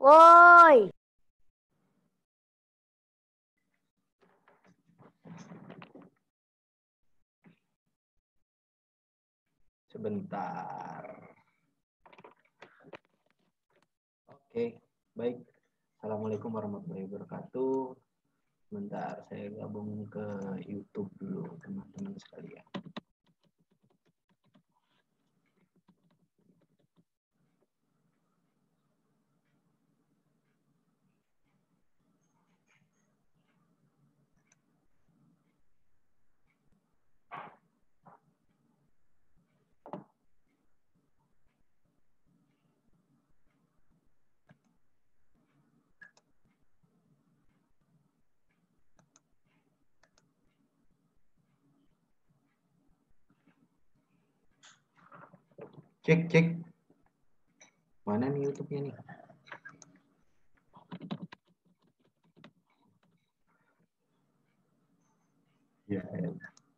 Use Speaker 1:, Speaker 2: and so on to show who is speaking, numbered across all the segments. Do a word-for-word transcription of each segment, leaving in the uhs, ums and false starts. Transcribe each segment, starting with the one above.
Speaker 1: Woi,
Speaker 2: Sebentar. Oke, baik. Assalamualaikum warahmatullahi wabarakatuh. Sebentar, saya gabung ke YouTube dulu, teman-teman sekalian. Cek, cek. Mana nih YouTube-nya nih? Ya, ya.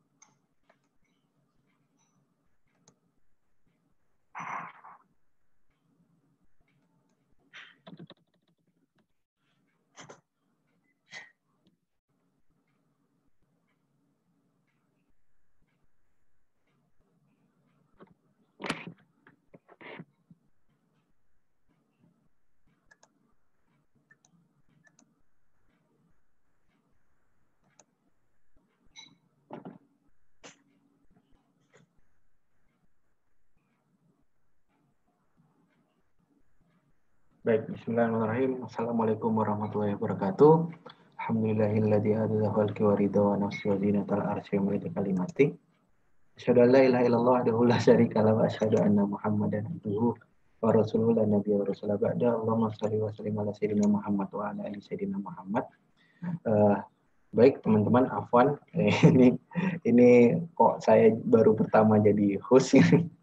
Speaker 2: Baik, bismillahirrahmanirrahim. Assalamualaikum warahmatullahi wabarakatuh. Alhamdulillahilladzi adza khalqi wa ridha wa nafsi wa zinatal arsy wa malika kalimati. Asyhadu an la ilaha illallah wahdahu la syarika lahu wa asyhadu anna Muhammadan abduhu wa rasuluhu la nabiyya wa rasula ba'da. Allahumma shalli wa sallim ala sayyidina Muhammad wa ala ali sayyidina Muhammad. Uh, baik teman-teman, afwan ini ini kok saya baru pertama jadi host.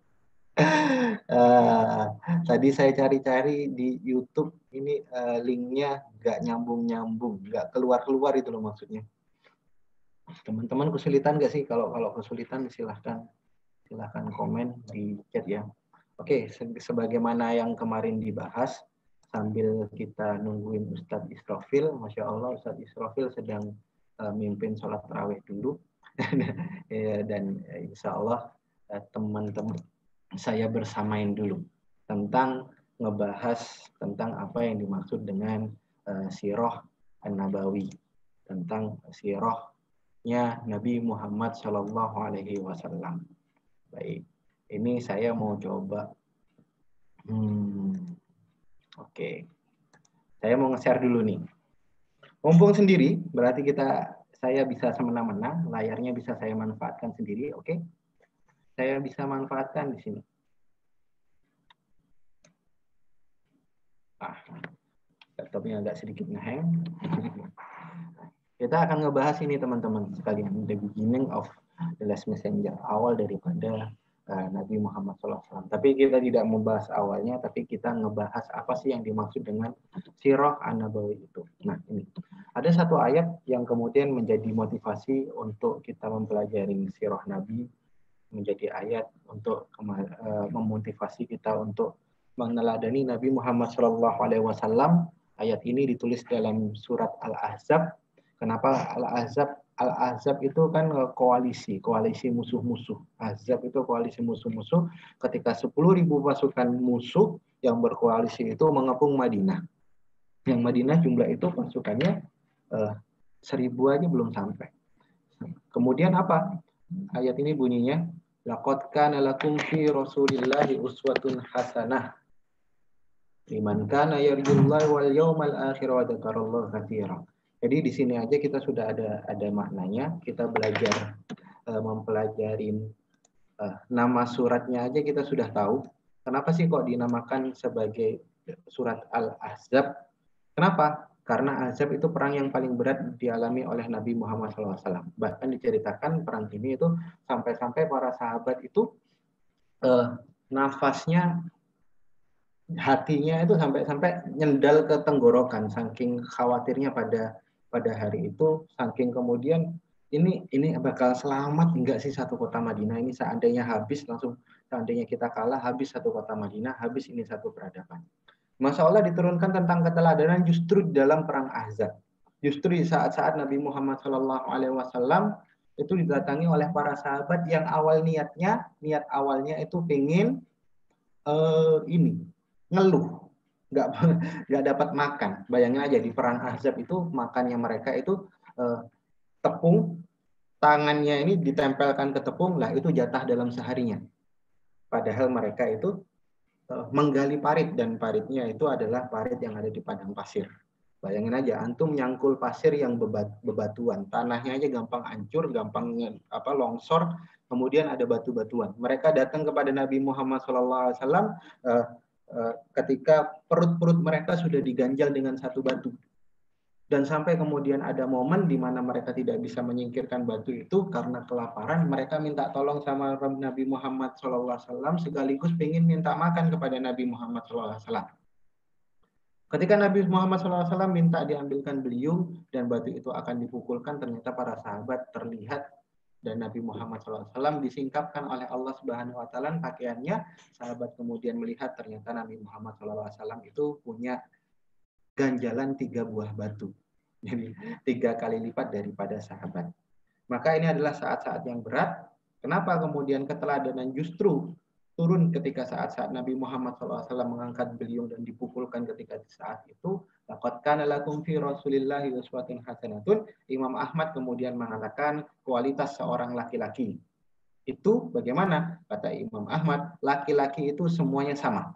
Speaker 2: uh, tadi saya cari-cari di YouTube ini uh, linknya nggak nyambung-nyambung, nggak keluar-keluar itu loh maksudnya. Teman-teman kesulitan nggak sih? Kalau kalau kesulitan silahkan silahkan komen di chat ya. Oke, sebagaimana yang kemarin dibahas sambil kita nungguin Ustadz Israfil, Masya Allah Ustadz Israfil sedang uh, mimpin sholat tarawih dulu. Ya, dan insya Allah uh, teman-teman saya bersamain dulu tentang ngebahas tentang apa yang dimaksud dengan uh, sirah an-nabawi, tentang sirahnya Nabi Muhammad Shallallahu Alaihi Wasallam. Baik, ini saya mau coba. Hmm, Oke, okay. Saya mau nge-share dulu nih. Mumpung sendiri, berarti kita saya bisa semena-mena, layarnya bisa saya manfaatkan sendiri, oke? Okay? Saya bisa manfaatkan di sini. Ah, laptopnya agak sedikit ngehang. Kita akan ngebahas ini teman-teman sekalian, the beginning of the last messenger, awal daripada uh, Nabi Muhammad shallallahu alaihi wasallam. Tapi kita tidak membahas awalnya, tapi kita ngebahas apa sih yang dimaksud dengan sirah an-nabawi itu. Nah ini, ada satu ayat yang kemudian menjadi motivasi untuk kita mempelajari sirah Nabi, menjadi ayat untuk uh, memotivasi kita untuk meneladani Nabi Muhammad shallallahu alaihi wasallam. Ayat ini ditulis dalam surat Al-Ahzab. Kenapa Al-Ahzab? Al-Ahzab itu kan koalisi, koalisi musuh-musuh. Ahzab itu koalisi musuh-musuh. Ketika sepuluh ribu pasukan musuh yang berkoalisi itu mengepung Madinah. Yang Madinah jumlah itu pasukannya eh, seribu aja belum sampai. Kemudian apa? Ayat ini bunyinya, laqad kana lakum fi Rasulillahi uswatun hasanah liman kana yarjullaha wal yawmal akhir wa dzakarallaha katsiran. Jadi di sini aja kita sudah ada ada maknanya, kita belajar uh, mempelajari uh, nama suratnya aja kita sudah tahu. Kenapa sih kok dinamakan sebagai surat Al-Ahzab? Kenapa? Karena Ahzab itu perang yang paling berat dialami oleh Nabi Muhammad shallallahu alaihi wasallam. Bahkan diceritakan perang ini itu sampai-sampai para sahabat itu uh, nafasnya, hatinya itu sampai-sampai nyendal ke tenggorokan saking khawatirnya pada pada hari itu, saking kemudian ini ini bakal selamat enggak sih satu kota Madinah ini, seandainya habis langsung, seandainya kita kalah habis satu kota Madinah, habis ini satu peradaban. Masya Allah diturunkan tentang keteladanan justru dalam perang Ahzab. Justru di saat-saat Nabi Muhammad Shallallahu Alaihi Wasallam itu didatangi oleh para sahabat yang awal niatnya, niat awalnya itu pengen uh, ini ngeluh, nggak nggak dapat makan. Bayangin aja di perang Ahzab itu makannya mereka itu uh, tepung, tangannya ini ditempelkan ke tepung lah, itu jatah dalam seharinya. Padahal mereka itu menggali parit, dan paritnya itu adalah parit yang ada di padang pasir. Bayangin aja, antum nyangkul pasir yang bebat, bebatuan, tanahnya aja gampang hancur, gampang apa longsor, kemudian ada batu-batuan. Mereka datang kepada Nabi Muhammad shallallahu alaihi wasallam uh, uh, ketika perut-perut mereka sudah diganjal dengan satu batu. Dan sampai kemudian ada momen di mana mereka tidak bisa menyingkirkan batu itu karena kelaparan, mereka minta tolong sama Nabi Muhammad shallallahu alaihi wasallam sekaligus ingin minta makan kepada Nabi Muhammad shallallahu alaihi wasallam. Ketika Nabi Muhammad shallallahu alaihi wasallam minta diambilkan beliung dan batu itu akan dipukulkan, ternyata para sahabat terlihat dan Nabi Muhammad shallallahu alaihi wasallam disingkapkan oleh Allah Subhanahu wa taala pakaiannya. Sahabat kemudian melihat ternyata Nabi Muhammad shallallahu alaihi wasallam itu punya ganjalan tiga buah batu. Jadi tiga kali lipat daripada sahabat. Maka ini adalah saat-saat yang berat. Kenapa kemudian keteladanan justru turun ketika saat-saat Nabi Muhammad shallallahu alaihi wasallam mengangkat beliung dan dipukulkan ketika saat itu. Laqad kana lakum fi Rasulillahi uswatun hasanatun. Imam Ahmad kemudian mengatakan kualitas seorang laki-laki itu bagaimana? Kata Imam Ahmad, laki-laki itu semuanya sama.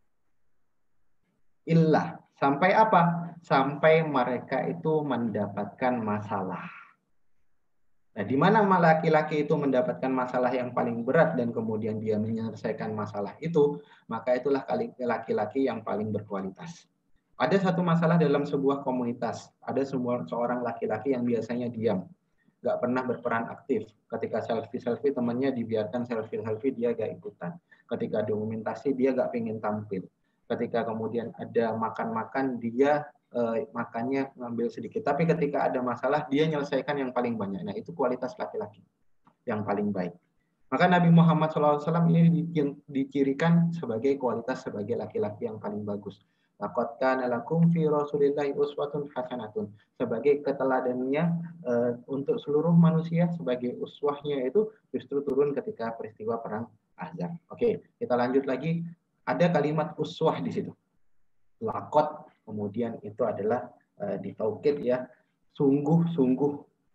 Speaker 2: Illah, sampai apa? Sampai mereka itu mendapatkan masalah. Nah, di mana laki-laki itu mendapatkan masalah yang paling berat dan kemudian dia menyelesaikan masalah itu, maka itulah laki-laki yang paling berkualitas. Ada satu masalah dalam sebuah komunitas, ada sebuah seorang laki-laki yang biasanya diam, nggak pernah berperan aktif. Ketika selfie-selfie temannya dibiarkan selfie-selfie, dia nggak ikutan. Ketika dokumentasi dia nggak pengen tampil. Ketika kemudian ada makan-makan, dia eh, makannya ngambil sedikit. Tapi ketika ada masalah, dia menyelesaikan yang paling banyak. Nah, itu kualitas laki-laki yang paling baik. Maka Nabi Muhammad shallallahu alaihi wasallam ini dicirikan sebagai kualitas sebagai laki-laki yang paling bagus. Laqad kana lakum fi Rasulillahi uswatun hasanatun. Sebagai keteladanannya uh, untuk seluruh manusia, sebagai uswahnya itu justru turun ketika peristiwa perang Ahzab. Oke, kita lanjut lagi. Ada kalimat uswah di situ. Laqad, kemudian itu adalah uh, ditaukid ya, sungguh-sungguh.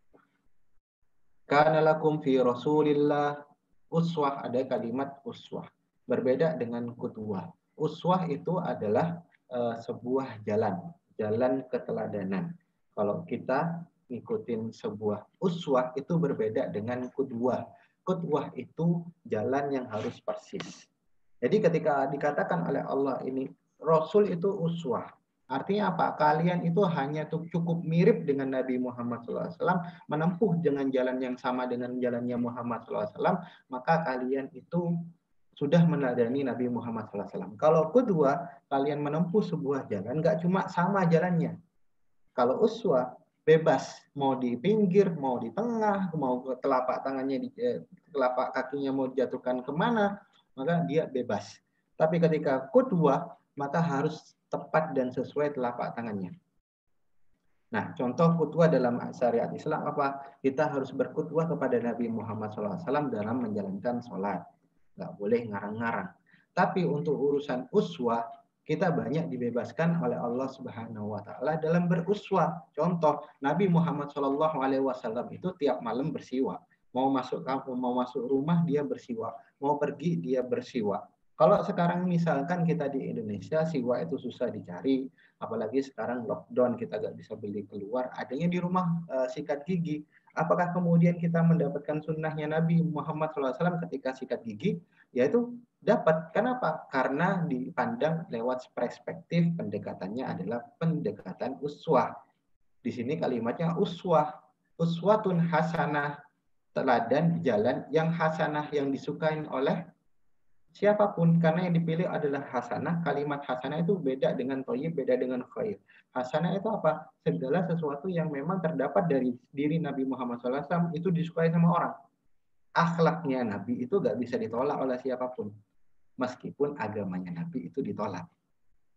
Speaker 2: Kana lakum fi Rasulillah uswah, ada kalimat uswah. Berbeda dengan qudwah. Uswah itu adalah uh, sebuah jalan, jalan keteladanan. Kalau kita ngikutin sebuah uswah itu berbeda dengan qudwah. Qudwah itu jalan yang harus persis. Jadi ketika dikatakan oleh Allah ini Rasul itu uswah, artinya apa? Kalian itu hanya cukup mirip dengan Nabi Muhammad shallallahu alaihi wasallam, menempuh dengan jalan yang sama dengan jalannya Muhammad shallallahu alaihi wasallam, maka kalian itu sudah meneladani Nabi Muhammad shallallahu alaihi wasallam. Kalau kedua, kalian menempuh sebuah jalan, nggak cuma sama jalannya. Kalau uswah, bebas, mau di pinggir, mau di tengah, mau ke telapak tangannya, di eh, telapak kakinya mau dijatuhkan kemana, maka dia bebas. Tapi ketika qudwah, maka harus tepat dan sesuai telapak tangannya. Nah, contoh qudwah dalam syariat Islam apa? Kita harus berqudwah kepada Nabi Muhammad shallallahu alaihi wasallam dalam menjalankan sholat. Nggak boleh ngarang-ngarang. Tapi untuk urusan uswah, kita banyak dibebaskan oleh Allah Subhanahu wa taala dalam beruswah. Contoh, Nabi Muhammad shallallahu alaihi wasallam itu tiap malam bersiwak. Mau masuk kampung, mau masuk rumah dia bersiwak, mau pergi dia bersiwak. Kalau sekarang misalkan kita di Indonesia siwak itu susah dicari, apalagi sekarang lockdown kita nggak bisa beli keluar, adanya di rumah uh, sikat gigi. Apakah kemudian kita mendapatkan sunnahnya Nabi Muhammad shallallahu alaihi wasallam ketika sikat gigi? Yaitu dapat. Kenapa? Karena dipandang lewat perspektif pendekatannya adalah pendekatan uswah. Di sini kalimatnya uswah. Uswatun hasanah, teladan jalan yang hasanah, yang disukai oleh siapapun, karena yang dipilih adalah hasanah. Kalimat hasanah itu beda dengan thayyib, beda dengan khair. Hasanah itu apa? Segala sesuatu yang memang terdapat dari diri Nabi Muhammad shallallahu alaihi wasallam itu disukai sama orang. Akhlaknya Nabi itu gak bisa ditolak oleh siapapun. Meskipun agamanya Nabi itu ditolak.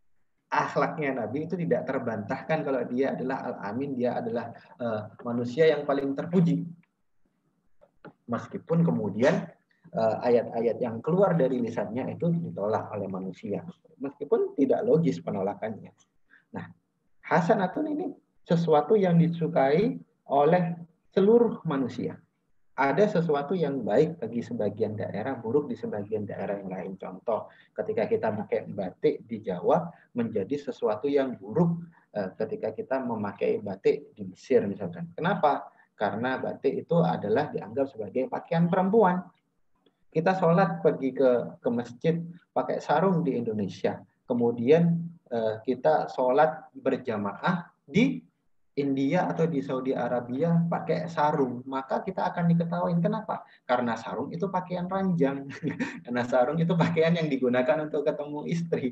Speaker 2: akhlaknya Nabi itu tidak terbantahkan kalau dia adalah Al-Amin, dia adalah uh, manusia yang paling terpuji. Meskipun kemudian uh, ayat-ayat yang keluar dari lisannya itu ditolak oleh manusia. Meskipun tidak logis penolakannya. Nah, hasanatun ini sesuatu yang disukai oleh seluruh manusia. Ada sesuatu yang baik bagi sebagian daerah, buruk di sebagian daerah yang lain. Contoh, ketika kita pakai batik di Jawa menjadi sesuatu yang buruk eh, ketika kita memakai batik di Mesir misalkan. Kenapa? Karena batik itu adalah dianggap sebagai pakaian perempuan. Kita sholat pergi ke ke masjid pakai sarung di Indonesia. Kemudian eh, kita sholat berjamaah di India atau di Saudi Arabia pakai sarung, maka kita akan diketahui. Kenapa? Karena sarung itu pakaian ranjang. Karena sarung itu pakaian yang digunakan untuk ketemu istri.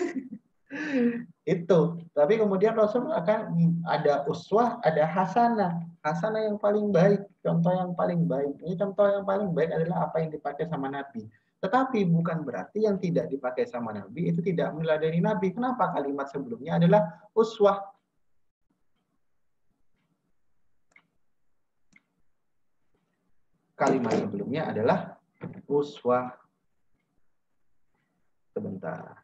Speaker 2: Itu. Tapi kemudian Rasul akan ada uswah, ada hasanah. Hasanah yang paling baik, contoh yang paling baik. Ini contoh yang paling baik adalah apa yang dipakai sama Nabi. Tetapi bukan berarti yang tidak dipakai sama Nabi itu tidak meneladani Nabi. Kenapa? Kalimat sebelumnya adalah uswah. Kalimat sebelumnya adalah uswah. Sebentar.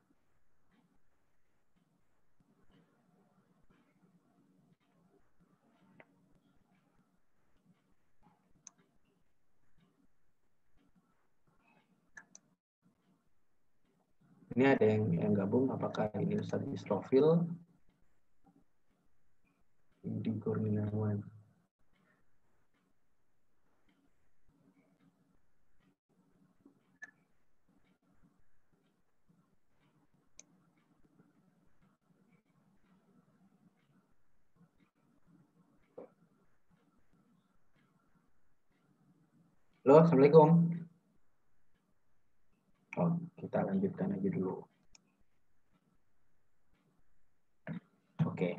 Speaker 2: Ini ada yang, yang gabung, apakah ini Ustaz Isrofil? Di Kurniawan. Halo, Assalamualaikum. Oh, kita lanjutkan aja dulu. Oke.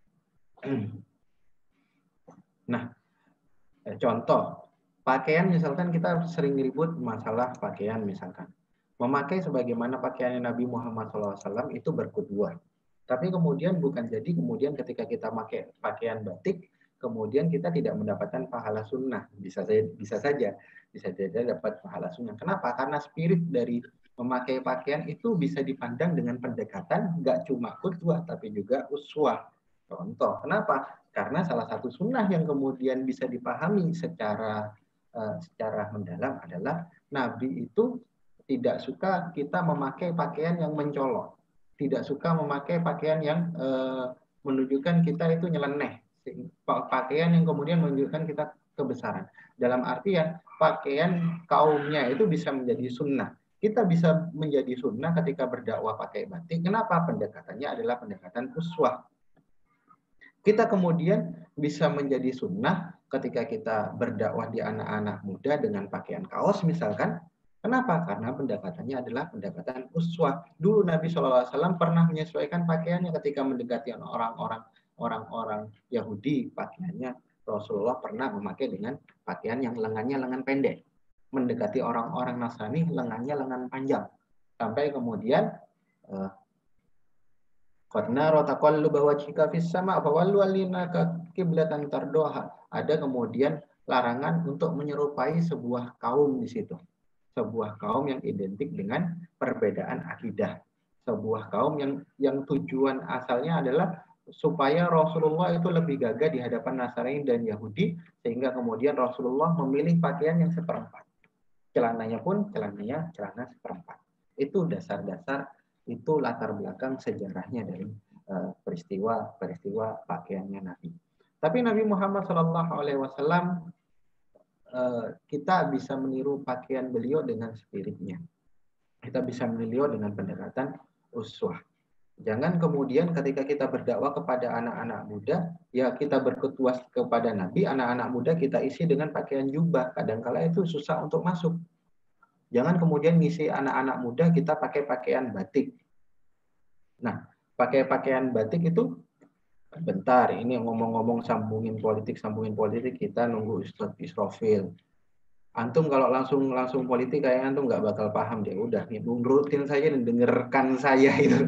Speaker 2: Nah, contoh, pakaian misalkan kita sering ribut masalah pakaian misalkan. Memakai sebagaimana pakaian Nabi Muhammad shallallahu alaihi wasallam itu berkedua. Tapi kemudian bukan jadi kemudian ketika kita pakai pakaian batik, kemudian kita tidak mendapatkan pahala sunnah. Bisa saja, bisa saja, bisa saja dapat pahala sunnah. Kenapa? Karena spirit dari memakai pakaian itu bisa dipandang dengan pendekatan nggak cuma qudwah tapi juga uswah. Contoh, kenapa? Karena salah satu sunnah yang kemudian bisa dipahami secara uh, secara mendalam adalah Nabi itu tidak suka kita memakai pakaian yang mencolok, tidak suka memakai pakaian yang uh, menunjukkan kita itu nyeleneh, pakaian yang kemudian menunjukkan kita kebesaran. Dalam artian pakaian kaumnya itu bisa menjadi sunnah. Kita bisa menjadi sunnah ketika berdakwah pakai batik. Kenapa? Pendekatannya adalah pendekatan uswah. Kita kemudian bisa menjadi sunnah ketika kita berdakwah di anak-anak muda dengan pakaian kaos misalkan. Kenapa? Karena pendekatannya adalah pendekatan uswah. Dulu Nabi shallallahu alaihi wasallam pernah menyesuaikan pakaiannya ketika mendekati orang-orang orang-orang Yahudi. Pakaiannya Rasulullah pernah memakai dengan pakaian yang lengannya lengan pendek. Mendekati orang-orang Nasrani lengannya lengan panjang. Sampai kemudian uh, Qad nara taqalluba wajhika fis sama' fawallu alinaka qiblatan tardoha. Ada kemudian larangan untuk menyerupai sebuah kaum di situ. Sebuah kaum yang identik dengan perbedaan akidah. Sebuah kaum yang yang tujuan asalnya adalah supaya Rasulullah itu lebih gagah di hadapan Nasrani dan Yahudi, sehingga kemudian Rasulullah memilih pakaian yang seperempat. Celananya pun celananya celana seperempat. Itu dasar-dasar, itu latar belakang sejarahnya dari uh, peristiwa peristiwa pakaiannya Nabi. Tapi Nabi Muhammad shallallahu alaihi wasallam uh, kita bisa meniru pakaian beliau dengan spiritnya. Kita bisa meniru dengan pendekatan uswah. Jangan kemudian ketika kita berdakwah kepada anak-anak muda, ya kita berketuas kepada Nabi, anak-anak muda kita isi dengan pakaian jubah. Kadang-kala itu susah untuk masuk. Jangan kemudian ngisi anak-anak muda kita pakai pakaian batik. Nah, pakai pakaian batik itu bentar, ini ngomong-ngomong sambungin politik, sambungin politik, kita nunggu Ustadz Isrofil. Antum kalau langsung langsung politik kayaknya antum nggak bakal paham deh. Udah nih, nurutin saja dan dengarkan saya itu.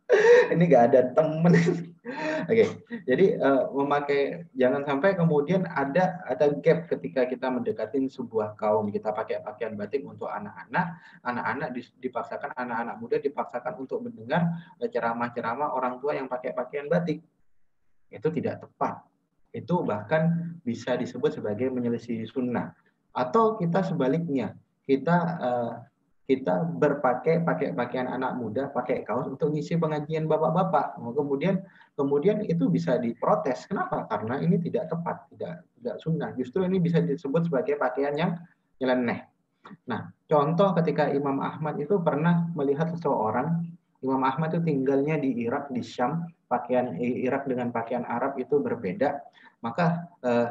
Speaker 2: Ini nggak ada temen. Oke, jadi uh, memakai jangan sampai kemudian ada ada gap ketika kita mendekati sebuah kaum, kita pakai pakaian batik untuk anak-anak, anak-anak dipaksakan, anak-anak muda dipaksakan untuk mendengar ceramah-ceramah orang tua yang pakai pakaian batik. Itu tidak tepat. Itu bahkan bisa disebut sebagai menyelisih sunnah. Atau kita sebaliknya, kita uh, kita berpakai pakai pakaian anak muda, pakai kaos untuk ngisi pengajian bapak-bapak. Kemudian kemudian itu bisa diprotes. Kenapa? Karena ini tidak tepat, tidak tidak sunnah. Justru ini bisa disebut sebagai pakaian yang nyeleneh. Nah, contoh ketika Imam Ahmad itu pernah melihat seseorang, Imam Ahmad itu tinggalnya di Irak, di Syam, pakaian Irak dengan pakaian Arab itu berbeda. Maka eh,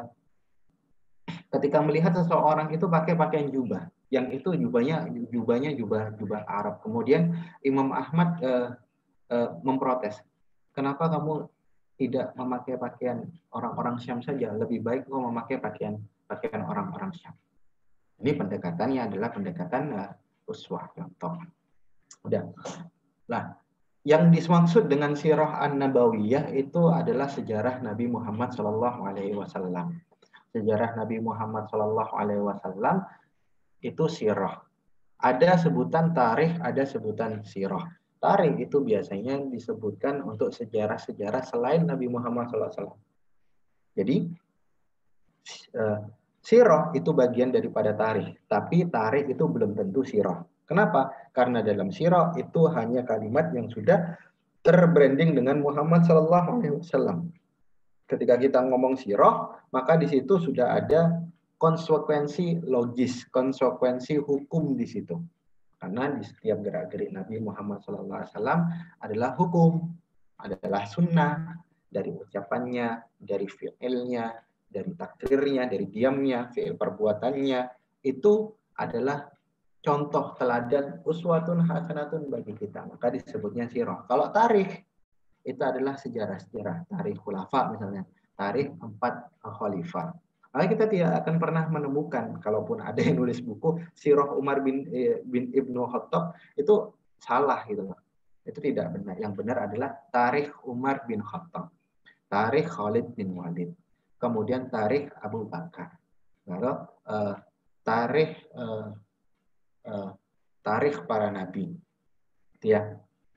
Speaker 2: ketika melihat seseorang itu pakai pakaian jubah, yang itu jubahnya jubahnya jubah jubah Arab. Kemudian Imam Ahmad eh, eh, memprotes, kenapa kamu tidak memakai pakaian orang-orang Syam saja? Lebih baik kau memakai pakaian pakaian orang-orang Syam. Ini pendekatannya adalah pendekatan uh, uswah, contoh. Udah. Nah, yang dimaksud dengan sirah an-nabawiyah itu adalah sejarah Nabi Muhammad Shallallahu Alaihi Wasallam. Sejarah Nabi Muhammad Shallallahu Alaihi Wasallam itu sirah. Ada sebutan tarikh, ada sebutan sirah. Tarikh itu biasanya disebutkan untuk sejarah-sejarah selain Nabi Muhammad Shallallahu Alaihi Wasallam. Jadi uh, sirah itu bagian daripada tarikh, tapi tarikh itu belum tentu sirah. Kenapa? Karena dalam sirah itu hanya kalimat yang sudah terbranding dengan Muhammad Shallallahu Alaihi Wasallam. Ketika kita ngomong sirah, maka di situ sudah ada konsekuensi logis, konsekuensi hukum di situ. Karena di setiap gerak-gerik Nabi Muhammad Shallallahu Alaihi Wasallam adalah hukum, adalah sunnah, dari ucapannya, dari fi'ilnya, dari takrirnya, dari diamnya, fi'il perbuatannya, itu adalah contoh teladan uswatun hasanatun bagi kita. Maka disebutnya sirah. Kalau tarikh, itu adalah sejarah-sejarah. Tarikh khulafa misalnya. Tarikh empat khalifah. Nah, kita tidak akan pernah menemukan, kalaupun ada yang nulis buku, sirah Umar bin, bin Ibnu Khattab, itu salah gitu loh. Itu tidak benar. Yang benar adalah tarikh Umar bin Khattab. Tarikh Khalid bin Walid. Kemudian tarikh Abu Bakar. Lalu uh, tarikh uh, uh, tarikh para nabi. Ya.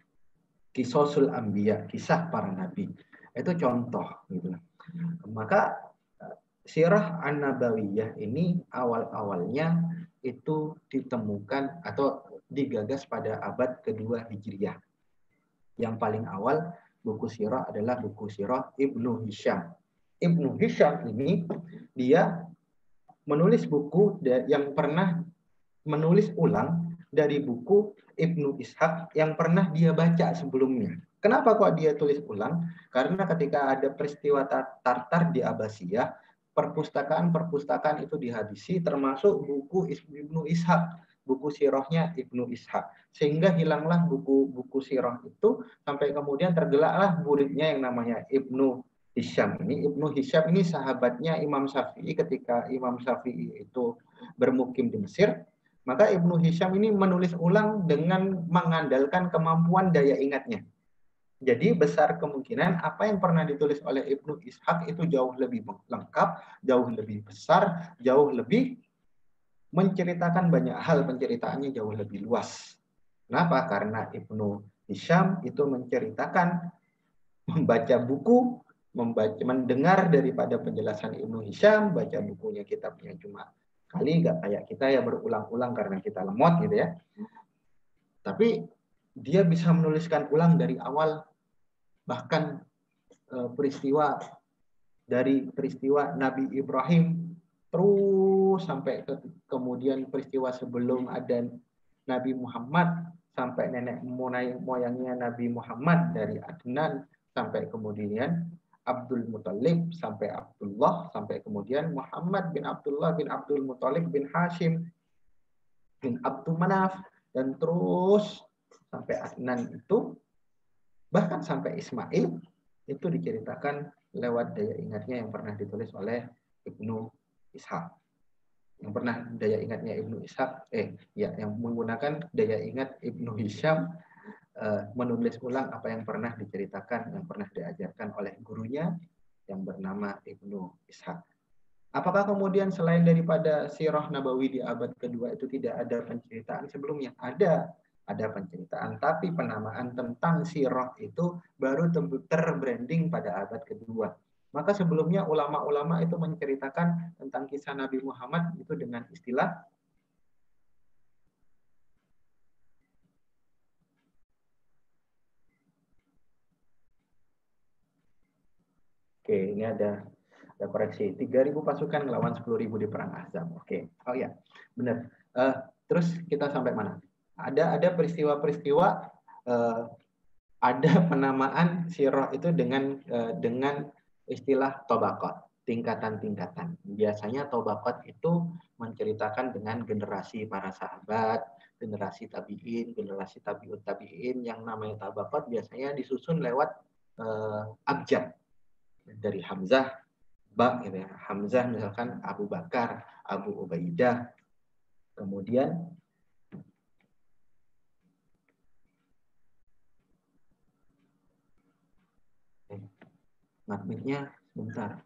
Speaker 2: Kisosul Anbiya, kisah para nabi. Itu contoh gitu. Maka sirah an-nabawiyah ini awal-awalnya itu ditemukan atau digagas pada abad kedua Hijriah. Yang paling awal buku sirah adalah buku sirah Ibnu Hisham. Ibnu Hisham ini dia menulis buku yang pernah menulis ulang dari buku Ibnu Ishaq yang pernah dia baca sebelumnya. Kenapa kok dia tulis ulang? Karena ketika ada peristiwa Tartar di Abbasiyah, perpustakaan-perpustakaan itu dihabisi, termasuk buku Ibnu Ishaq, buku sirahnya Ibnu Ishaq. Sehingga hilanglah buku-buku sirah itu, sampai kemudian tergelaklah muridnya yang namanya Ibnu Hisham ini. Ibnu Hisham ini sahabatnya Imam Syafi'i ketika Imam Syafi'i itu bermukim di Mesir. Maka Ibnu Hisham ini menulis ulang dengan mengandalkan kemampuan daya ingatnya. Jadi besar kemungkinan apa yang pernah ditulis oleh Ibnu Ishaq itu jauh lebih lengkap, jauh lebih besar, jauh lebih menceritakan banyak hal, penceritaannya jauh lebih luas. Kenapa? Karena Ibnu Hisham itu menceritakan, membaca buku, membaca, mendengar daripada penjelasan Ibnu Hisham, baca bukunya, kitabnya cuma kali, nggak kayak kita ya berulang-ulang karena kita lemot gitu ya. Tapi dia bisa menuliskan ulang dari awal, bahkan e, peristiwa dari peristiwa Nabi Ibrahim terus sampai ke, kemudian peristiwa sebelum ada Nabi Muhammad, sampai nenek moyangnya Nabi Muhammad dari Adnan sampai kemudian Abdul Muthalib sampai Abdullah, sampai kemudian Muhammad bin Abdullah bin Abdul Muthalib bin Hashim bin Abdul Manaf, dan terus sampai Adnan itu, bahkan sampai Ismail, itu diceritakan lewat daya ingatnya yang pernah ditulis oleh Ibnu Ishaq. Yang pernah daya ingatnya Ibnu Ishaq, eh ya yang menggunakan daya ingat Ibnu Hisham uh, menulis ulang apa yang pernah diceritakan, yang pernah diajarkan oleh gurunya yang bernama Ibnu Ishaq. Apakah kemudian selain daripada sirah nabawi di abad kedua itu tidak ada penceritaan sebelumnya? Ada, ada penceritaan, tapi penamaan tentang sirah itu baru terbranding pada abad kedua. Maka sebelumnya ulama-ulama itu menceritakan tentang kisah Nabi Muhammad itu dengan istilah Oke, ini ada ada koreksi. tiga ribu pasukan melawan sepuluh ribu di perang Ahzab. Oke. Oh ya, benar. Uh, terus kita sampai mana? Ada ada peristiwa-peristiwa uh, ada penamaan sirah itu dengan uh, dengan istilah tobakot, tingkatan-tingkatan. Biasanya tobakot itu menceritakan dengan generasi para sahabat, generasi tabi'in, generasi tabi'ut tabi'in. Yang namanya tobakot biasanya disusun lewat uh, abjad. Dari Hamzah, Ba, gitu ya. Hamzah misalkan Abu Bakar, Abu Ubaidah. Kemudian Matmiknya sebentar.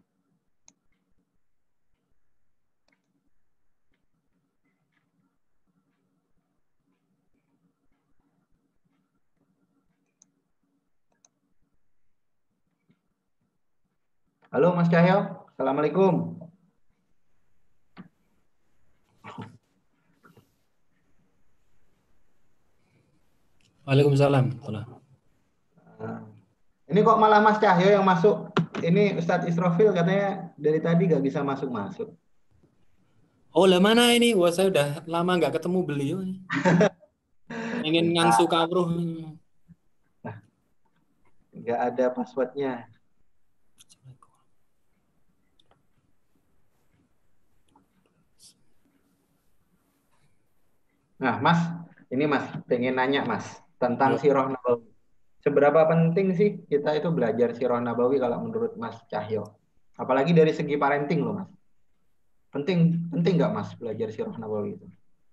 Speaker 2: Halo Mas Cahyo, Assalamualaikum.
Speaker 1: Waalaikumsalam.
Speaker 2: Ini kok malah Mas Cahyo yang masuk? Ini Ustadz Israfil katanya dari tadi nggak bisa masuk-masuk.
Speaker 1: Oh, lah mana ini? Wah, saya udah lama nggak ketemu beliau. Pengen ngangsu kawruh.
Speaker 2: Nah, nggak ada passwordnya. Nah, Mas, ini Mas pengen nanya Mas tentang
Speaker 1: Ya.
Speaker 2: sirah nabawi. Seberapa penting sih kita itu belajar sirah nabawi kalau menurut Mas Cahyo? Apalagi dari segi parenting loh Mas. Penting penting nggak Mas belajar sirah nabawi itu?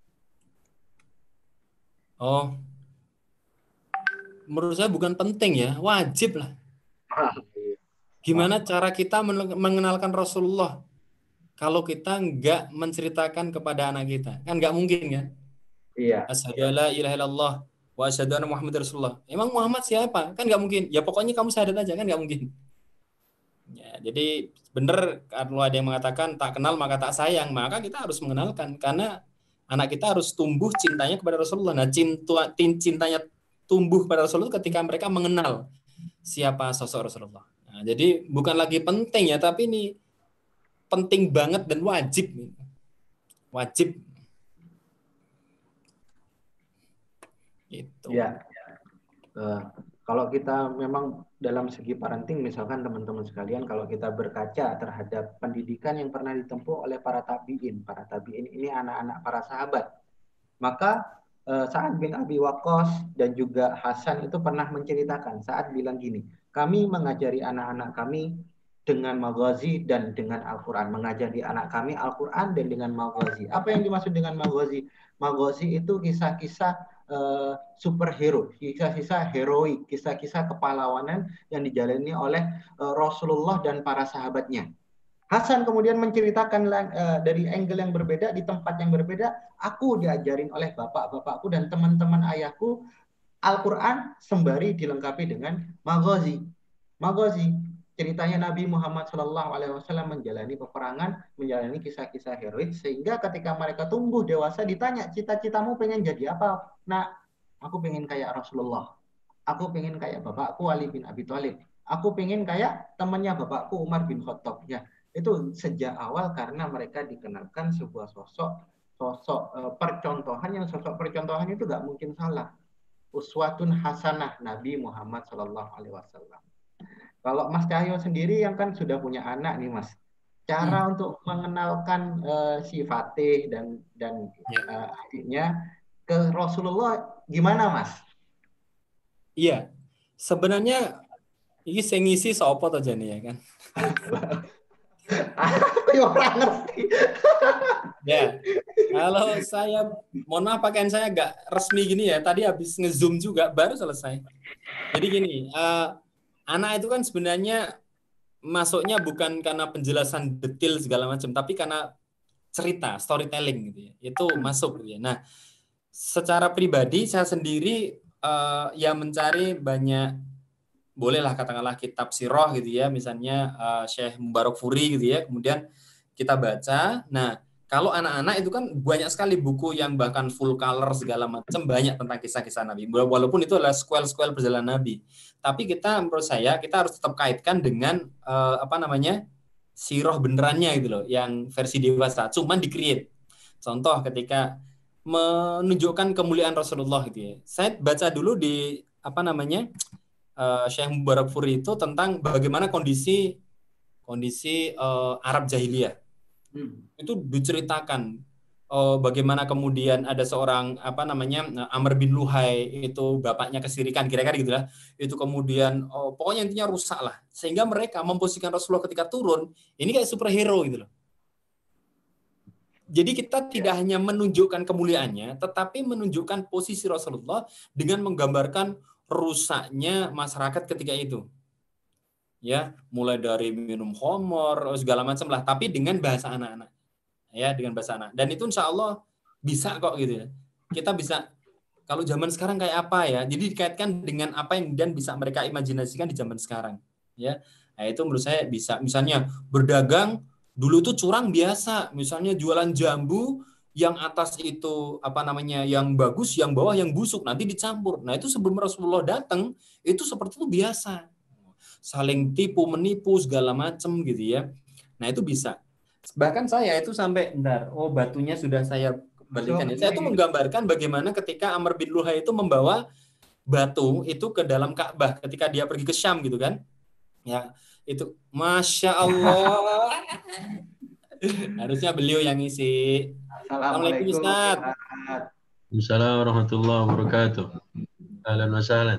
Speaker 1: Oh, menurut saya bukan penting ya, wajib lah.
Speaker 2: Ah,
Speaker 1: Gimana cara kita mengenalkan Rasulullah kalau kita nggak menceritakan kepada anak kita? Kan nggak mungkin kan?
Speaker 2: Iya.
Speaker 1: Asyhadu alla ilaha illallah wa asyhadu anna Muhammadar Rasulullah. Emang Muhammad siapa? Kan nggak mungkin. Ya pokoknya kamu syahadat aja, kan nggak mungkin. Ya, jadi benar kalau ada yang mengatakan tak kenal maka tak sayang, maka kita harus mengenalkan karena anak kita harus tumbuh cintanya kepada Rasulullah. Nah, cinta, cintanya tumbuh pada Rasulullah ketika mereka mengenal siapa sosok Rasulullah. Nah, jadi bukan lagi penting ya, tapi ini penting banget dan wajib. Wajib. Gitu.
Speaker 2: Ya. Uh, kalau kita memang dalam segi parenting, misalkan teman-teman sekalian, kalau kita berkaca terhadap pendidikan yang pernah ditempuh oleh para tabiin, para tabiin ini anak-anak para sahabat, maka uh, Sa'ad bin Abi Waqqas dan juga Hasan itu pernah menceritakan, Sa'ad bilang gini, kami mengajari anak-anak kami dengan maghazi dan dengan Al-Quran, mengajari anak kami Al-Quran dan dengan maghazi. Apa yang dimaksud dengan maghazi? Maghazi itu kisah-kisah Uh, superhero, kisah-kisah heroik, kisah-kisah kepahlawanan yang dijalani oleh uh, Rasulullah dan para sahabatnya. Hasan kemudian menceritakan uh, dari angle yang berbeda, di tempat yang berbeda, aku diajarin oleh bapak-bapakku dan teman-teman ayahku Al-Quran sembari dilengkapi dengan maghazi. Maghazi, ceritanya Nabi Muhammad Shallallahu Alaihi Wasallam menjalani peperangan, menjalani kisah-kisah heroik, sehingga ketika mereka tumbuh dewasa ditanya, cita-citamu pengen jadi apa? Nah, aku pengen kayak Rasulullah. Aku pengen kayak bapakku Ali bin Abi Thalib. Aku pengen kayak temannya bapakku Umar bin Khattab. Ya, itu sejak awal karena mereka dikenalkan sebuah sosok sosok uh, percontohan yang sosok percontohan itu gak mungkin salah. Uswatun hasanah Nabi Muhammad Shallallahu Alaihi Wasallam. Kalau Mas Cahyo sendiri yang kan sudah punya anak nih Mas, cara hmm. untuk mengenalkan uh, si Fatih dan dan ya. uh, adiknya ke Rasulullah gimana Mas?
Speaker 1: Iya, sebenarnya ini saya ngisi sopo aja nih ya kan.
Speaker 2: Aku yang orang ngerti.
Speaker 1: Ya, kalau saya, mohon maaf pakaian saya agak resmi gini ya. Tadi habis nge-zoom juga, baru selesai. Jadi gini, uh, anak itu kan sebenarnya masuknya bukan karena penjelasan detail segala macam, tapi karena cerita, storytelling gitu ya. Itu masuk gitu ya. Nah, secara pribadi saya sendiri uh, ya mencari banyak, bolehlah katakanlah kitab sirah gitu ya, misalnya uh, Syekh Mubarak Furi gitu ya, kemudian kita baca. Nah, kalau anak-anak itu kan banyak sekali buku yang bahkan full color segala macam, banyak tentang kisah-kisah Nabi. Walaupun itu adalah sequel-sequel perjalanan Nabi. Tapi kita, menurut saya, kita harus tetap kaitkan dengan uh, apa namanya, sirah benerannya gitu loh, yang versi dewasa, cuman di-create. Contoh ketika menunjukkan kemuliaan Rasulullah gitu ya. Saya baca dulu di apa namanya, uh, Syekh Mubarak Furi itu tentang bagaimana kondisi kondisi uh, Arab jahiliyah. Hmm. Itu diceritakan uh, bagaimana kemudian ada seorang apa namanya Amr bin Luhai, itu bapaknya kesirikan kira-kira gitulah. Itu kemudian oh, pokoknya intinya rusak lah, sehingga mereka memposisikan Rasulullah ketika turun ini kayak superhero gitu loh. Jadi kita tidak hanya menunjukkan kemuliaannya, tetapi menunjukkan posisi Rasulullah dengan menggambarkan rusaknya masyarakat ketika itu. Ya, mulai dari minum khamar segala macam lah, tapi dengan bahasa anak-anak. Ya, dengan bahasa anak. Dan itu insya Allah bisa kok gitu ya. Kita bisa, kalau zaman sekarang kayak apa ya? Jadi dikaitkan dengan apa yang dan bisa mereka imajinasikan di zaman sekarang. Ya, nah, itu menurut saya bisa. Misalnya berdagang dulu tuh curang biasa, misalnya jualan jambu yang atas itu apa namanya yang bagus, yang bawah yang busuk, nanti dicampur. Nah, itu sebelum Rasulullah datang itu seperti itu biasa. Saling tipu menipu segala macam gitu ya. Nah, itu bisa. Bahkan saya itu sampai bentar, oh batunya sudah saya balikan ya. Saya itu menggambarkan bagaimana ketika Amr bin Luhai itu membawa batu itu ke dalam Ka'bah ketika dia pergi ke Syam gitu kan. Ya, itu Masya Allah. Harusnya beliau yang ngisi. Assalamualaikum Ustaz.
Speaker 3: Assalamualaikum warahmatullahi wabarakatuh. Ahlan wa sahlan.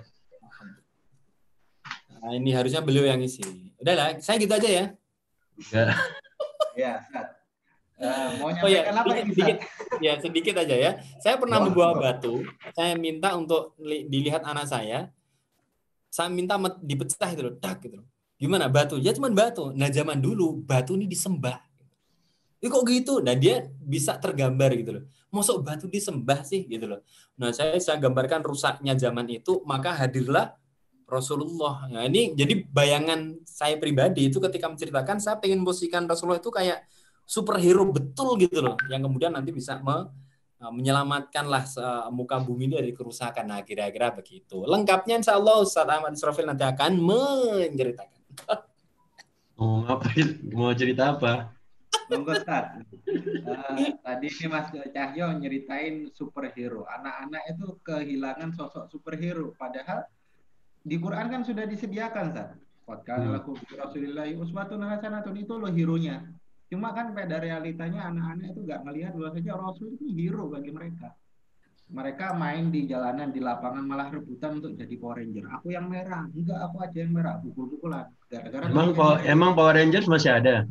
Speaker 1: Nah, ini harusnya beliau yang ngisi. Udahlah, saya gitu aja ya.
Speaker 3: Ya.
Speaker 2: Ya, Ustaz. Uh, mau
Speaker 1: oh ya,
Speaker 2: apa
Speaker 1: sedikit, sedikit, ya sedikit aja ya. Saya pernah oh, membawa oh. batu. Saya minta untuk dilihat anak saya. Saya minta dipecah itu loh, tak gitu loh. Gimana batu? Ya cuma batu. Nah zaman dulu batu ini disembah. Ini kok gitu? Nah dia bisa tergambar gitu loh. Masuk batu disembah sih gitu loh. Nah saya saya gambarkan rusaknya zaman itu, maka hadirlah Rasulullah. Nah ini jadi bayangan saya pribadi itu ketika menceritakan, saya pengen posisikan Rasulullah itu kayak superhero betul gitu loh, yang kemudian nanti bisa me, menyelamatkanlah muka bumi ini dari kerusakan. Nah kira-kira begitu. Lengkapnya insya Allah Ustaz Ahmad Israfil nanti akan menceritakan.
Speaker 3: Oh, ngapain? Mau cerita apa?
Speaker 2: Monggo Ustaz. Uh, tadi ini Mas Cahyo nyeritain superhero. Anak-anak itu kehilangan sosok superhero. Padahal di Quran kan sudah disediakan, Ustaz. Qad kana lakum fi Rasulillahi uswatun hasanatun, itu loh hero-nya. Cuma kan pada realitanya anak-anak itu nggak melihat bahwasanya Rasul itu hero bagi mereka. Mereka main di jalanan, di lapangan, malah rebutan untuk jadi Power Ranger. Aku yang merah, enggak aku aja yang merah, pukul-pukulan. Gara-gara
Speaker 3: emang Power, emang Power Rangers masih ada?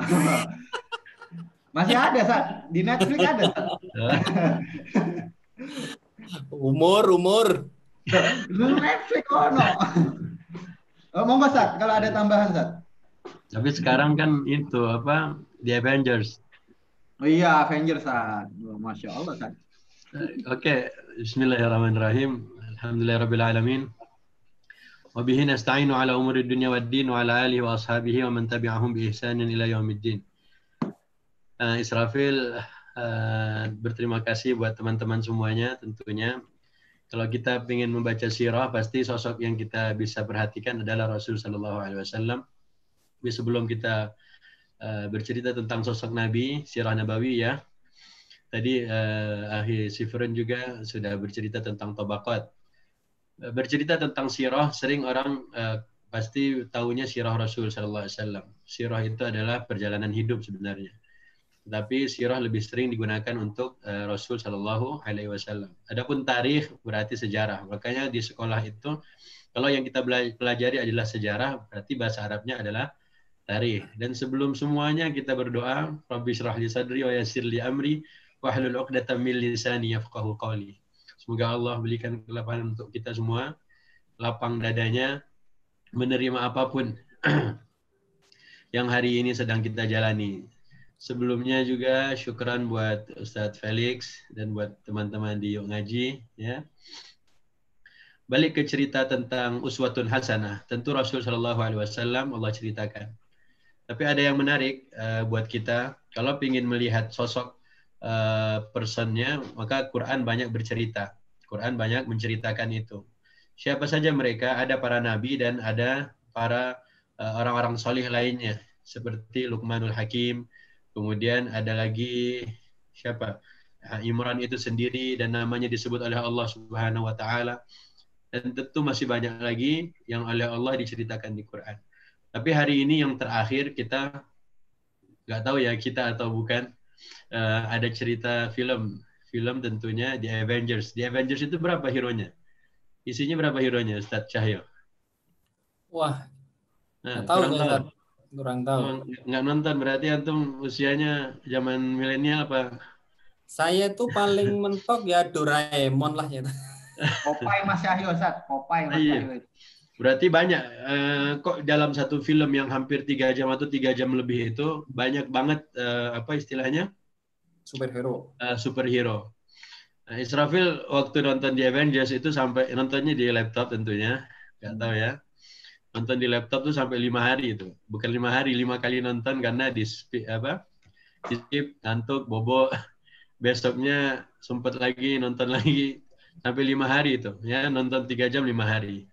Speaker 2: Masih ada, Sat. Di Netflix ada, Sat.
Speaker 1: umur, umur.
Speaker 2: Lu Netflix ono. Oh, monggo Sat, kalau ada tambahan, Sat.
Speaker 3: Tapi sekarang kan itu apa? The Avengers.
Speaker 2: Oh iya, Avengers, Sat. Oh, Masya Allah, Sat.
Speaker 3: Oke, okay. Bismillahirrahmanirrahim. Alhamdulillahirabbil alamin. Wa bihi nasta'inu ala umuri dunya waddin wa ala alihi wa ashabihi wa man tabi'ahum bi ihsanin ila yaumiddin. Uh, Israfil, uh, berterima kasih buat teman-teman semuanya tentunya. Kalau kita ingin membaca sirah, pasti sosok yang kita bisa perhatikan adalah Rasul sallallahu alaihi wasallam. Sebelum kita uh, bercerita tentang sosok Nabi, sirah Nabawi ya. Tadi uh, Ahi Sifrun juga sudah bercerita tentang tabaqat. Uh, bercerita tentang sirah, sering orang uh, pasti tahunya sirah Rasul sallallahu alaihi wasallam. Sirah itu adalah perjalanan hidup sebenarnya. Tapi sirah lebih sering digunakan untuk uh, Rasul sallallahu alaihi wasallam. Adapun tarikh berarti sejarah. Makanya di sekolah itu kalau yang kita pelajari adalah sejarah, berarti bahasa Arabnya adalah tarikh. Dan sebelum semuanya kita berdoa, Rabbi shrah li sadri wa yassir li amri wahlul 'uqdatam min lisani yafqahu qawli. Semoga Allah berikan kelapangan untuk kita semua, lapang dadanya menerima apapun yang hari ini sedang kita jalani. Sebelumnya juga syukran buat Ustadz Felix dan buat teman-teman di Yuk Ngaji, ya. Balik ke cerita tentang uswatun hasanah. Tentu Rasul Shallallahu Alaihi Wasallam Allah ceritakan. Tapi ada yang menarik uh, buat kita. Kalau ingin melihat sosok uh, personnya, maka Quran banyak bercerita. Quran banyak menceritakan itu. Siapa saja mereka? Ada para nabi dan ada para uh, orang-orang solih lainnya. Seperti Luqmanul Hakim. Kemudian ada lagi siapa? Imran itu sendiri dan namanya disebut oleh Allah Subhanahu Wa Taala. Dan tentu masih banyak lagi yang oleh Allah diceritakan di Quran. Tapi hari ini yang terakhir kita nggak tahu ya kita atau bukan, uh, ada cerita film, film tentunya The Avengers. The Avengers itu berapa hero-nya? Isinya berapa hero-nya, Ustadz Cahyo?
Speaker 1: Wah,
Speaker 3: Nah,
Speaker 1: nggak tahu
Speaker 3: kurang
Speaker 1: saya,
Speaker 3: tahu.
Speaker 1: Ustaz. Kurang tahu.
Speaker 3: Oh, nggak nonton berarti antum usianya zaman milenial apa?
Speaker 1: Saya tuh paling mentok ya Doraemon lah ya.
Speaker 2: Popeye Mas Yahyo, Ustaz. Popeye Mas
Speaker 3: Iya.
Speaker 2: Yahyo.
Speaker 3: Berarti banyak. Eh, kok dalam satu film yang hampir tiga jam atau tiga jam lebih itu banyak banget eh, apa istilahnya?
Speaker 1: Superhero.
Speaker 3: Uh, superhero. Nah, Israfil waktu nonton The Avengers itu sampai nontonnya di laptop tentunya, nggak tahu ya. Nonton di laptop tuh sampai lima hari itu, bukan lima hari, lima kali nonton karena di apa? Di skip, ngantuk, bobo. Besoknya sempat lagi nonton lagi sampai lima hari itu, ya nonton tiga jam lima hari.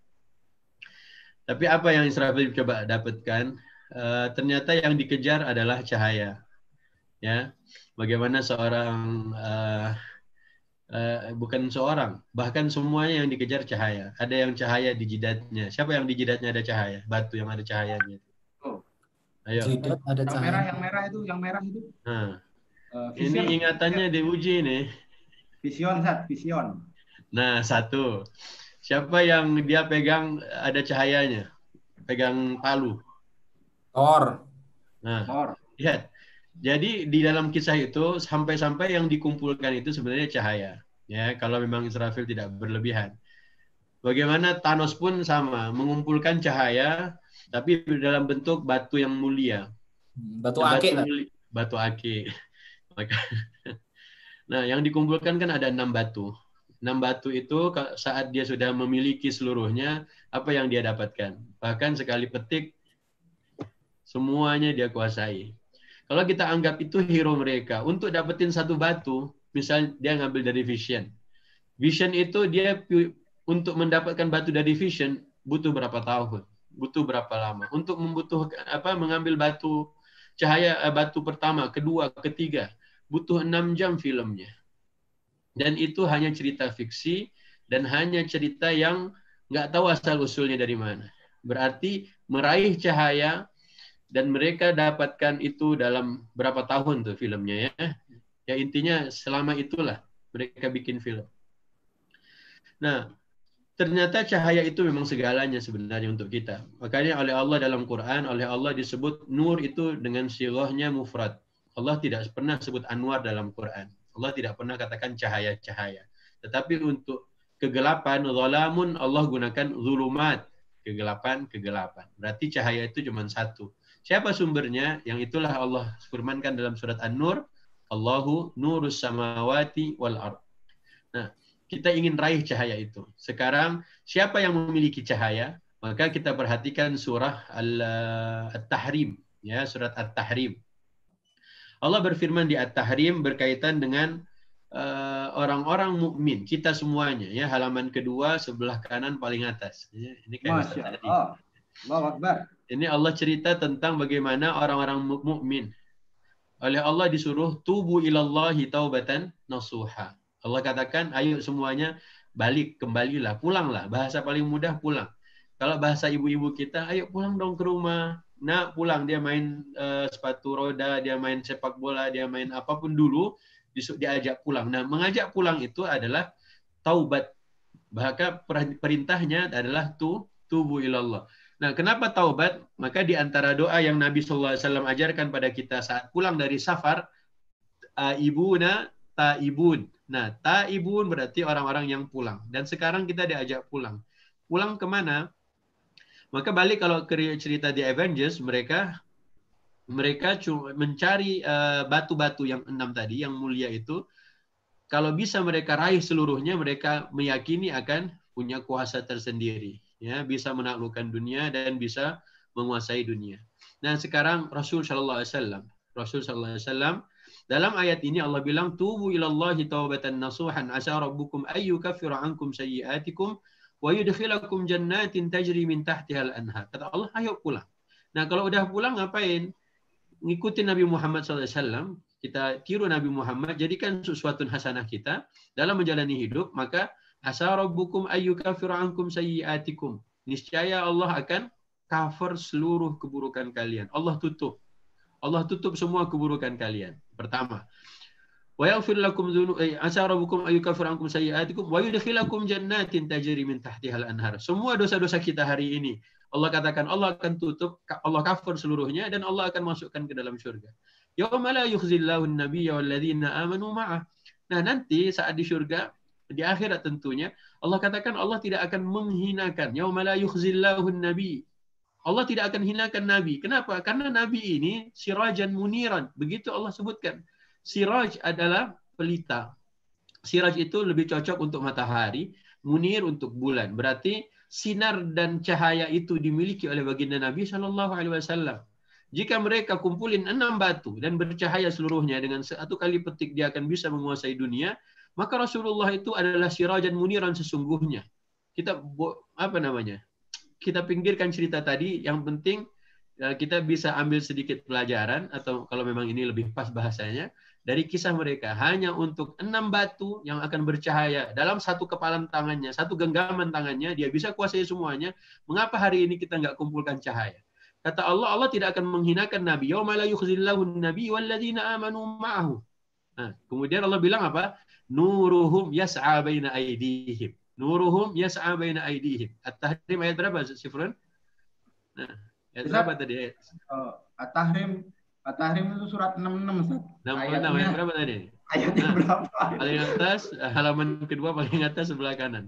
Speaker 3: Tapi apa yang Israfil coba dapatkan? Uh, ternyata yang dikejar adalah cahaya, ya. Bagaimana seorang uh, Uh, bukan seorang, bahkan semuanya yang dikejar cahaya. Ada yang cahaya di jidatnya. Siapa yang di jidatnya ada cahaya? Batu yang ada cahayanya.
Speaker 2: Oh.
Speaker 3: Ayo.
Speaker 1: Jidat ada
Speaker 2: Yang
Speaker 1: cahaya.
Speaker 2: merah, yang merah itu, yang merah itu.
Speaker 3: Nah,
Speaker 2: Uh,
Speaker 3: ini
Speaker 2: vision.
Speaker 3: ingatannya diuji nih.
Speaker 2: Vision, Ustaz. Vision.
Speaker 3: Nah, satu. Siapa yang dia pegang ada cahayanya? Pegang palu.
Speaker 1: Thor.
Speaker 3: Nah,
Speaker 2: Thor.
Speaker 3: lihat. Jadi di dalam kisah itu sampai-sampai yang dikumpulkan itu sebenarnya cahaya. Ya, kalau memang Israfil tidak berlebihan. Bagaimana Thanos pun sama, mengumpulkan cahaya tapi dalam bentuk batu yang mulia.
Speaker 1: Batu
Speaker 3: nah,
Speaker 1: akik
Speaker 3: batu,
Speaker 1: lah.
Speaker 3: mulia, batu akik. Nah, yang dikumpulkan kan ada enam batu. Enam batu itu saat dia sudah memiliki seluruhnya, apa yang dia dapatkan? Bahkan sekali petik semuanya dia kuasai. Kalau kita anggap itu hero mereka, untuk dapetin satu batu, misalnya dia ngambil dari Vision. Vision itu dia untuk mendapatkan batu dari Vision butuh berapa tahun, butuh berapa lama. Untuk membutuhkan apa mengambil batu cahaya batu pertama, kedua, ketiga, butuh enam jam filmnya. Dan itu hanya cerita fiksi dan hanya cerita yang nggak tahu asal usulnya dari mana. Berarti meraih cahaya dan mereka dapatkan itu dalam berapa tahun tuh filmnya ya. Ya intinya selama itulah mereka bikin film. Nah, ternyata cahaya itu memang segalanya sebenarnya untuk kita. Makanya oleh Allah dalam Quran, oleh Allah disebut nur itu dengan sighahnya mufrad. Allah tidak pernah sebut anwar dalam Quran. Allah tidak pernah katakan cahaya-cahaya. Tetapi untuk kegelapan, zalamun, Allah gunakan zulumat. Kegelapan-kegelapan. Berarti cahaya itu cuma satu. Siapa sumbernya? Yang itulah Allah firmankan dalam surat An-Nur, Allahu nurus samawati wal ard. Nah, kita ingin raih cahaya itu. Sekarang, siapa yang memiliki cahaya? Maka kita perhatikan surah At-Tahrim, ya, surat At-Tahrim. Allah berfirman di At-Tahrim berkaitan dengan uh, orang-orang mukmin, kita semuanya, ya, halaman kedua sebelah kanan paling atas. Ya, ini kayak
Speaker 2: Masya Allah. Allahu Akbar.
Speaker 3: Ini Allah cerita tentang bagaimana orang-orang mukmin oleh Allah disuruh tubu ilallahi taubatan nasuha. Allah katakan, ayo semuanya balik, kembalilah, pulanglah. Bahasa paling mudah pulang. Kalau bahasa ibu-ibu kita, ayo pulang dong ke rumah. Nah, pulang. Dia main uh, sepatu roda, dia main sepak bola, dia main apapun dulu, diajak pulang. Nah, mengajak pulang itu adalah taubat. Bahkan perintahnya adalah tu tubu ilallah. Nah, kenapa taubat? Maka di antara doa yang Nabi shallallahu alaihi wasallam ajarkan pada kita saat pulang dari safar, taibuna taibun. Nah, taibun berarti orang-orang yang pulang. Dan sekarang kita diajak pulang. Pulang kemana? Maka balik kalau ke cerita di Avengers, mereka mereka cuma mencari batu-batu uh, yang enam tadi, yang mulia itu. Kalau bisa mereka raih seluruhnya, mereka meyakini akan punya kuasa tersendiri. Ya, bisa menaklukkan dunia dan bisa menguasai dunia. Nah, sekarang Rasul Shallallahu Alaihi Wasallam, Rasul Shallallahu Alaihi Wasallam dalam ayat ini Allah bilang, tubu ilallahi taubatan nasuhan asa rabbukum ayyukaffiru ankum sayyi'atikum wa yudkhilakum jannatin tajri min tahtiha al-anhar. Kata Allah, ayo pulang. Nah, kalau udah pulang ngapain? Ngikutin Nabi Muhammad shallallahu alaihi wasallam, kita tiru Nabi Muhammad, jadikan sesuatu hasanah kita dalam menjalani hidup, maka asa rabbukum ayyukaffiru ankum sayyi'atikum. Niscaya Allah akan cover seluruh keburukan kalian. Allah tutup. Allah tutup semua keburukan kalian. Pertama. Wa yaghfir lakum dzunub asa rabbukum ayyukaffiru ankum sayyi'atikum wa yudkhilakum jannatin tajri min tahtiha al-anhar. Semua dosa-dosa kita hari ini Allah katakan Allah akan tutup, Allah cover seluruhnya dan Allah akan masukkan ke dalam surga. Yauma la yukhzillahu an-nabiyya walladzina amanu ma'ah. Nah, nanti saat di surga, di akhirat tentunya, Allah katakan Allah tidak akan menghinakan. Yauma la yukhzillahu an-nabiy. Allah tidak akan hinakan Nabi. Kenapa? Karena Nabi ini sirajan muniran. Begitu Allah sebutkan. Siraj adalah pelita. Siraj itu lebih cocok untuk matahari, munir untuk bulan. Berarti sinar dan cahaya itu dimiliki oleh baginda Nabi shallallahu alaihi wasallam. Jika mereka kumpulin enam batu dan bercahaya seluruhnya dengan satu kali petik dia akan bisa menguasai dunia, maka Rasulullah itu adalah sirajan muniran sesungguhnya. Kita apa namanya? Kita pinggirkan cerita tadi, yang penting kita bisa ambil sedikit pelajaran, atau kalau memang ini lebih pas bahasanya, dari kisah mereka. Hanya untuk enam batu yang akan bercahaya dalam satu kepalan tangannya, satu genggaman tangannya, dia bisa kuasai semuanya. Mengapa hari ini kita nggak kumpulkan cahaya? Kata Allah, Allah tidak akan menghinakan Nabi. Yauma la yukhzillahu an-nabiy walladzina amanu ma'ahu. Nah, kemudian Allah bilang apa? Nuruhum yas'a baina aydihim. Nuruhum yas'a baina aydihim. At-Tahrim ayat berapa, Sifrun? Nah, ayat berapa tadi?
Speaker 4: Uh, At-Tahrim At-Tahrim itu surat enam puluh enam, Ustaz.
Speaker 3: enam puluh enam ayat berapa tadi?
Speaker 4: Ayatnya nah, berapa?
Speaker 3: Paling atas, halaman kedua paling atas sebelah kanan.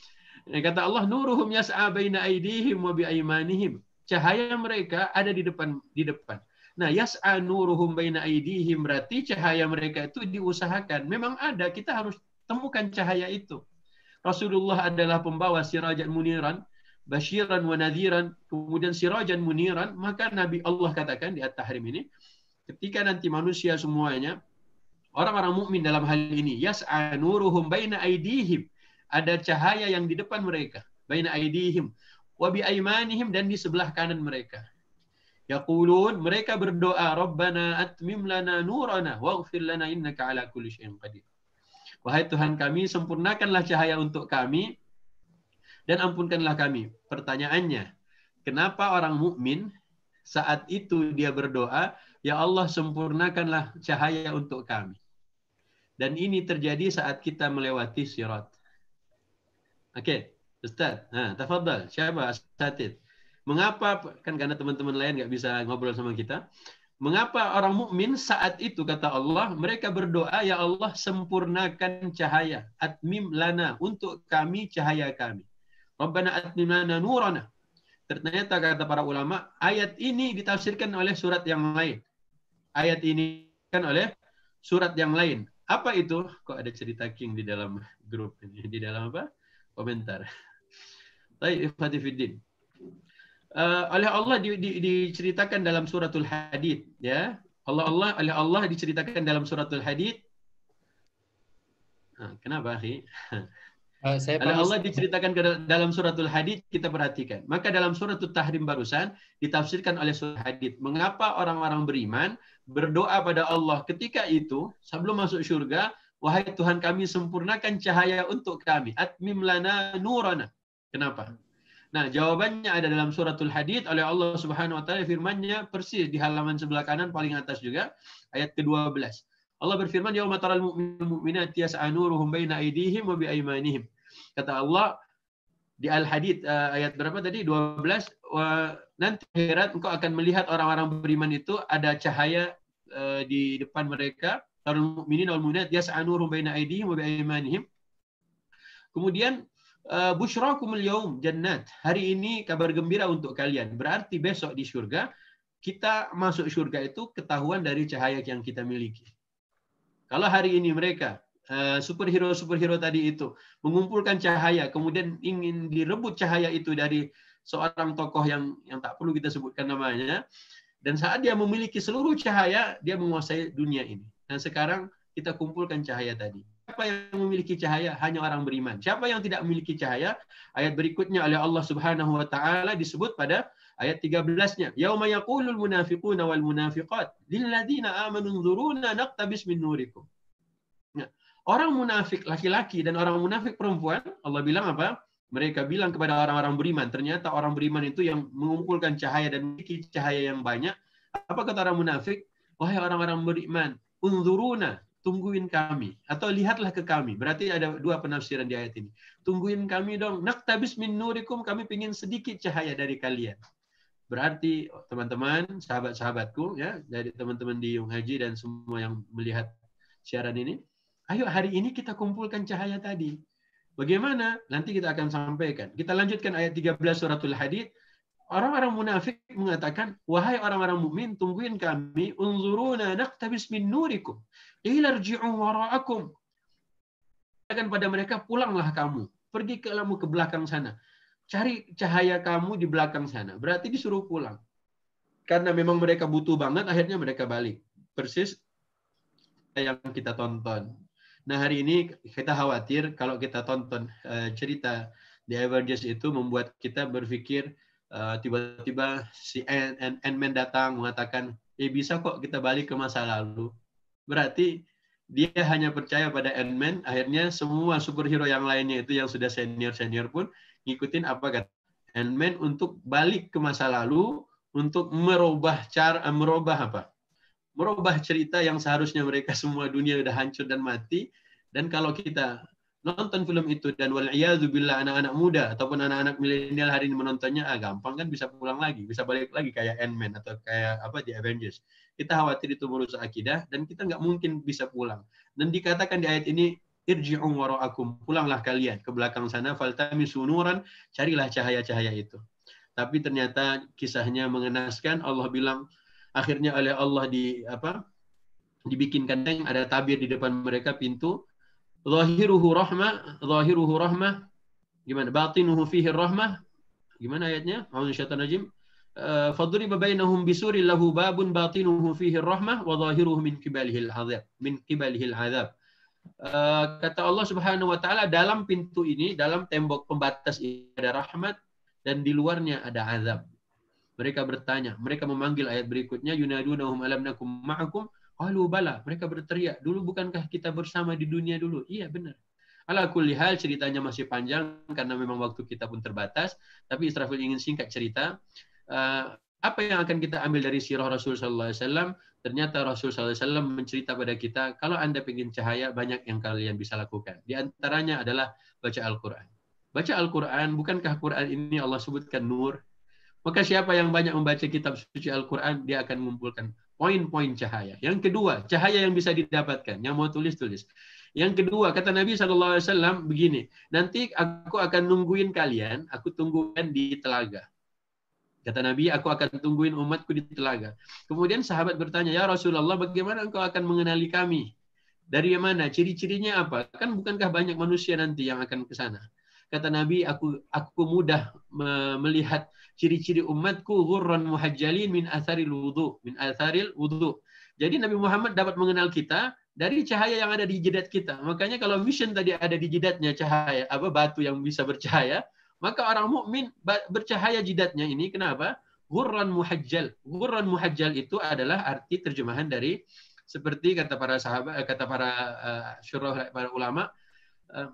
Speaker 3: Kata Allah, nuruhum yas'a baina aydihim wa biaimanihim. Cahaya mereka ada di depan di depan. Nah, yas'a nuruhum baina aydihim berarti cahaya mereka itu diusahakan. Memang ada, kita harus temukan cahaya itu. Rasulullah adalah pembawa sirajan muniran, basyiran wa nadhiran, kemudian sirajan muniran, maka Nabi Allah katakan di At-Tahrim ini, ketika nanti manusia semuanya, orang-orang mukmin dalam hal ini, yas'a nuruhum baina aydihim, ada cahaya yang di depan mereka, baina aydihim, wa bi aymanihim, dan di sebelah kanan mereka. Yaqulun, mereka berdoa, Rabbana atmim lana nurana, waghfir lana innaka ala kulli syai'in qadir. Wahai Tuhan kami, sempurnakanlah cahaya untuk kami, dan ampunkanlah kami. Pertanyaannya, kenapa orang mukmin saat itu dia berdoa, ya Allah sempurnakanlah cahaya untuk kami. Dan ini terjadi saat kita melewati sirat. Oke, okay, Ustaz. Nah, tafadhal. Siapa Asatid? Mengapa, kan karena teman-teman lain nggak bisa ngobrol sama kita, mengapa orang mukmin saat itu, kata Allah, mereka berdoa, ya Allah sempurnakan cahaya, atmim lana, untuk kami cahaya kami. Rabbana atmim lana nurana. Ternyata kata para ulama, ayat ini ditafsirkan oleh surat yang lain. Ayat ini kan oleh surat yang lain. Apa itu? Kok ada cerita King di dalam grup ini, di dalam apa? Komentar. Baik, ikhwati fiddin. Uh, oleh Allah di, di, diceritakan dalam suratul Hadid, ya. Allah Allah oleh Allah diceritakan dalam suratul Hadid. Nah, kenapa, akhi?
Speaker 1: Uh, saya
Speaker 3: oleh Allah diceritakan ke dalam suratul Hadid, kita perhatikan. Maka dalam suratul Tahrim barusan ditafsirkan oleh surat Hadid. Mengapa orang-orang beriman berdoa pada Allah ketika itu sebelum masuk surga, wahai Tuhan kami sempurnakan cahaya untuk kami, atmim lana nurana. Kenapa? Nah, jawabannya ada dalam suratul Hadid oleh Allah Subhanahu wa taala, firman-Nya persis di halaman sebelah kanan paling atas juga, ayat kedua belas. Allah berfirman, yauma taral mu'minina mu'minati yas'a nuruhum baina aydihim wa bi aymanihim. Kata Allah, di Al-Hadid uh, ayat berapa tadi? dua belas. Uh, nanti akhirat engkau akan melihat orang-orang beriman itu ada cahaya uh, di depan mereka. Tarul mu'minin wal mu'minat yas'a nuruhum baina aydihim wa bi'aymanihim. Kemudian uh, busyrakumul yaum jannat. Hari ini kabar gembira untuk kalian. Berarti besok di surga kita masuk surga itu ketahuan dari cahaya yang kita miliki. Kalau hari ini mereka Uh, superhero-superhero tadi itu mengumpulkan cahaya, kemudian ingin direbut cahaya itu dari seorang tokoh yang yang tak perlu kita sebutkan namanya, dan saat dia memiliki seluruh cahaya, dia menguasai dunia ini. Dan sekarang kita kumpulkan cahaya tadi. Siapa yang memiliki cahaya? Hanya orang beriman. Siapa yang tidak memiliki cahaya? Ayat berikutnya oleh Allah Subhanahu wa taala disebut pada ayat tiga belas-nya. Yauma yaqulul munafiquna wal munafiqat lil ladzina amanu nzuruna naqtabis min nurikum. Nah, orang munafik laki-laki dan orang munafik perempuan, Allah bilang apa? Mereka bilang kepada orang-orang beriman. Ternyata orang beriman itu yang mengumpulkan cahaya dan memiliki cahaya yang banyak. Apa kata orang munafik? Wahai orang-orang beriman, unzuruna, tungguin kami. Atau lihatlah ke kami. Berarti ada dua penafsiran di ayat ini. Tungguin kami dong. Naktabis min nurikum, kami ingin sedikit cahaya dari kalian. Berarti teman-teman, sahabat-sahabatku, ya, dari teman-teman di Yung Haji dan semua yang melihat siaran ini, ayo hari ini kita kumpulkan cahaya tadi. Bagaimana? Nanti kita akan sampaikan. Kita lanjutkan ayat tiga belas suratul Hadid. Orang-orang munafik mengatakan, wahai orang-orang mukmin, tungguin kami, unzuruna naqtabis min nurikum, ilarji'u wara'akum. Katakan pada mereka, pulanglah kamu, pergi ke kamu ke belakang sana. Cari cahaya kamu di belakang sana. Berarti disuruh pulang. Karena memang mereka butuh banget, akhirnya mereka balik. Persis yang kita tonton. Nah, hari ini kita khawatir kalau kita tonton uh, cerita The Avengers itu membuat kita berpikir uh, tiba-tiba si Ant-Man datang mengatakan, eh bisa kok kita balik ke masa lalu. Berarti dia hanya percaya pada Ant-Man, akhirnya semua superhero yang lainnya itu yang sudah senior-senior pun ngikutin apa kata Ant-Man untuk balik ke masa lalu, untuk merubah cara, merubah apa? merubah cerita yang seharusnya mereka semua dunia udah hancur dan mati. Dan kalau kita nonton film itu dan wal'iyadzubillah anak-anak muda ataupun anak-anak milenial hari ini menontonnya, ah gampang kan bisa pulang lagi, bisa balik lagi kayak Ant-Man atau kayak apa di Avengers. Kita khawatir itu merusak akidah dan kita nggak mungkin bisa pulang. Dan dikatakan di ayat ini, irji'u wara'akum, pulanglah kalian ke belakang sana, faltamisu nuran, carilah cahaya-cahaya itu. Tapi ternyata kisahnya mengenaskan. Allah bilang, akhirnya oleh Allah di apa dibikinkan ada tabir di depan mereka pintu, zahiruhu rahmah, zahiruhu rahmah, gimana? Batinuhu fihi rahmah, gimana ayatnya? A'udzu syaitanir rajim. Fadriba bainahum bisurin lahu babun batinuhu fihi rahmah wa zahiruhu min qibalihil azab, min qibalihil azab. Kata Allah Subhanahu wa taala, dalam pintu ini, dalam tembok pembatas ini ada rahmat dan di luarnya ada azab. Mereka bertanya, mereka memanggil ayat berikutnya, yunadunahum alam nakum ma'akum, qalu bala. Mereka berteriak, dulu bukankah kita bersama di dunia dulu? Iya benar. Ala kulli hal, ceritanya masih panjang karena memang waktu kita pun terbatas, tapi Israfil ingin singkat cerita. Uh, apa yang akan kita ambil dari sirah Rasul sallallahu alaihi wasallam? Ternyata Rasul sallallahu alaihi wasallam mencerita pada kita, kalau Anda ingin cahaya, banyak yang kalian bisa lakukan. Di antaranya adalah baca Al-Qur'an. Baca Al-Qur'an, bukankah Qur'an ini Allah sebutkan nur? Maka siapa yang banyak membaca kitab suci Al-Quran, dia akan mengumpulkan poin-poin cahaya. Yang kedua, cahaya yang bisa didapatkan. Yang mau tulis-tulis. Yang kedua, kata Nabi shallallahu alaihi wasallam begini, nanti aku akan nungguin kalian, aku tungguin di telaga. Kata Nabi, aku akan tungguin umatku di telaga. Kemudian sahabat bertanya, ya Rasulullah, bagaimana engkau akan mengenali kami? Dari mana? Ciri-cirinya apa? Kan bukankah banyak manusia nanti yang akan ke sana? Kata Nabi, aku aku mudah melihat ciri-ciri umatku, ghurran muhajjalin min atharil wudu, min atharil wudu. Jadi Nabi Muhammad dapat mengenal kita dari cahaya yang ada di jidat kita. Makanya kalau vision tadi ada di jidatnya cahaya, apa batu yang bisa bercahaya, maka orang mukmin bercahaya jidatnya ini. Kenapa? Ghurran muhajjal. Ghurran muhajjal itu adalah arti terjemahan dari seperti kata para sahabat, kata para uh, syurah, para ulama, uh,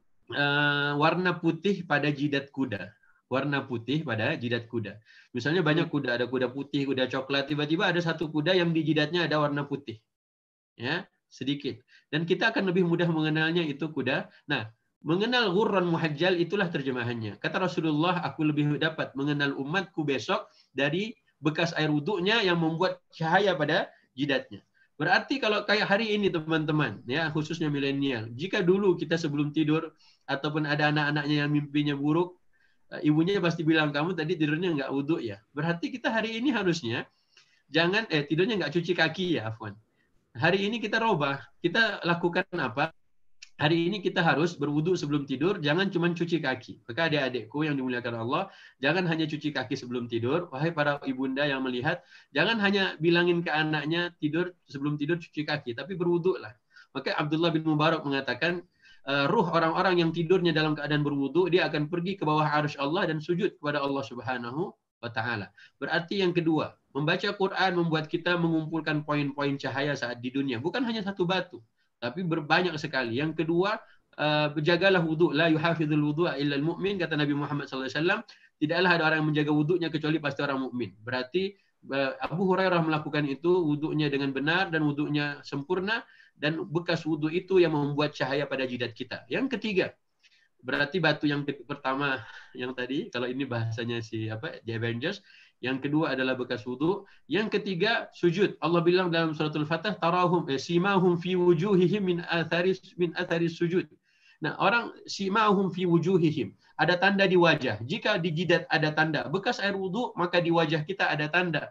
Speaker 3: uh, warna putih pada jidat kuda. Warna putih pada jidat kuda. Misalnya banyak kuda, ada kuda putih, kuda coklat, tiba-tiba ada satu kuda yang di jidatnya ada warna putih. Ya, sedikit. Dan kita akan lebih mudah mengenalnya itu kuda. Nah, Mengenal ghurran muhajjal itulah terjemahannya. Kata Rasulullah, aku lebih dapat mengenal umatku besok dari bekas air wuduknya yang membuat cahaya pada jidatnya. Berarti kalau kayak hari ini teman-teman, ya khususnya milenial, jika dulu kita sebelum tidur ataupun ada anak-anaknya yang mimpinya buruk, ibunya pasti bilang kamu tadi tidurnya nggak wuduk ya. Berarti kita hari ini harusnya jangan eh tidurnya nggak cuci kaki ya, afwan. Hari ini kita robah, kita lakukan apa? Hari ini kita harus berwudu sebelum tidur, jangan cuma cuci kaki. Maka adik-adikku yang dimuliakan Allah, jangan hanya cuci kaki sebelum tidur. Wahai para ibunda yang melihat, jangan hanya bilangin ke anaknya tidur sebelum tidur cuci kaki, tapi berwuduklah. Maka Abdullah bin Mubarak mengatakan, ruh orang-orang yang tidurnya dalam keadaan berwudu, dia akan pergi ke bawah arsy Allah dan sujud kepada Allah Subhanahu wa taala. Berarti yang kedua, membaca Quran membuat kita mengumpulkan poin-poin cahaya saat di dunia, bukan hanya satu batu, tapi berbanyak sekali. Yang kedua, uh, berjagalah wudhu. La yuhafizul wudhu'a illa al-mu'min, kata Nabi Muhammad sallallahu alaihi wasallam. Tidaklah ada orang yang menjaga wudhunya kecuali pasti orang mukmin. Berarti uh, Abu Hurairah melakukan itu, wudhunya dengan benar dan wudhunya sempurna, dan bekas wudhu itu yang membuat cahaya pada jidat kita. Yang ketiga, berarti batu yang pertama yang tadi, kalau ini bahasanya si apa The Avengers. Yang kedua adalah bekas wudhu. Yang ketiga, sujud. Allah bilang dalam suratul Fatah, tarahum eh, simahum fi wujuhihim min atharis min atharis sujud. Nah, orang simahum fi wujuhihim, ada tanda di wajah. Jika di jidat ada tanda bekas air wudhu, maka di wajah kita ada tanda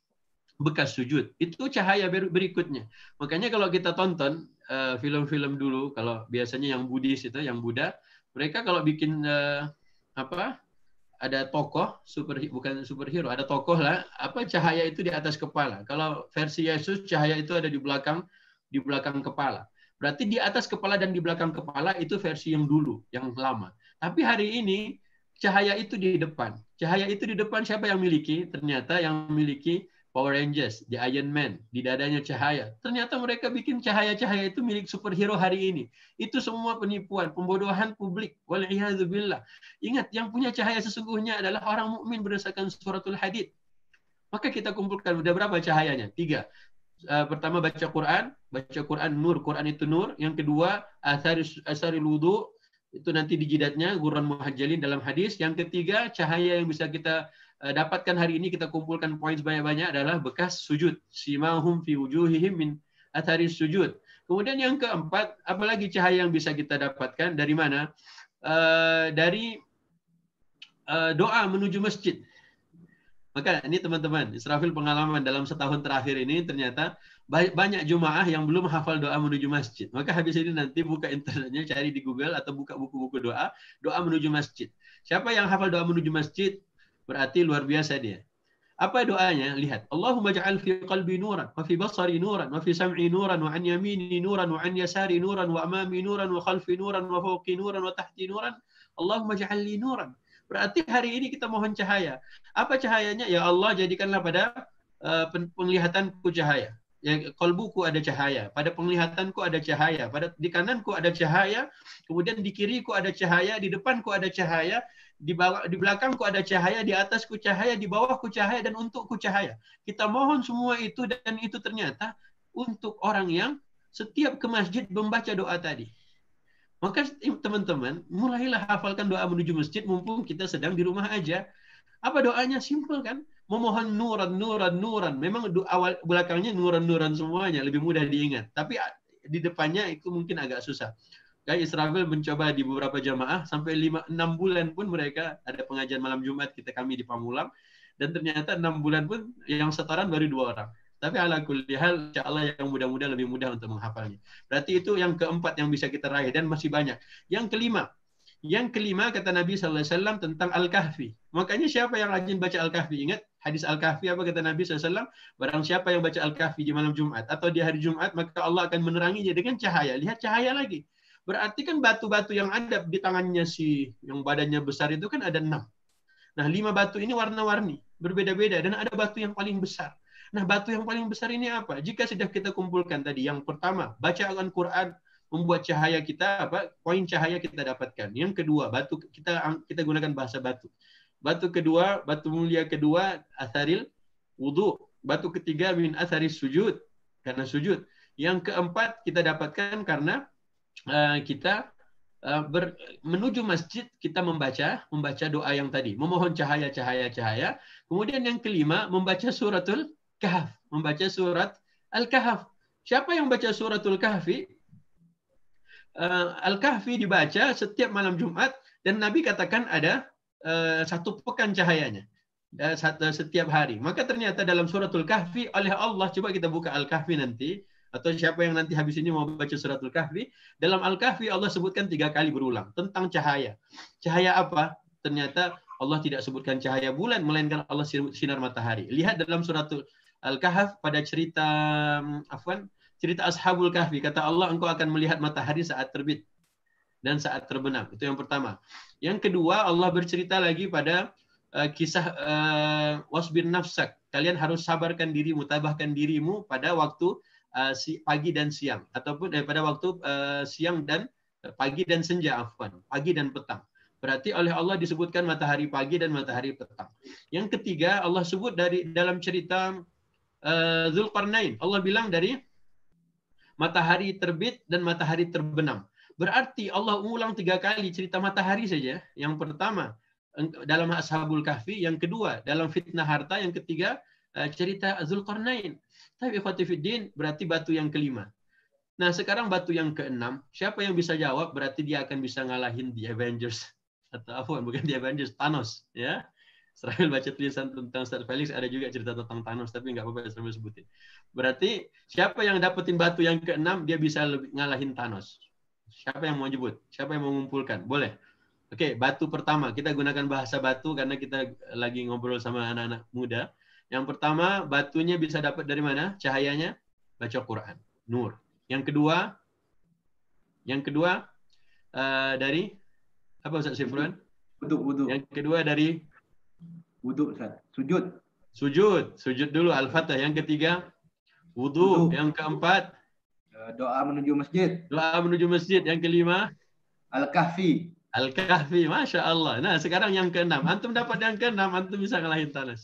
Speaker 3: bekas sujud. Itu cahaya berikutnya. Makanya kalau kita tonton uh, film-film dulu, kalau biasanya yang Buddhis itu, yang Buddha, mereka kalau bikin uh, apa? Ada tokoh super bukan superhero, ada tokoh lah, apa cahaya itu di atas kepala. Kalau versi Yesus cahaya itu ada di belakang di belakang kepala. Berarti di atas kepala dan di belakang kepala itu versi yang dulu, yang lama. Tapi hari ini cahaya itu di depan. Cahaya itu di depan siapa yang miliki? Ternyata yang memiliki Power Rangers, di Iron Man, di dadanya cahaya. Ternyata mereka bikin cahaya-cahaya itu milik superhero hari ini. Itu semua penipuan, pembodohan publik. Wal'iyadzubillah. Ingat, yang punya cahaya sesungguhnya adalah orang mukmin berdasarkan suratul Hadid. Maka kita kumpulkan, udah berapa cahayanya? Tiga. Pertama baca Quran, baca Quran nur, Quran itu nur. Yang kedua, asari wudu, itu nanti di jidatnya, ghurran muhajjalin dalam hadis. Yang ketiga, cahaya yang bisa kita dapatkan hari ini, kita kumpulkan poin sebanyak-banyak adalah bekas sujud. Simahum fi wujuhihim min atharis sujud. Kemudian yang keempat, apalagi cahaya yang bisa kita dapatkan dari mana? Uh, dari uh, doa menuju masjid. Maka ini teman-teman, Israfil pengalaman dalam setahun terakhir ini ternyata banyak jemaah yang belum hafal doa menuju masjid. Maka habis ini nanti buka internetnya, cari di Google atau buka buku-buku doa, doa menuju masjid. Siapa yang hafal doa menuju masjid? Berarti luar biasa dia. Apa doanya? Lihat. Allahumma ja'al fi qalbi nuran, wa fi basari nuran, wa fi sam'i nuran, wa an yamini nuran, wa an yasari nuran, wa amami nuran, wa khalfi nuran, wa fawqi nuran, wa tahti nuran. Allahumma ja'al li nuran. Berarti hari ini kita mohon cahaya. Apa cahayanya? Ya Allah, jadikanlah pada uh, penglihatanku cahaya. Ya, kalbuku ada cahaya, pada penglihatanku ada cahaya, pada di kananku ada cahaya, kemudian di kiriku ada cahaya, di depanku ada cahaya, di bawah, di belakangku ada cahaya, di atasku cahaya, di bawahku cahaya, dan untukku cahaya. Kita mohon semua itu, dan itu ternyata untuk orang yang setiap ke masjid membaca doa tadi. Maka teman-teman, mulailah hafalkan doa menuju masjid mumpung kita sedang di rumah aja. Apa doanya? Simple kan? Memohon nuran, nuran, nuran. Memang awal belakangnya nuran-nuran semuanya, lebih mudah diingat. Tapi di depannya itu mungkin agak susah. Kayak Israfil mencoba di beberapa jamaah, sampai lima enam bulan pun mereka ada pengajian malam Jumat kita kami di Pamulang, dan ternyata enam bulan pun yang setoran baru dua orang. Tapi ala kulli hal, insyaallah yang mudah-mudah lebih mudah untuk menghafalnya. Berarti itu yang keempat yang bisa kita raih, dan masih banyak. Yang kelima, yang kelima kata Nabi sallallahu alaihi wasallam tentang Al-Kahfi. Makanya siapa yang rajin baca Al-Kahfi? Ingat hadis Al-Kahfi apa kata Nabi sallallahu alaihi wasallam? Barang siapa yang baca Al-Kahfi di malam Jumat atau di hari Jumat, maka Allah akan meneranginya dengan cahaya. Lihat cahaya lagi. Berarti kan batu-batu yang ada di tangannya si yang badannya besar itu kan ada enam. Nah, lima batu ini warna-warni, berbeda-beda, dan ada batu yang paling besar. Nah, batu yang paling besar ini apa? Jika sudah kita kumpulkan tadi, yang pertama, baca Al-Quran membuat cahaya kita, apa? Poin cahaya kita dapatkan. Yang kedua, batu kita kita gunakan bahasa batu. Batu kedua, batu mulia kedua, atharil wudu. Batu ketiga, min atharis sujud, karena sujud. Yang keempat kita dapatkan karena Uh, kita uh, ber, menuju masjid kita membaca membaca doa yang tadi, memohon cahaya cahaya cahaya. Kemudian yang kelima membaca suratul Kahf, membaca surat Al-Kahf. Siapa yang baca suratul Kahfi? Uh, Al-Kahfi dibaca setiap malam Jumat dan Nabi katakan ada uh, satu pekan cahayanya uh, setiap hari. Maka ternyata dalam suratul Kahfi oleh Allah, coba kita buka Al-Kahfi nanti, atau siapa yang nanti habis ini mau baca suratul Kahfi, dalam Al-Kahfi Allah sebutkan tiga kali berulang tentang cahaya. Cahaya apa? Ternyata Allah tidak sebutkan cahaya bulan, melainkan Allah sinar matahari. Lihat dalam suratul Al-Kahf pada cerita afwan, cerita Ashabul Kahfi, kata Allah, engkau akan melihat matahari saat terbit dan saat terbenam. Itu yang pertama. Yang kedua, Allah bercerita lagi pada uh, kisah uh, wasbir nafsak. Kalian harus sabarkan dirimu, tabahkan dirimu pada waktu Uh, si, pagi dan siang, ataupun eh, pada waktu uh, siang dan uh, pagi dan senja, afwan, pagi dan petang. Berarti oleh Allah disebutkan matahari pagi dan matahari petang. Yang ketiga, Allah sebut dari dalam cerita uh, Dzulqarnain, Allah bilang dari matahari terbit dan matahari terbenam. Berarti Allah ulang tiga kali cerita matahari saja. Yang pertama dalam Ashabul Kahfi, yang kedua dalam fitnah harta, yang ketiga cerita Dzulqarnain. Tapi ikhwati fiddin, berarti batu yang kelima. Nah, sekarang batu yang keenam, siapa yang bisa jawab? Berarti dia akan bisa ngalahin The Avengers. Atau apa? Bukan The Avengers, Thanos. Ya, Israel baca tulisan tentang Ustaz Felix, ada juga cerita tentang Thanos, tapi nggak apa-apa Israel sebutin. Berarti siapa yang dapetin batu yang keenam, dia bisa lebih ngalahin Thanos. Siapa yang mau nyebut? Siapa yang mau mengumpulkan? Boleh. Oke, batu pertama. Kita gunakan bahasa batu karena kita lagi ngobrol sama anak-anak muda. Yang pertama, batunya bisa dapat dari mana? Cahayanya baca Quran, nur. Yang kedua, yang kedua uh, dari apa Ustaz Sifran?
Speaker 4: Wudu, wudu.
Speaker 3: Yang kedua dari
Speaker 4: wudu, Ustaz. Sujud.
Speaker 3: Sujud, sujud dulu Al-Fatah. Yang ketiga, wudu. Wudu. Yang keempat,
Speaker 4: doa menuju masjid.
Speaker 3: Doa menuju masjid. Yang kelima,
Speaker 4: Al-Kahfi.
Speaker 3: Al-Kahfi, Masya Allah. Nah, sekarang yang keenam. Antum dapat yang keenam, antum bisa ngalahin Thanos.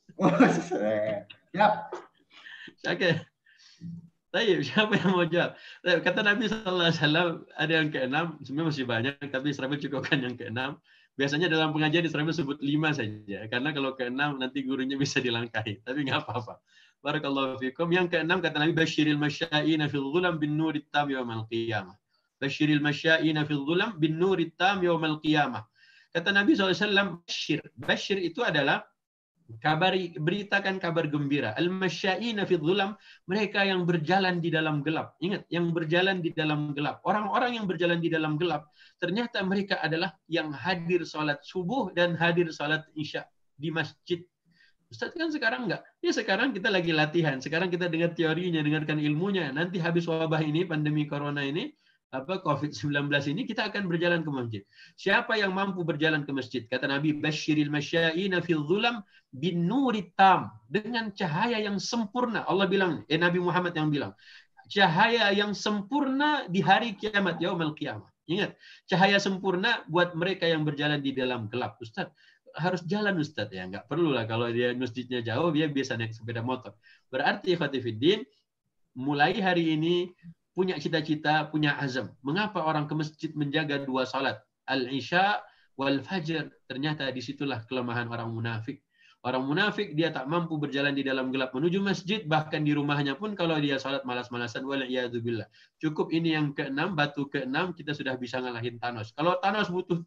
Speaker 4: Siap.
Speaker 3: Oke. Baik, siapa yang mau jawab? Kata Nabi Sallallahu Alaihi Wasallam ada yang keenam, sebenarnya masih banyak, tapi Israel cukupkan yang keenam. Biasanya dalam pengajian Israel sebut lima saja, karena kalau keenam nanti gurunya bisa dilangkahi. Tapi nggak apa-apa. Barakallahu fikum. Yang keenam kata Nabi, Basyiril masya'ina fil dhulam bin nurit tam yaumal qiyamah. Basyiril masya'ina fil dhulam bin nurit tam yaumal qiyamah. Kata Nabi Sallallahu Alaihi Wasallam, Basyir. Basyir itu adalah kabar, beritakan kabar gembira. Al-masya'ina fi dhulam, mereka yang berjalan di dalam gelap. Ingat, yang berjalan di dalam gelap. Orang-orang yang berjalan di dalam gelap, ternyata mereka adalah yang hadir sholat subuh dan hadir sholat isya di masjid. Ustaz kan sekarang enggak. Ya sekarang kita lagi latihan. Sekarang kita dengar teorinya, dengarkan ilmunya. Nanti habis wabah ini, pandemi corona ini, apa covid sembilan belas ini, kita akan berjalan ke masjid. Siapa yang mampu berjalan ke masjid? Kata Nabi, Basyiril masya'ina fil dhulam bin nurit tam, dengan cahaya yang sempurna. Allah bilang, eh Nabi Muhammad yang bilang, cahaya yang sempurna di hari kiamat, yaumul qiyamah. Ingat, cahaya sempurna buat mereka yang berjalan di dalam gelap. Ustaz, harus jalan Ustaz ya, enggak perlu lah, kalau dia masjidnya jauh, dia biasa naik sepeda motor. Berarti ikhwati fiddin, mulai hari ini punya cita-cita, punya azam. Mengapa orang ke masjid menjaga dua salat, al-isya wal fajr? Ternyata disitulah kelemahan orang munafik. Orang munafik dia tak mampu berjalan di dalam gelap menuju masjid, bahkan di rumahnya pun kalau dia salat malas-malasan, wal'iyadzubillah. Cukup ini yang keenam, batu keenam, kita sudah bisa ngalahin Thanos. Kalau Thanos butuh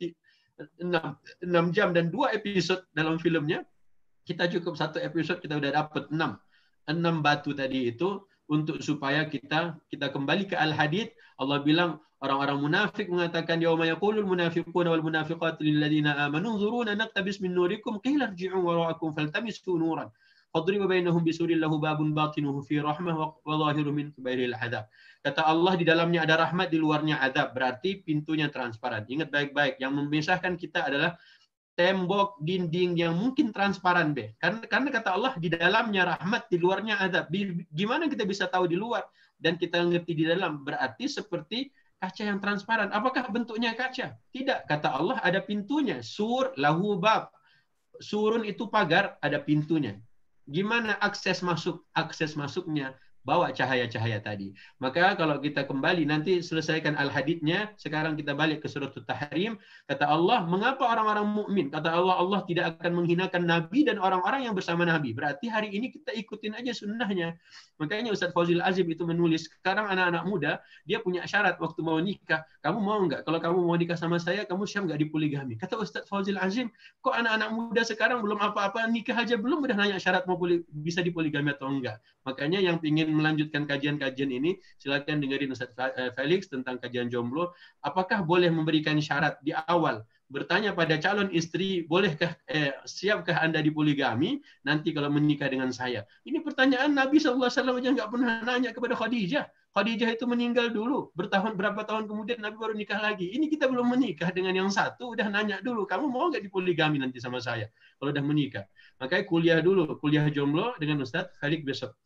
Speaker 3: enam jam dan dua episode dalam filmnya, kita cukup satu episode, kita udah dapat enam. enam batu tadi itu, untuk supaya kita kita kembali ke al-hadid. Allah bilang orang-orang munafik mengatakan, yauma yaqulul munafiquna wal munafiqatu lil ladzina amanu nzuruna naqtabis min nurikum qila irji'u wara'akum faltamisu nuran fadriba bainahum bisurin lahu babun batinuhu fi rahmah wa zahiruhu min qibalihi al-'adzab. Kata Allah, di dalamnya ada rahmat, di luarnya azab. Berarti pintunya transparan. Ingat baik-baik, yang memisahkan kita adalah tembok, dinding yang mungkin transparan, be. Karena, karena kata Allah, di dalamnya rahmat, di luarnya azab. Gimana kita bisa tahu di luar dan kita ngerti di dalam? Berarti seperti kaca yang transparan. Apakah bentuknya kaca? Tidak. Kata Allah, ada pintunya. Sur lahu bab. Surun itu pagar, ada pintunya. Gimana akses masuk? Akses masuknya bawa cahaya-cahaya tadi. Maka kalau kita kembali nanti selesaikan al-hadidnya, sekarang kita balik ke surat At-Tahrim, kata Allah, mengapa orang-orang mukmin? Kata Allah, Allah tidak akan menghinakan Nabi dan orang-orang yang bersama Nabi. Berarti hari ini kita ikutin aja sunnahnya. Makanya Ustaz Fauzil Azim itu menulis, sekarang anak-anak muda, dia punya syarat waktu mau nikah. Kamu mau nggak? Kalau kamu mau nikah sama saya, kamu siap nggak dipoligami? Kata Ustaz Fauzil Azim, kok anak-anak muda sekarang belum apa-apa, nikah aja belum, udah nanya syarat mau poli, bisa dipoligami atau enggak. Makanya yang ingin melanjutkan kajian-kajian ini, silakan dengerin Ustaz Felix tentang kajian jomblo. Apakah boleh memberikan syarat di awal? Bertanya pada calon istri, bolehkah, eh, siapkah Anda dipoligami nanti kalau menikah dengan saya? Ini pertanyaan Nabi shallallahu alaihi wasallam aja nggak pernah nanya kepada Khadijah. Khadijah itu meninggal dulu, bertahun berapa tahun kemudian Nabi baru nikah lagi. Ini kita belum menikah dengan yang satu, udah nanya dulu, kamu mau nggak dipoligami nanti sama saya kalau udah menikah? Makanya kuliah dulu, kuliah jomblo dengan Ustaz Felix besok.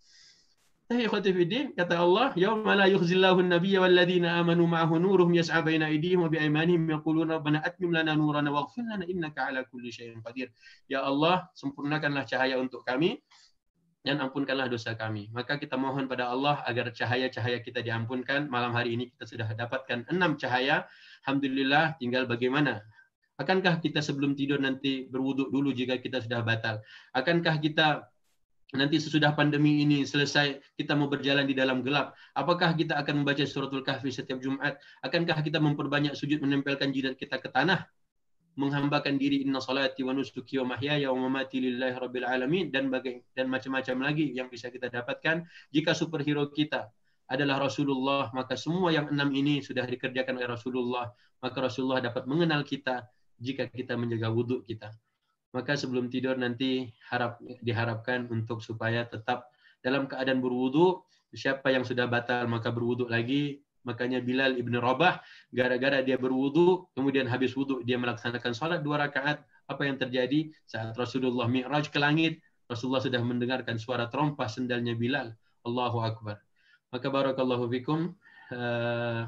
Speaker 3: Kata Allah, yauma la yukhzillahu an-nabiyya wal ladzina amanu ma'ahu nuruhum yas'a baina aydihim wa bi aymanihim yaquluna rabbana atmim lana nurana waghfir lana innaka 'ala kulli syai'in qadir. Ya Allah, sempurnakanlah cahaya untuk kami dan ampunkanlah dosa kami. Maka kita mohon pada Allah agar cahaya-cahaya kita diampunkan. Malam hari ini kita sudah dapatkan enam cahaya. Alhamdulillah, tinggal bagaimana? Akankah kita sebelum tidur nanti berwuduk dulu jika kita sudah batal? Akankah kita nanti sesudah pandemi ini selesai, kita mau berjalan di dalam gelap, apakah kita akan membaca suratul kahfi setiap Jumat? Akankah kita memperbanyak sujud menempelkan jidat kita ke tanah? Menghambakan diri, inna salati wa nusuki wa mahyaya wa mamati lillahi rabbil alamin, dan bagai, dan macam-macam lagi yang bisa kita dapatkan. Jika superhero kita adalah Rasulullah, maka semua yang enam ini sudah dikerjakan oleh Rasulullah. Maka Rasulullah dapat mengenal kita jika kita menjaga wudhu kita. Maka sebelum tidur nanti harap diharapkan untuk supaya tetap dalam keadaan berwudu. Siapa yang sudah batal maka berwudu lagi. Makanya Bilal ibn Rabah, gara-gara dia berwudu, kemudian habis wudu dia melaksanakan sholat dua rakaat. Apa yang terjadi? Saat Rasulullah mi'raj ke langit, Rasulullah sudah mendengarkan suara terompah sendalnya Bilal. Allahu Akbar. Maka barakallahu fikum. Uh,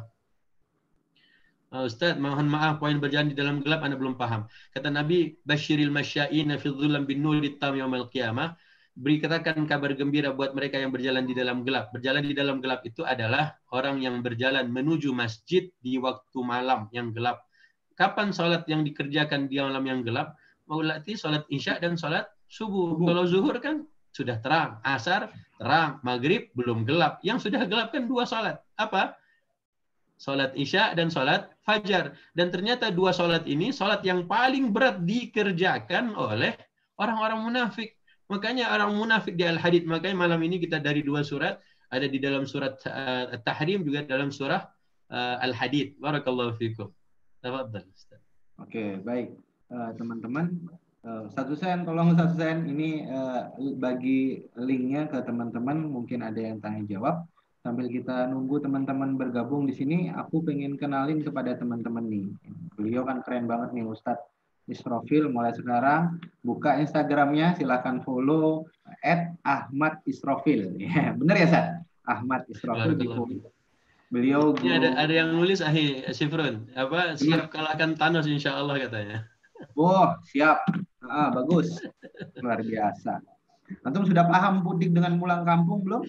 Speaker 3: Ustaz, mohon maaf, poin berjalan di dalam gelap Anda belum paham. Kata Nabi, basyiril masya'ina fi dhulam bin nuri tam yaumil qiyamah. Beritakan kabar gembira buat mereka yang berjalan di dalam gelap. Berjalan di dalam gelap itu adalah orang yang berjalan menuju masjid di waktu malam yang gelap. Kapan sholat yang dikerjakan di malam yang gelap? Maulati sholat isya dan sholat subuh. subuh. Kalau zuhur kan sudah terang, asar terang, maghrib belum gelap. Yang sudah gelap kan dua sholat. Apa? Sholat isya dan sholat fajar. Dan ternyata dua sholat ini sholat yang paling berat dikerjakan oleh orang-orang munafik. Makanya orang munafik di Al-Hadid. Makanya malam ini kita dari dua surat. Ada di dalam surat uh, At-Tahrim, juga dalam surah uh, Al-Hadid. Barakallahu fikum. Tafadhal, Ustaz.
Speaker 2: Oke, baik. Uh, teman-teman, uh, satu sen, tolong satu sen. Ini uh, bagi linknya ke teman-teman. Mungkin ada yang tanya jawab. Sambil kita nunggu teman-teman bergabung di sini, aku pengen kenalin kepada teman-teman nih. Beliau kan keren banget nih, Ustadz Isrofil. Mulai sekarang buka Instagramnya, silahkan follow at Ahmad Isrofil. Ya, bener ya, Ustadz? Ahmad Isrofil. Beliau guru...
Speaker 3: Ini ada ada yang nulis Ahi Sifrun, apa siap kalahkan Thanos insya Allah katanya.
Speaker 2: Oh, siap. Ah, bagus. Luar biasa. Antum sudah paham mudik dengan pulang kampung belum?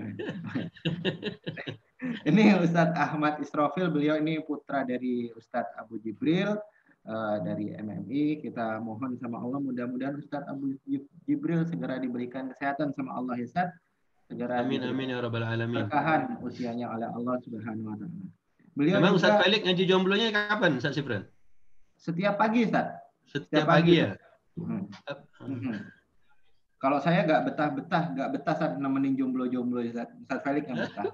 Speaker 2: Ini Ustadz Ahmad Isrofil, beliau ini putra dari Ustadz Abu Jibril uh, dari M M I. Kita mohon sama Allah mudah-mudahan Ustadz Abu Jibril segera diberikan kesehatan sama Allah ya Ustadz. Segera
Speaker 3: amin amin ya rabbal alamin.
Speaker 2: Berkahan usianya oleh Allah Subhanahu wa taala. Beliau
Speaker 3: memang
Speaker 2: juga,
Speaker 3: Ustadz Felix ngaji jomblonya kapan Ustadz Sifran?
Speaker 2: Setiap pagi Ustadz.
Speaker 3: Setiap, Setiap pagi, pagi ya.
Speaker 2: Hmm. Hmm. Kalau saya nggak betah-betah, nggak betah saat nemenin jomblo-jomblo, Ustadz Felix yang betah.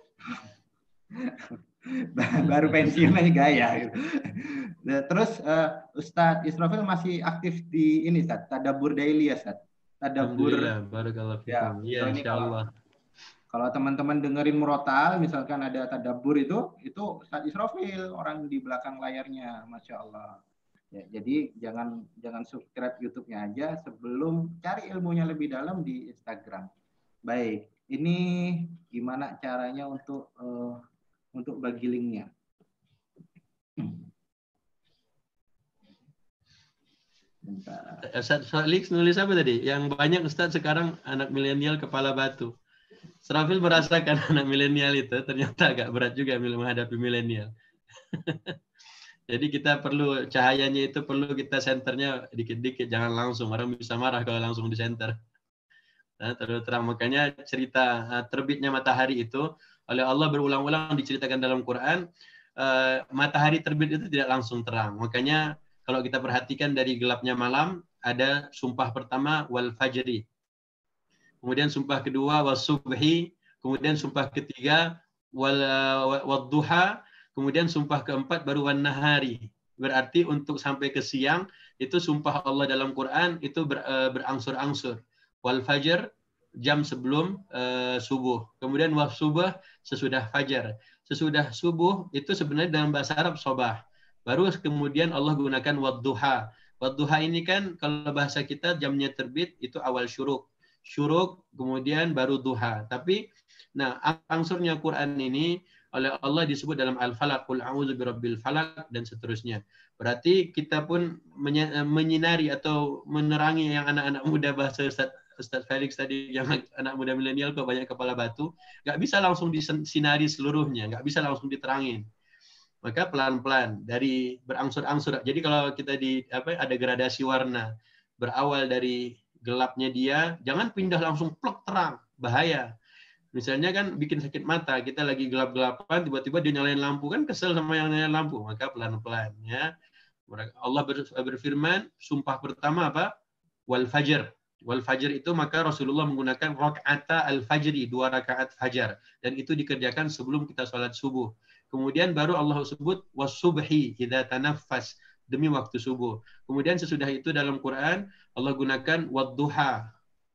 Speaker 2: Baru pensiun aja gaya. Gitu. Terus uh, Ustadz Isrofil masih aktif di ini, Ustadz, Tadabbur Daily ya, Ustadz. Tadabbur.
Speaker 3: Barakallahu fikum. Ya, insyaallah.
Speaker 2: Kalau teman-teman dengerin murotal, misalkan ada Tadabbur itu, itu Ustadz Isrofil, orang di belakang layarnya, Masya Allah. Ya, jadi jangan jangan subscribe YouTube-nya aja sebelum cari ilmunya lebih dalam di Instagram. Baik, ini gimana caranya untuk uh, untuk bagi linknya?
Speaker 3: Ustaz Felix nulis apa tadi? Yang banyak Ustaz sekarang anak milenial kepala batu. Serafil merasakan anak milenial itu ternyata agak berat juga menghadapi milenial. Jadi kita perlu cahayanya itu perlu kita senternya dikit-dikit, jangan langsung. Orang bisa marah kalau langsung di center. Nah, terus terang makanya cerita uh, terbitnya matahari itu oleh Allah berulang-ulang diceritakan dalam Quran. Uh, matahari terbit itu tidak langsung terang. Makanya kalau kita perhatikan dari gelapnya malam ada sumpah pertama wal fajri. Kemudian sumpah kedua wal subhi, kemudian sumpah ketiga wal wad duha, kemudian sumpah keempat baru wan nahari. Berarti untuk sampai ke siang itu sumpah Allah dalam Quran itu ber, uh, berangsur-angsur. Wal fajr jam sebelum uh, subuh. Kemudian wal subuh sesudah fajar. Sesudah subuh itu sebenarnya dalam bahasa Arab sobah. Baru kemudian Allah gunakan wad duha. Wad duha ini kan kalau bahasa kita jamnya terbit itu awal syuruk. Syuruk kemudian baru duha. Tapi nah angsurnya Quran ini oleh Allah disebut dalam Al-Falaq, qul a'udzu birabbil falaq dan seterusnya. Berarti kita pun menyinari atau menerangi yang anak-anak muda bahasa Ustaz Ustaz Felix tadi yang anak muda milenial kok banyak kepala batu, nggak bisa langsung disinari seluruhnya, nggak bisa langsung diterangin. Maka pelan-pelan dari berangsur-angsur. Jadi kalau kita di apa ada gradasi warna, berawal dari gelapnya dia, jangan pindah langsung plek terang, bahaya. Misalnya kan bikin sakit mata, kita lagi gelap-gelapan, tiba-tiba dia nyalain lampu, kan kesel sama yang nyalain lampu, maka pelan-pelan ya. Allah berfirman, sumpah pertama apa? Wal fajr. Wal fajr itu maka Rasulullah menggunakan rakaata al-fajri, dua rakaat fajar, dan itu dikerjakan sebelum kita sholat subuh. Kemudian baru Allah sebut was-subhi idza tanaffas, demi waktu subuh. Kemudian sesudah itu dalam Quran Allah gunakan wad-duha.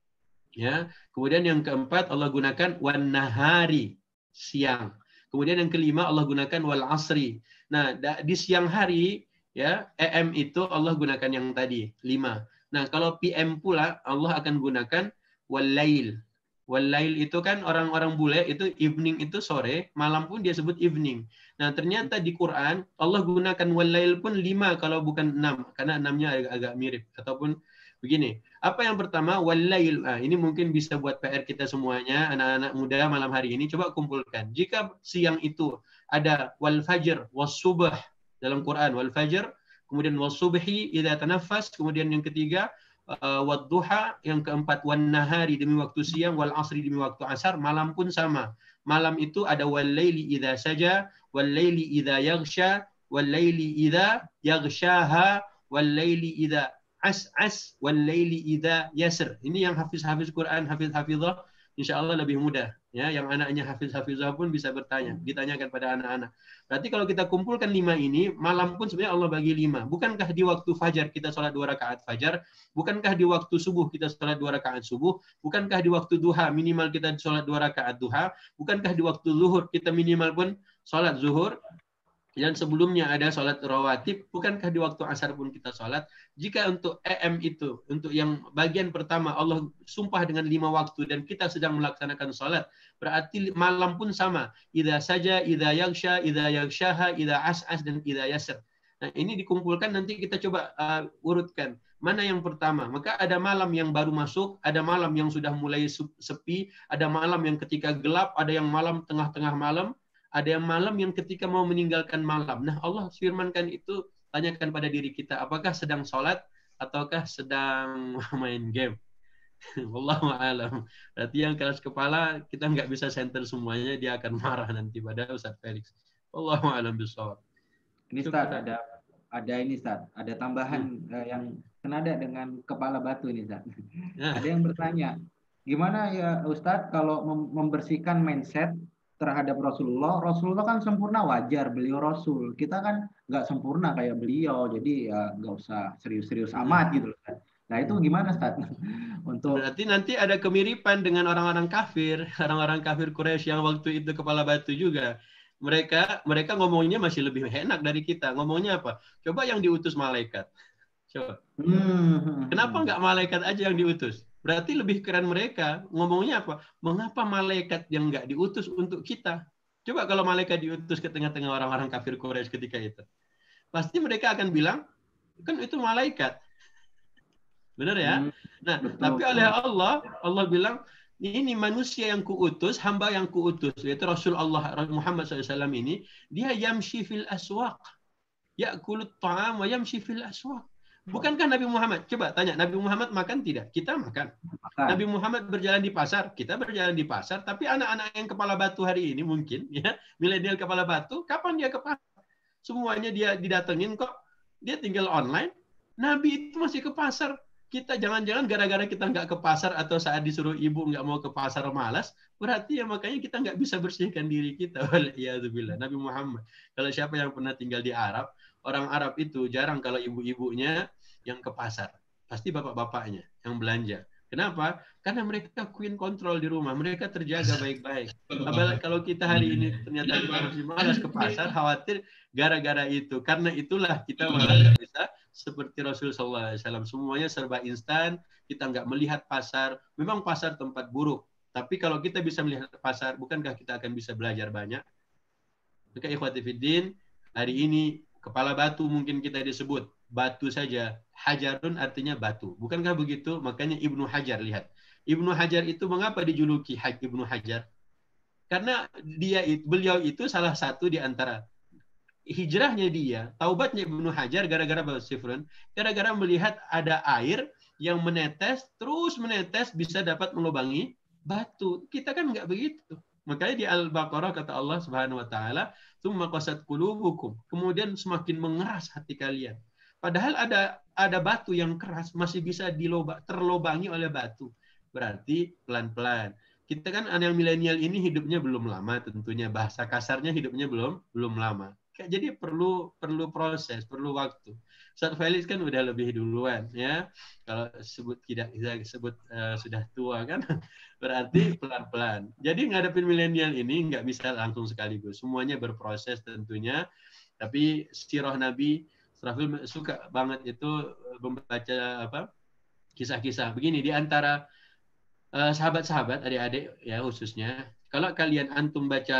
Speaker 3: Ya. Kemudian yang keempat Allah gunakan wan nahari, siang. Kemudian yang kelima Allah gunakan wal asri. Nah, di siang hari ya, E M itu Allah gunakan yang tadi, lima. Nah, kalau P M pula Allah akan gunakan wal lail. Wal lail itu kan orang-orang bule itu evening itu sore, malam pun dia sebut evening. Nah, ternyata di Quran Allah gunakan wal lail pun lima kalau bukan enam, karena enamnya agak, agak mirip. Ataupun begini, apa yang pertama wal lail. Nah, ini mungkin bisa buat P R kita semuanya, anak-anak muda malam hari ini coba kumpulkan. Jika siang itu ada wal fajr was subh dalam Quran, wal fajr, kemudian was subhi idza tanaffas, kemudian yang ketiga uh, wad duha, yang keempat wan nahari demi waktu siang, wal asri demi waktu asar, malam pun sama. Malam itu ada wal laili idza saja, wal laili idza yaghsha, wal laili idza yaghshaha, wal laili idza as-as, wal laili idza yasr. Ini yang hafiz-hafiz Quran, hafiz-hafizah, insyaallah lebih mudah. Ya, yang anaknya hafiz-hafizah pun bisa bertanya, ditanyakan pada anak-anak. Berarti kalau kita kumpulkan lima ini, malam pun sebenarnya Allah bagi lima. Bukankah di waktu fajar kita sholat dua rakaat fajar? Bukankah di waktu subuh kita sholat dua rakaat subuh? Bukankah di waktu duha minimal kita sholat dua rakaat duha? Bukankah di waktu zuhur kita minimal pun sholat zuhur? Dan sebelumnya ada sholat rawatib, bukankah di waktu asar pun kita sholat? Jika untuk E M itu, untuk yang bagian pertama Allah sumpah dengan lima waktu dan kita sedang melaksanakan sholat, berarti malam pun sama. Idza saja, idza yaghsha, idza yaghshaha, idza as'as, dan idza yasr. Nah, ini dikumpulkan, nanti kita coba uh, urutkan. Mana yang pertama? Maka ada malam yang baru masuk, ada malam yang sudah mulai sepi, ada malam yang ketika gelap, ada yang malam tengah-tengah malam, ada yang malam yang ketika mau meninggalkan malam. Nah, Allah firmankan itu, tanyakan pada diri kita, apakah sedang sholat ataukah sedang main game? Wallahu a'lam. Berarti yang keras kepala, kita nggak bisa center semuanya, dia akan marah nanti pada Ustaz Felix. Wallahu a'lam bishawab.
Speaker 2: Ini Ustaz, ada ada ini Ustaz, ada tambahan hmm. eh, yang senada dengan kepala batu ini Ustaz. Ya. Ada yang bertanya, gimana ya Ustaz kalau mem membersihkan mindset terhadap Rasulullah? Rasulullah kan sempurna, wajar, beliau Rasul. Kita kan nggak sempurna kayak beliau, jadi ya nggak usah serius-serius amat gitu loh. Nah itu gimana Ustaz? Untuk
Speaker 3: berarti nanti ada kemiripan dengan orang-orang kafir, orang-orang kafir Quraisy yang waktu itu kepala batu juga. Mereka mereka ngomongnya masih lebih enak dari kita. Ngomongnya apa? Coba yang diutus malaikat. Coba. Hmm. Kenapa nggak malaikat aja yang diutus? Berarti lebih keren mereka. Ngomongnya apa? Mengapa malaikat yang nggak diutus untuk kita? Coba kalau malaikat diutus ke tengah-tengah orang-orang kafir Quraisy ketika itu. Pasti mereka akan bilang, kan itu malaikat. Benar ya? Hmm, nah, betul, tapi oleh Allah, Allah bilang, ini manusia yang kuutus, hamba yang kuutus, yaitu Rasul Allah Muhammad shallallahu alaihi wasallam ini, dia yamshi fil aswaq, ya'kulut ta'am wa yamshi fil aswaq. Bukankah Nabi Muhammad? Coba tanya, Nabi Muhammad makan tidak? Kita makan.
Speaker 4: Makan.
Speaker 3: Nabi Muhammad berjalan di pasar, kita berjalan di pasar. Tapi anak-anak yang kepala batu hari ini mungkin, ya, milenial kepala batu, kapan dia ke pasar? Semuanya dia didatengin kok. Dia tinggal online. Nabi itu masih ke pasar. Kita jangan-jangan gara-gara kita nggak ke pasar atau saat disuruh ibu nggak mau ke pasar malas, berarti ya makanya kita nggak bisa bersihkan diri kita. Waliyadzubillah. Nabi Muhammad. Kalau siapa yang pernah tinggal di Arab, orang Arab itu jarang kalau ibu-ibunya yang ke pasar. Pasti bapak-bapaknya yang belanja. Kenapa? Karena mereka queen control di rumah. Mereka terjaga baik-baik. Apalagi kalau kita hari ini ternyata kita masih malas ke pasar, khawatir gara-gara itu. Karena itulah kita malah bisa seperti Rasul sallallahu alaihi wasallam. Semuanya serba instan. Kita nggak melihat pasar. Memang pasar tempat buruk. Tapi kalau kita bisa melihat pasar, bukankah kita akan bisa belajar banyak? Maka ikhwati fiddin, hari ini kepala batu mungkin kita disebut. Batu saja. Hajarun artinya batu. Bukankah begitu? Makanya Ibnu Hajar, lihat. Ibnu Hajar itu mengapa dijuluki Ibnu Hajar? Karena dia beliau itu salah satu di antara hijrahnya dia, taubatnya Ibnu Hajar gara-gara Sifrun, gara-gara melihat ada air yang menetes, terus menetes bisa dapat melubangi batu. Kita kan nggak begitu. Makanya di Al-Baqarah kata Allah Subhanahu wa taala, "Tsumma qasat qulubukum." Kemudian semakin mengeras hati kalian. Padahal ada ada batu yang keras masih bisa diloba, terlobangi oleh batu. Berarti pelan-pelan. Kita kan anak yang milenial ini hidupnya belum lama tentunya, bahasa kasarnya hidupnya belum belum lama. Jadi perlu perlu proses, perlu waktu. Ustaz Felix kan udah lebih duluan ya. Kalau sebut tidak bisa sebut uh, sudah tua kan, berarti pelan-pelan. Jadi ngadepin milenial ini nggak bisa langsung sekaligus. Semuanya berproses tentunya. Tapi sirah Nabi Rafil suka banget itu membaca apa kisah-kisah begini di antara uh, sahabat-sahabat adik-adik ya khususnya. Kalau kalian antum baca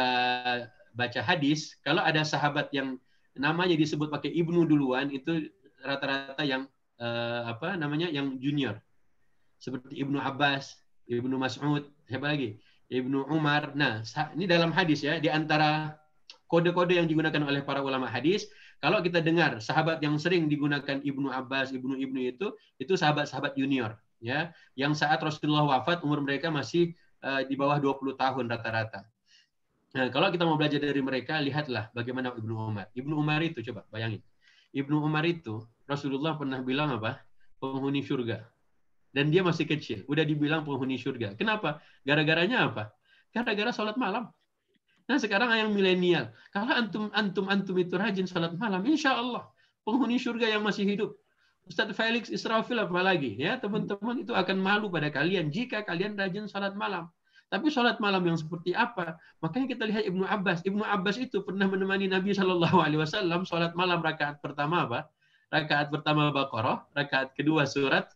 Speaker 3: baca hadis, kalau ada sahabat yang namanya disebut pakai ibnu duluan itu rata-rata yang uh, apa namanya yang junior. Seperti Ibnu Abbas, Ibnu Mas'ud, siapa lagi? Ibnu Umar. Nah, ini dalam hadis ya, di antara kode-kode yang digunakan oleh para ulama hadis, kalau kita dengar sahabat yang sering digunakan Ibnu Abbas, Ibnu Ibnu itu, itu sahabat-sahabat junior, ya, yang saat Rasulullah wafat umur mereka masih uh, di bawah dua puluh tahun rata-rata. Nah, kalau kita mau belajar dari mereka, lihatlah bagaimana Ibnu Umar. Ibnu Umar itu coba bayangin. Ibnu Umar itu Rasulullah pernah bilang apa? Penghuni surga. Dan dia masih kecil, udah dibilang penghuni surga. Kenapa? Gara-garanya apa? Gara-gara sholat malam. Nah sekarang yang milenial, kalau antum antum antum itu rajin salat malam, insya Allah penghuni surga yang masih hidup. Ustaz Felix Israfil apalagi ya teman-teman itu akan malu pada kalian jika kalian rajin salat malam. Tapi salat malam yang seperti apa? Makanya kita lihat Ibnu Abbas. Ibnu Abbas itu pernah menemani Nabi Shallallahu Alaihi Wasallam salat malam rakaat pertama apa? Rakaat pertama Baqarah, rakaat kedua surat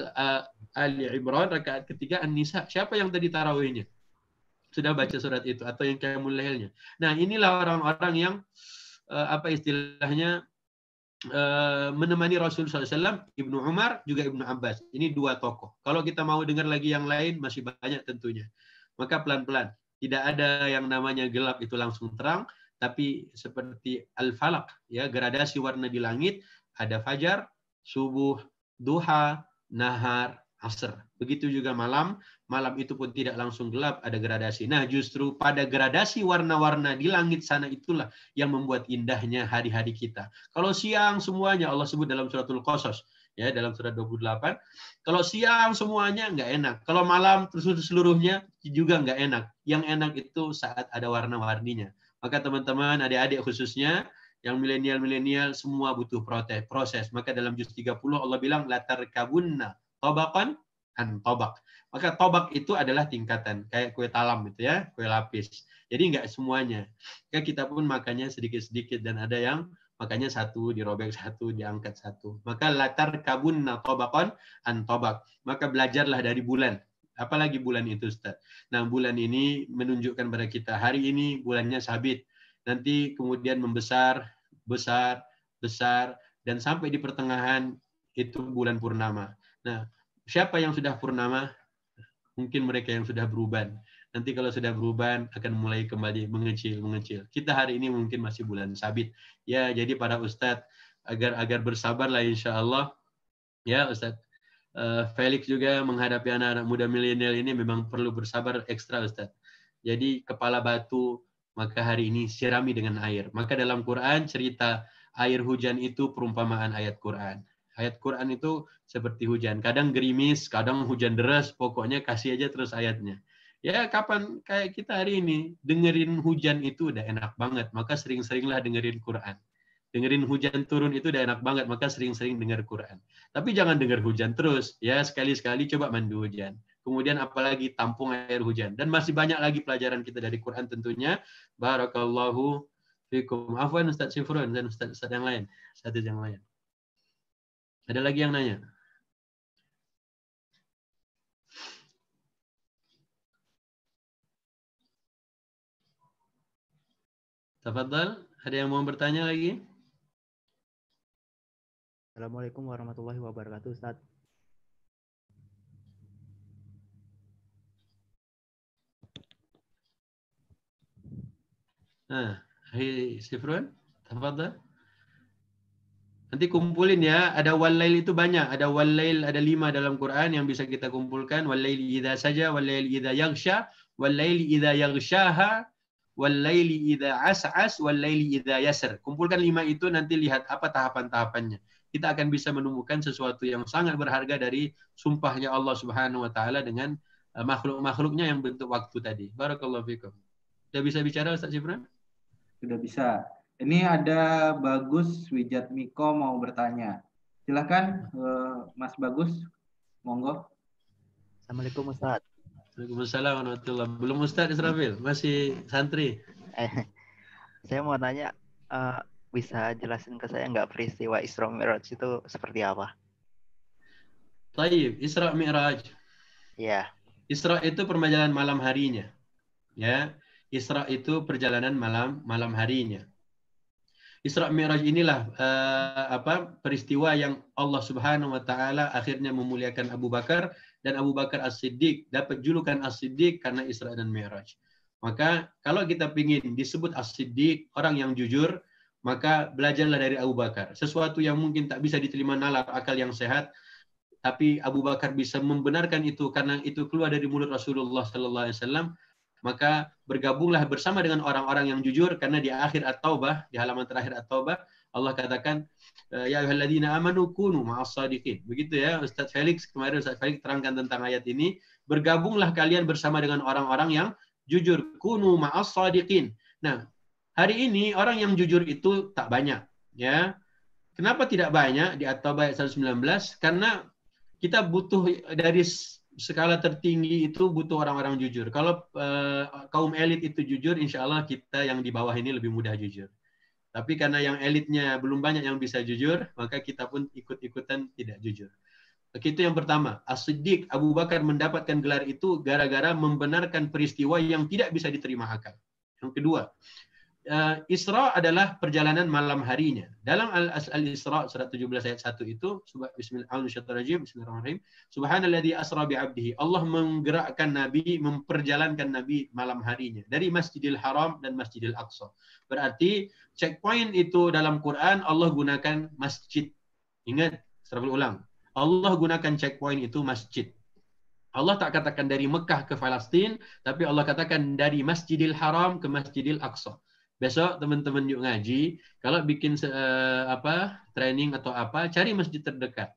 Speaker 3: Ali Imran, rakaat ketiga An-Nisa. Siapa yang tadi tarawihnya? Sudah baca surat itu atau yang qiyamul lailnya. Nah, inilah orang-orang yang uh, apa istilahnya uh, menemani Rasul sallallahu alaihi wasallam, Ibnu Umar juga Ibnu Abbas. Ini dua tokoh. Kalau kita mau dengar lagi yang lain masih banyak tentunya. Maka pelan-pelan. Tidak ada yang namanya gelap itu langsung terang, tapi seperti al-falaq ya, gradasi warna di langit, ada fajar, subuh, duha, nahar, asr. Begitu juga malam, malam itu pun tidak langsung gelap, ada gradasi. Nah, justru pada gradasi warna-warna di langit sana itulah yang membuat indahnya hari-hari kita. Kalau siang semuanya, Allah sebut dalam suratul Qasas, ya, dalam surat dua puluh delapan. Kalau siang semuanya nggak enak. Kalau malam terus seluruhnya juga nggak enak. Yang enak itu saat ada warna-warninya. Maka teman-teman, adik-adik khususnya, yang milenial-milenial semua butuh proses. Maka dalam juz tiga puluh Allah bilang latar kabunna tobaqan an tobak. Maka tobak itu adalah tingkatan kayak kue talam gitu ya, kue lapis. Jadi nggak semuanya. Maka kita pun makannya sedikit-sedikit dan ada yang makannya satu dirobek satu diangkat satu. Maka latar kabunna tobaqan an tobak. Maka belajarlah dari bulan. Apalagi bulan itu Ustaz. Nah, bulan ini menunjukkan pada kita hari ini bulannya sabit. Nanti kemudian membesar, besar, besar, dan sampai di pertengahan itu bulan purnama. Nah, siapa yang sudah purnama? Mungkin mereka yang sudah beruban. Nanti kalau sudah beruban akan mulai kembali mengecil, mengecil. Kita hari ini mungkin masih bulan sabit. Ya, jadi para ustadz agar agar bersabarlah insya Allah. Ya, Ustadz uh, Felix juga menghadapi anak-anak muda milenial ini memang perlu bersabar ekstra, Ustadz. Jadi kepala batu, maka hari ini sirami dengan air. Maka dalam Quran cerita air hujan itu perumpamaan ayat Quran. Ayat Quran itu seperti hujan. Kadang gerimis, kadang hujan deras, pokoknya kasih aja terus ayatnya. Ya kapan kayak kita hari ini, dengerin hujan itu udah enak banget. Maka sering-seringlah dengerin Quran. Dengerin hujan turun itu udah enak banget, maka sering-sering dengar Quran. Tapi jangan dengar hujan terus. Ya sekali-sekali coba mandu hujan. Kemudian apalagi tampung air hujan. Dan masih banyak lagi pelajaran kita dari Quran tentunya. Barakallahu fikum. Afwan Ustaz Syifrun dan Ustaz-Ustaz yang lain. Satu yang lain. Ada lagi yang nanya? Tafadhal, ada yang mau bertanya lagi?
Speaker 5: Assalamualaikum warahmatullahi wabarakatuh, Ustaz.
Speaker 3: Nah, hai Sifrun, tafadhal. Nanti kumpulin ya, ada walail itu banyak, ada walail ada lima dalam Quran yang bisa kita kumpulkan. Walail idza saja, walail idza yaghsha, walail idza yaghshaha, walail idza as'as, walail idza yasr. Kumpulkan lima itu, nanti lihat apa tahapan-tahapannya. Kita akan bisa menemukan sesuatu yang sangat berharga dari sumpahnya Allah Subhanahu wa taala dengan uh, makhluk-makhluknya yang bentuk waktu tadi. Barakallahu fikum. Sudah bisa bicara Ustaz Syifrun?
Speaker 4: Sudah bisa. Ini ada Bagus Wijat Miko mau bertanya. Silakan uh, Mas Bagus. Monggo.
Speaker 5: Assalamualaikum, Ustaz.
Speaker 3: Waalaikumsalam warahmatullahi. Belum Ustaz Israfil, masih santri.
Speaker 5: Eh, saya mau tanya, uh, bisa jelasin ke saya nggak peristiwa Isra Mi'raj itu seperti apa?
Speaker 3: Taib, Isra Mi'raj.
Speaker 5: Iya.
Speaker 3: Isra itu perjalanan malam harinya. Ya, Isra itu perjalanan malam malam harinya. Isra Mi'raj inilah uh, apa peristiwa yang Allah Subhanahu wa taala akhirnya memuliakan Abu Bakar, dan Abu Bakar As-Siddiq dapat julukan As-Siddiq karena Isra dan Mi'raj. Maka kalau kita ingin disebut As-Siddiq, orang yang jujur, maka belajarlah dari Abu Bakar. Sesuatu yang mungkin tak bisa diterima nalar akal yang sehat, tapi Abu Bakar bisa membenarkan itu karena itu keluar dari mulut Rasulullah sallallahu alaihi wasallam. Maka bergabunglah bersama dengan orang-orang yang jujur, karena di akhir At-Taubah, di halaman terakhir At-Taubah, Allah katakan, ya ayyuhalladzina amanu kunu ma'as shadiqin. Begitu ya, Ustaz Felix, kemarin Ustaz Felix terangkan tentang ayat ini, bergabunglah kalian bersama dengan orang-orang yang jujur, kunu ma'as shadiqin. Nah, hari ini orang yang jujur itu tak banyak, ya. Kenapa tidak banyak di At-Taubah ayat seratus sembilan belas? Karena kita butuh dari skala tertinggi itu butuh orang-orang jujur. Kalau uh, kaum elit itu jujur, insya Allah kita yang di bawah ini lebih mudah jujur. Tapi karena yang elitnya belum banyak yang bisa jujur, maka kita pun ikut-ikutan tidak jujur. Itu yang pertama. As-Siddiq, Abu Bakar mendapatkan gelar itu gara-gara membenarkan peristiwa yang tidak bisa diterima akal. Yang kedua, Uh, Isra adalah perjalanan malam harinya. Dalam Al-Isra surat tujuh belas ayat satu itu, Bismillahirrahmanirrahim, Bismillahirrahmanirrahim, Subhanalladzi asra bi'abdihi. Allah menggerakkan Nabi, memperjalankan Nabi malam harinya dari Masjidil Haram dan Masjidil Aqsa. Berarti checkpoint itu dalam Quran Allah gunakan masjid. Ingat, setelah ulang. Allah gunakan checkpoint itu masjid. Allah tak katakan dari Mekah ke Palestina, tapi Allah katakan dari Masjidil Haram ke Masjidil Aqsa. Besok teman-teman yuk ngaji, kalau bikin uh, apa training atau apa, cari masjid terdekat.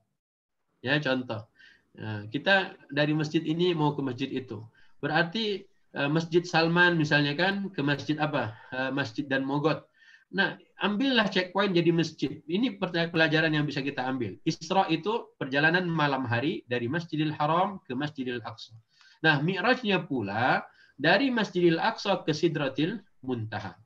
Speaker 3: Ya, contoh. Nah, kita dari masjid ini mau ke masjid itu. Berarti uh, Masjid Salman misalnya kan ke masjid apa? Uh, masjid dan Mogot. Nah, ambillah checkpoint jadi masjid. Ini pelajaran yang bisa kita ambil. Isra itu perjalanan malam hari dari Masjidil Haram ke Masjidil Aqsa. Nah, Mi'rajnya pula dari Masjidil Aqsa ke Sidratil Muntaha.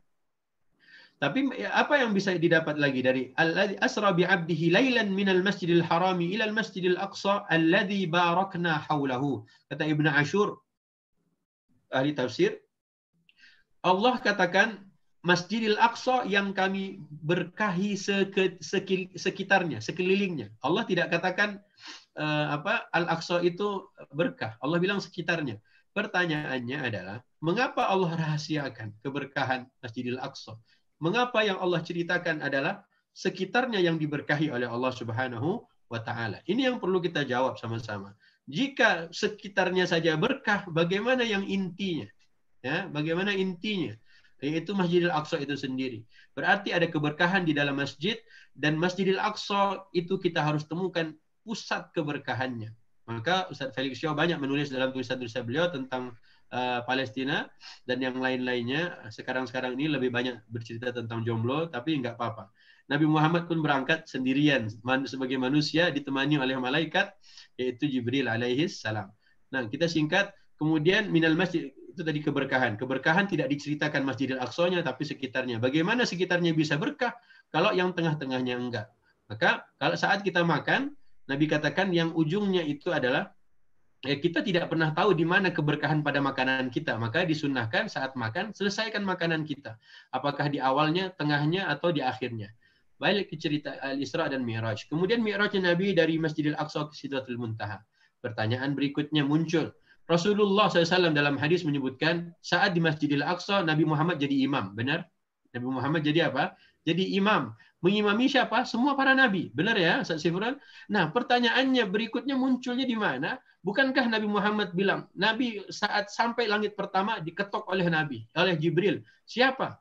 Speaker 3: Tapi apa yang bisa didapat lagi dari alladzi asra bi 'abdihi lailan minal masjidil harami ila al masjidil aqsa alladzi barakna haulahu. Kata Ibnu Asyur ahli tafsir, Allah katakan Masjidil Aqsa yang kami berkahi seke, sekil, sekitarnya, sekelilingnya. Allah tidak katakan uh, apa Al-Aqsa itu berkah. Allah bilang sekitarnya. Pertanyaannya adalah, mengapa Allah rahasiakan keberkahan Masjidil Aqsa? Mengapa yang Allah ceritakan adalah sekitarnya yang diberkahi oleh Allah Subhanahu wa taala? Ini yang perlu kita jawab sama-sama. Jika sekitarnya saja berkah, bagaimana yang intinya? Ya, bagaimana intinya? Yaitu Masjidil Aqsa itu sendiri. Berarti ada keberkahan di dalam masjid, dan Masjidil Aqsa itu kita harus temukan pusat keberkahannya. Maka Ustaz Felix Shaw banyak menulis dalam tulisan-tulisan beliau tentang uh, Palestina dan yang lain-lainnya. Sekarang-sekarang ini lebih banyak bercerita tentang jomblo, tapi nggak apa-apa. Nabi Muhammad pun berangkat sendirian sebagai manusia ditemani oleh malaikat, yaitu Jibril alaihi salam. Nah, kita singkat, kemudian minal masjid, itu tadi keberkahan. Keberkahan tidak diceritakan Masjidil Aqsa-nya, tapi sekitarnya. Bagaimana sekitarnya bisa berkah kalau yang tengah-tengahnya enggak? Maka kalau saat kita makan, Nabi katakan yang ujungnya itu adalah ya, kita tidak pernah tahu di mana keberkahan pada makanan kita. Maka disunnahkan saat makan, selesaikan makanan kita. Apakah di awalnya, tengahnya, atau di akhirnya. Balik ke cerita Al-Isra dan Mi'raj. Kemudian Mi'rajnya Nabi dari Masjidil Aqsa ke Sidratul Muntaha. Pertanyaan berikutnya muncul. Rasulullah shallallahu alaihi wasallam dalam hadis menyebutkan saat di Masjidil Aqsa Nabi Muhammad jadi imam. Benar? Nabi Muhammad jadi apa? Jadi imam. Mengimami siapa? Semua para nabi. Benar ya, Ustaz Sifran? Nah, pertanyaannya berikutnya munculnya di mana? Bukankah Nabi Muhammad bilang, Nabi saat sampai langit pertama diketok oleh Nabi, oleh Jibril. Siapa?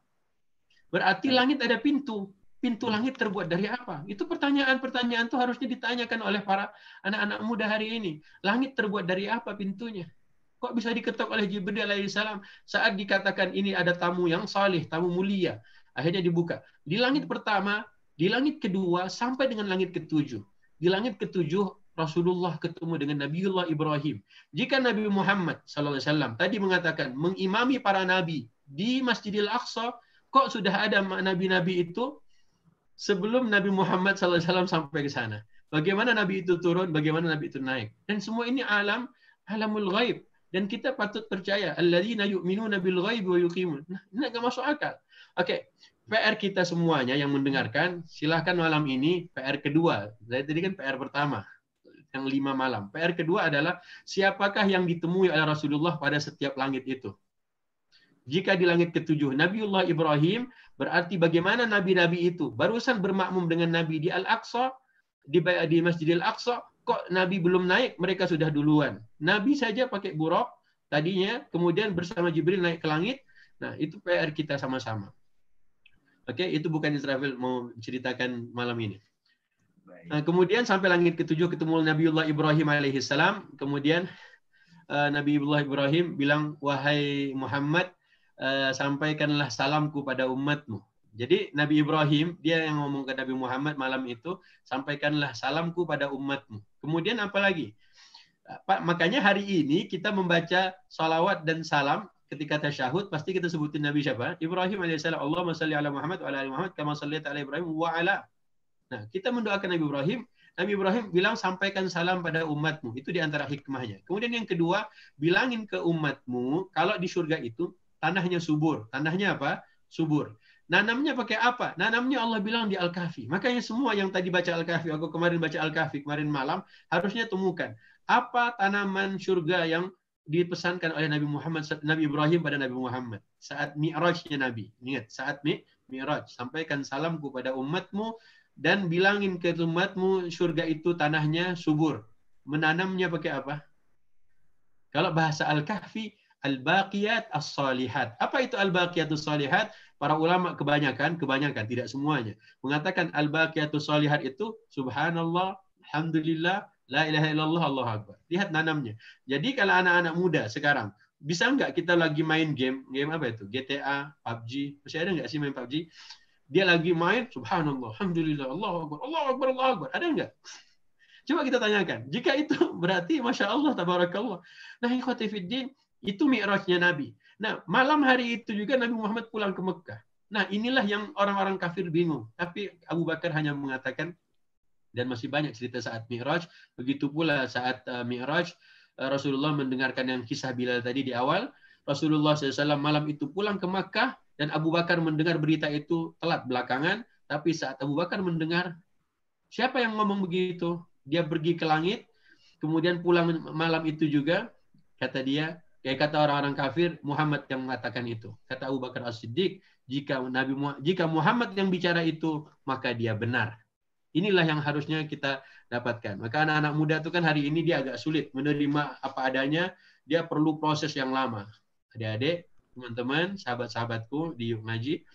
Speaker 3: Berarti langit ada pintu. Pintu langit terbuat dari apa? Itu pertanyaan-pertanyaan itu harusnya ditanyakan oleh para anak-anak muda hari ini. Langit terbuat dari apa pintunya? Kok bisa diketok oleh Jibril alaihissalam saat dikatakan ini ada tamu yang saleh, tamu mulia. Akhirnya dibuka. Di langit pertama, di langit kedua, sampai dengan langit ketujuh. Di langit ketujuh, Rasulullah ketemu dengan Nabiullah Ibrahim. Jika Nabi Muhammad shallallahu alaihi wasallam tadi mengatakan mengimami para nabi di Masjidil Aqsa, kok sudah ada nabi-nabi itu sebelum Nabi Muhammad shallallahu alaihi wasallam sampai ke sana? Bagaimana Nabi itu turun, bagaimana Nabi itu naik. Dan semua ini alam, alamul ghaib. Dan kita patut percaya, alladzina yu'minuna bil ghaibi wa yuqimun. Nah, ini enggak masuk akal. Oke, P R kita semuanya yang mendengarkan, silahkan malam ini P R kedua. Saya tadi kan P R pertama, yang lima malam. P R kedua adalah, siapakah yang ditemui oleh Rasulullah pada setiap langit itu? Jika di langit ketujuh Nabiullah Ibrahim, berarti bagaimana nabi-nabi itu barusan bermakmum dengan Nabi di Al-Aqsa, di, di Masjidil Aqsa, kok Nabi belum naik, mereka sudah duluan. Nabi saja pakai buraq tadinya, kemudian bersama Jibril naik ke langit. Nah, itu P R kita sama-sama. Oke, itu bukan Israfil mau ceritakan malam ini. Nah, kemudian sampai langit ketujuh ketemu Nabiullah Ibrahim alaihissalam. Kemudian uh, Nabiullah Ibrahim bilang, wahai Muhammad, Uh, sampaikanlah salamku pada umatmu. Jadi Nabi Ibrahim, dia yang ngomong ke Nabi Muhammad malam itu, sampaikanlah salamku pada umatmu. Kemudian apa lagi? Pak, makanya hari ini kita membaca salawat dan salam ketika tasyahud, pasti kita sebutin Nabi siapa? Ibrahim alaihissalam. Allahumma salli ala Muhammad wa ala ali Muhammad kama shallaita ala Ibrahim wa ala. Nah, kita mendoakan Nabi Ibrahim. Nabi Ibrahim bilang sampaikan salam pada umatmu. Itu di antara hikmahnya. Kemudian yang kedua, bilangin ke umatmu kalau di surga itu tanahnya subur. Tanahnya apa? Subur. Nanamnya pakai apa? Nanamnya Allah bilang di Al-Kahfi. Makanya semua yang tadi baca Al-Kahfi, aku kemarin baca Al-Kahfi, kemarin malam, harusnya temukan. Apa tanaman surga yang dipesankan oleh Nabi Muhammad, Nabi Ibrahim pada Nabi Muhammad. Saat Mi'rajnya Nabi. Ingat, saat Mi'raj. Sampaikan salamku pada umatmu, dan bilangin ke umatmu, surga itu tanahnya subur. Menanamnya pakai apa? Kalau bahasa Al-Kahfi, Al-Baqiyat As-Salihat. Apa itu Al-Baqiyat As-Salihat? Para ulama kebanyakan, kebanyakan, tidak semuanya, mengatakan Al-Baqiyat As-Salihat itu Subhanallah, Alhamdulillah, La ilaha illallah, Allahu Akbar. Lihat nanamnya. Jadi kalau anak-anak muda sekarang, bisa nggak kita lagi main game, game apa itu? G T A, P U B G, masih ada nggak sih main P U B G? Dia lagi main, Subhanallah, Alhamdulillah, Allahu Akbar, Allahu Akbar, Allahu Akbar. Ada nggak? Coba kita tanyakan. Jika itu berarti Masya Allah, Tabarakallah. Nah, ikhwati fiddin, itu mi'rajnya Nabi. Nah, malam hari itu juga Nabi Muhammad pulang ke Mekah. Nah, inilah yang orang-orang kafir bingung. Tapi Abu Bakar hanya mengatakan, dan masih banyak cerita saat mi'raj, begitu pula saat uh, mi'raj, uh, Rasulullah mendengarkan yang kisah Bilal tadi di awal, Rasulullah shallallahu alaihi wasallam malam itu pulang ke Mekah, Dan Abu Bakar mendengar berita itu telat belakangan, tapi saat Abu Bakar mendengar, siapa yang ngomong begitu? Dia pergi ke langit, kemudian pulang malam itu juga, kata dia, kayak kata orang-orang kafir, Muhammad yang mengatakan itu. Kata Abu Bakar As-Siddiq, jika Nabi jika Muhammad yang bicara itu, maka dia benar. Inilah yang harusnya kita dapatkan. Maka anak-anak muda itu kan hari ini dia agak sulit menerima apa adanya, dia perlu proses yang lama. Adik-adik, teman-teman, sahabat-sahabatku di Yuk Ngaji,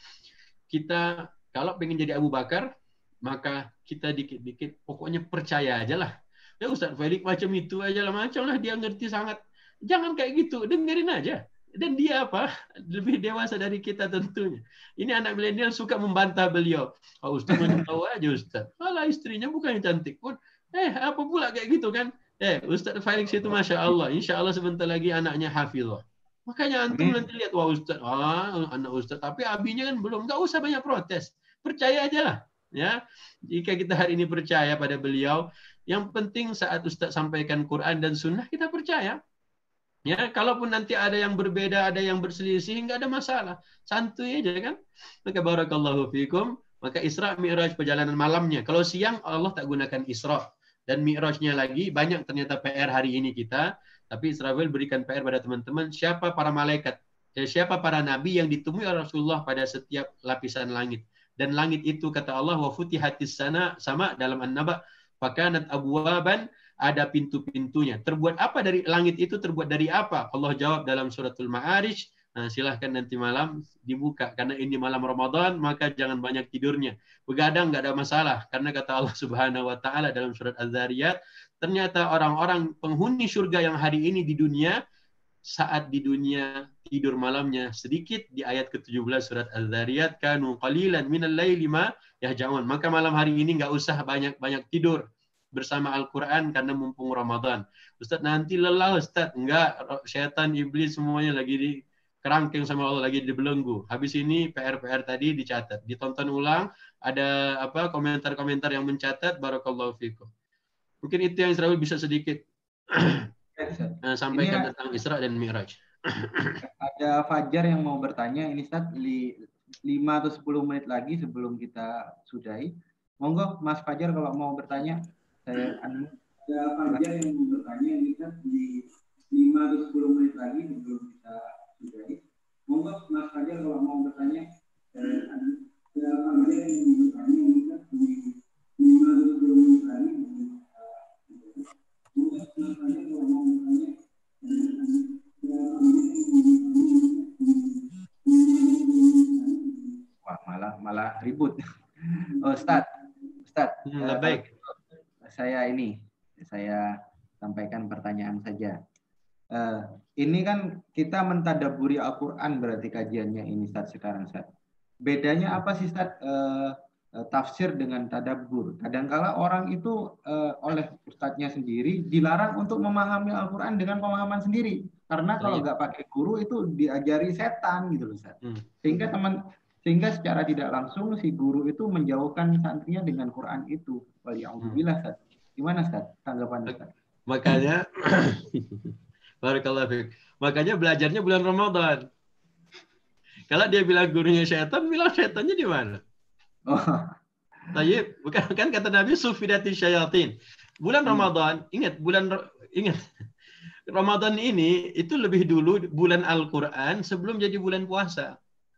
Speaker 3: kita kalau pengen jadi Abu Bakar, maka kita dikit-dikit pokoknya percaya aja lah. Ya Ustaz Felix macam itu aja lah, macam lah dia ngerti sangat. Jangan kayak gitu, dengerin aja. Dan dia apa? Lebih dewasa dari kita tentunya. Ini anak milenial suka membantah beliau. Oh Ustaz macam tahu aja Ustaz. Alah istrinya bukan yang cantik pun. Eh apa pula kayak gitu kan? Eh Ustaz Felix itu Masya Allah. Insya Allah sebentar lagi anaknya hafizah. Makanya antum nanti lihat, wah Ustaz, ah, anak Ustaz, tapi abinya kan belum, nggak usah banyak protes, percaya aja lah, ya. Jika kita hari ini percaya pada beliau, yang penting saat Ustaz sampaikan Quran dan Sunnah kita percaya, ya. Kalaupun nanti ada yang berbeda, ada yang berselisih, nggak ada masalah, santuy aja kan. Maka barakallahu fikum. Maka Isra Mi'raj perjalanan malamnya. Kalau siang Allah tak gunakan Isra dan Mi'rajnya lagi banyak ternyata P R hari ini kita. Tapi Israfil berikan P R pada teman-teman, siapa para malaikat, siapa para nabi yang ditemui oleh Rasulullah pada setiap lapisan langit. Dan langit itu kata Allah, wa futihatis sana, sama dalam An-Naba, fakanat abwaban, ada pintu-pintunya. Terbuat apa dari langit itu? Terbuat dari apa? Allah jawab dalam suratul Ma'arij. Nah, silahkan nanti malam dibuka. Karena ini malam Ramadan, maka jangan banyak tidurnya. Begadang nggak ada masalah. Karena kata Allah Subhanahu wa Ta'ala dalam surat Az-Zariyat, ternyata orang-orang penghuni surga yang hari ini di dunia, saat di dunia tidur malamnya sedikit, di ayat ke tujuh belas surat Az-Zariyat, kanu qalilan minal laili ma yahja'un. Maka malam hari ini nggak usah banyak-banyak tidur bersama Al-Quran karena mumpung Ramadan. Ustaz nanti lelah Ustaz. Enggak, syaitan, iblis semuanya lagi di kerangkeng sama Allah, lagi dibelenggu. Habis ini P R-P R tadi dicatat, ditonton ulang, ada apa komentar-komentar yang mencatat, barakallahu fikum. Mungkin itu yang Israel bisa sedikit nah, sampaikan ini tentang Isra dan Mi'raj.
Speaker 4: Ada Fajar yang mau bertanya, ini Ustaz, lima atau sepuluh menit lagi sebelum kita sudahi. Monggo Mas Fajar kalau mau bertanya. Saya ada Fajar yang mau bertanya, ini Ustaz, di lima atau sepuluh menit lagi sebelum kita sudahi. Monggo Mas Fajar kalau mau bertanya. Ada Fajar yang mau bertanya, ini Ustaz, di lima atau sepuluh menit lagi. Wah, malah malah ribut. Oh, Ustaz, Ustaz,
Speaker 3: hmm,
Speaker 4: uh,
Speaker 3: baik.
Speaker 4: Saya ini, saya sampaikan pertanyaan saja. Uh, ini kan kita mentadaburi Al-Quran berarti kajiannya ini Ustaz sekarang Ustaz. Bedanya apa sih Ustaz? Uh, tafsir dengan tadabbur. Kadangkala orang itu uh, oleh ustadznya sendiri dilarang untuk memahami Al-Quran dengan pemahaman sendiri. Karena kalau nggak pakai guru itu diajari setan gitu loh Ustaz. Hmm. Sehingga teman sehingga secara tidak langsung si guru itu menjauhkan santrinya dengan Quran itu. Waliyahumillah Ustaz. Gimana Ustaz? Tanggapan Ustaz?
Speaker 3: Makanya barakallahu fiik. Makanya belajarnya bulan Ramadan. Kalau dia bilang gurunya setan, bilang setannya di mana? Oh. Tayyib, bukan kan kata Nabi sufidati syayatin. Bulan hmm. Ramadan, ingat bulan ingat Ramadan ini itu lebih dulu bulan Al-Qur'an sebelum jadi bulan puasa.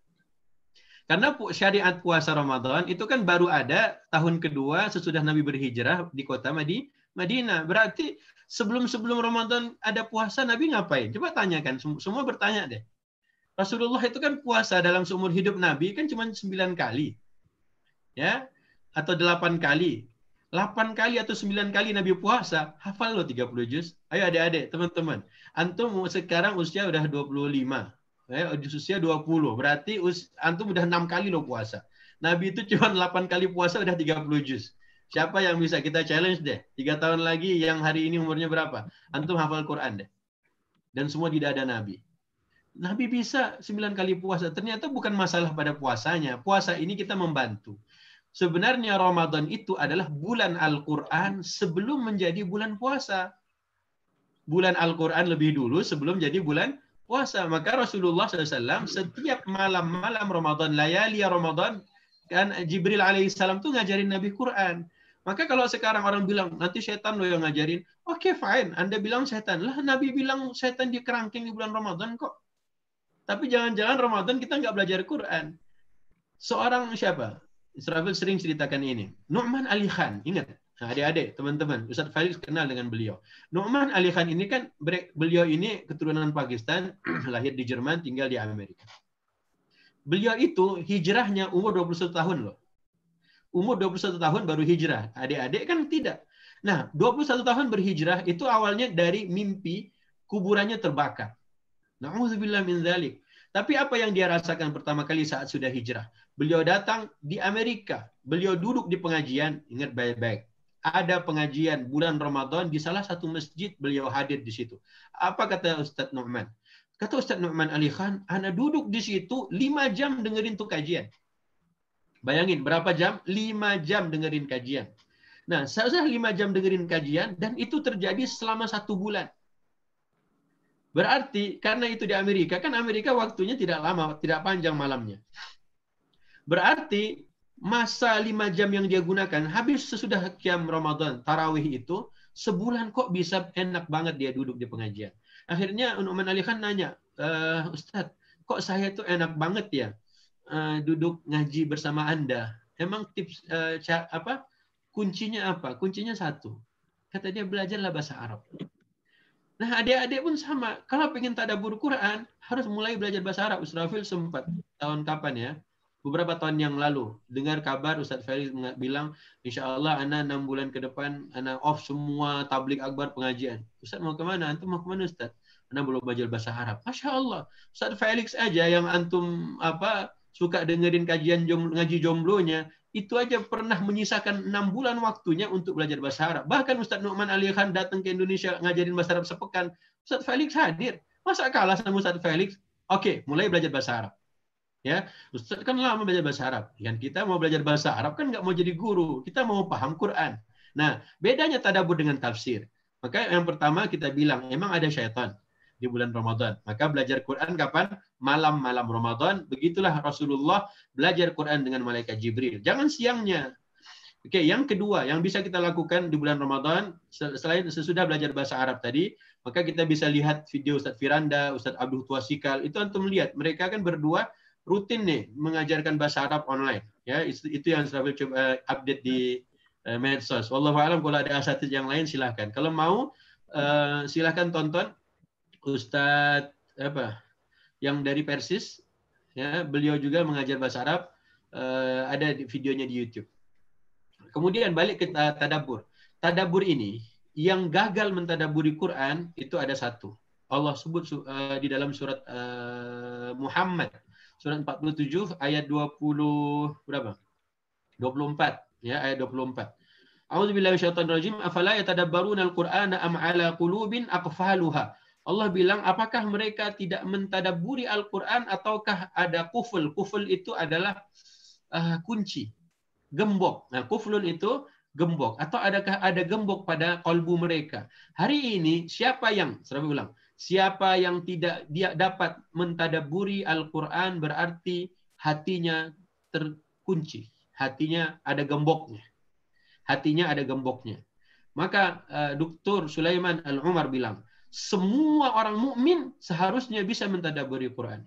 Speaker 3: Karena syariat puasa Ramadan itu kan baru ada tahun kedua sesudah Nabi berhijrah di kota Madinah. Berarti sebelum-sebelum Ramadan ada puasa Nabi ngapain? Coba tanyakan, semua bertanya deh. Rasulullah itu kan puasa dalam seumur hidup Nabi kan cuma sembilan kali. Ya, atau delapan kali. delapan kali atau sembilan kali Nabi puasa, hafal lo tiga puluh juz. Ayo adik-adik, teman-teman. Antum sekarang usia udah dua puluh lima. Ya, usia dua puluh. Berarti us, antum udah enam kali lo puasa. Nabi itu cuma delapan kali puasa udah tiga puluh juz. Siapa yang bisa kita challenge deh? tiga tahun lagi yang hari ini umurnya berapa? Antum hafal Quran deh. Dan semua tidak ada Nabi. Nabi bisa sembilan kali puasa. Ternyata bukan masalah pada puasanya. Puasa ini kita membantu. Sebenarnya Ramadan itu adalah bulan Al-Quran sebelum menjadi bulan puasa. Bulan Al-Quran lebih dulu sebelum jadi bulan puasa. Maka Rasulullah shallallahu alaihi wasallam setiap malam-malam Ramadan, layali Ramadan, kan Jibril alaihissalam tuh ngajarin Nabi Quran. Maka kalau sekarang orang bilang nanti setan lo yang ngajarin, oke okay, fine, Anda bilang setan lah. Nabi bilang setan di kerangkeng di bulan Ramadan kok. Tapi jangan-jangan Ramadan kita nggak belajar Quran. Seorang siapa? Israfil sering ceritakan ini. Nu'man Ali Khan, ingat? Nah, adik-adik, teman-teman, Ustaz Felix kenal dengan beliau. Nu'man Ali Khan ini kan, beliau ini keturunan Pakistan, lahir di Jerman, tinggal di Amerika. Beliau itu hijrahnya umur dua puluh satu tahun loh. Umur dua puluh satu tahun baru hijrah. Adik-adik kan tidak. Nah, dua puluh satu tahun berhijrah itu awalnya dari mimpi kuburannya terbakar. Na'udzubillah min dzalik. Tapi apa yang dia rasakan pertama kali saat sudah hijrah? Beliau datang di Amerika. Beliau duduk di pengajian, ingat baik-baik. Ada pengajian bulan Ramadan di salah satu masjid, beliau hadir di situ. Apa kata Ustaz Nu'man? Kata Ustaz Nu'man Ali Khan, ana duduk di situ lima jam dengerin tuh kajian. Bayangin berapa jam? lima jam dengerin kajian. Nah, saya lima jam dengerin kajian dan itu terjadi selama satu bulan. Berarti karena itu di Amerika, kan Amerika waktunya tidak lama, tidak panjang malamnya. Berarti masa lima jam yang dia gunakan habis sesudah qiyam Ramadan, tarawih itu, sebulan kok bisa enak banget dia duduk di pengajian. Akhirnya Nu'man Ali Khan nanya, e, Ustadz, kok saya tuh enak banget ya uh, duduk ngaji bersama Anda. Emang tips uh, apa? Kuncinya apa? Kuncinya satu. Kata dia, belajarlah bahasa Arab. Nah, adik-adik pun sama. Kalau pengen tadabbur Quran, harus mulai belajar bahasa Arab. Israfil sempat tahun kapan ya? Beberapa tahun yang lalu dengar kabar Ustaz Felix bilang, insya Allah ana enam bulan ke depan ana off semua tablik akbar pengajian. Ustaz mau kemana? Antum mau kemana Ustaz? Ana belum belajar bahasa Arab. Masya Allah, Ustaz Felix aja yang antum apa suka dengerin kajian jomblo, ngaji jomblonya, itu aja pernah menyisakan enam bulan waktunya untuk belajar bahasa Arab. Bahkan Ustaz Nu'man Ali Khan datang ke Indonesia ngajarin bahasa Arab sepekan. Ustaz Felix hadir. Masa kalah sama Ustaz Felix? Oke, mulai belajar bahasa Arab. Ya, Ustaz kan lama belajar bahasa Arab. Yang kita mau belajar bahasa Arab kan nggak mau jadi guru, kita mau paham Quran. Nah, bedanya tadabbur dengan tafsir. Maka yang pertama kita bilang, emang ada syaitan di bulan Ramadan. Maka belajar Quran kapan? Malam-malam Ramadan. Begitulah Rasulullah belajar Quran dengan malaikat Jibril. Jangan siangnya. Oke, yang kedua yang bisa kita lakukan di bulan Ramadan selain sesudah belajar bahasa Arab tadi, maka kita bisa lihat video Ustaz Firanda, Ustaz Abdul Tuasikal. Itu antum lihat, mereka kan berdua rutin nih mengajarkan bahasa Arab online. Ya, itu, itu yang saya coba update di uh, medsos. Wallahu a'lam, kalau ada asatidz yang lain silahkan. Kalau mau uh, silahkan tonton Ustadz apa yang dari Persis, ya, beliau juga mengajar bahasa Arab, uh, ada di videonya di YouTube. Kemudian balik ke tadabbur. Tadabbur ini yang gagal mentadaburi Quran itu ada satu. Allah sebut uh, di dalam surat uh, Muhammad surat empat puluh tujuh ayat dua puluh berapa? dua puluh empat, ya, ayat dua puluh empat. A'udzubillahi minasyaitonir rajim, afala yatadabbaruna al-Qur'ana am 'ala qulubin aqfaluha. Allah bilang, apakah mereka tidak mentadabburi Al-Qur'an ataukah ada kuful? Kuful itu adalah uh, kunci, gembok. Nah, kuflun itu gembok, atau adakah ada gembok pada kalbu mereka? Hari ini siapa yang, saya ulang, siapa yang tidak dia dapat mentadabburi Al-Quran berarti hatinya terkunci. Hatinya ada gemboknya. Hatinya ada gemboknya. Maka uh, Doktor Sulaiman Al-Umar bilang, semua orang mukmin seharusnya bisa mentadabburi Quran.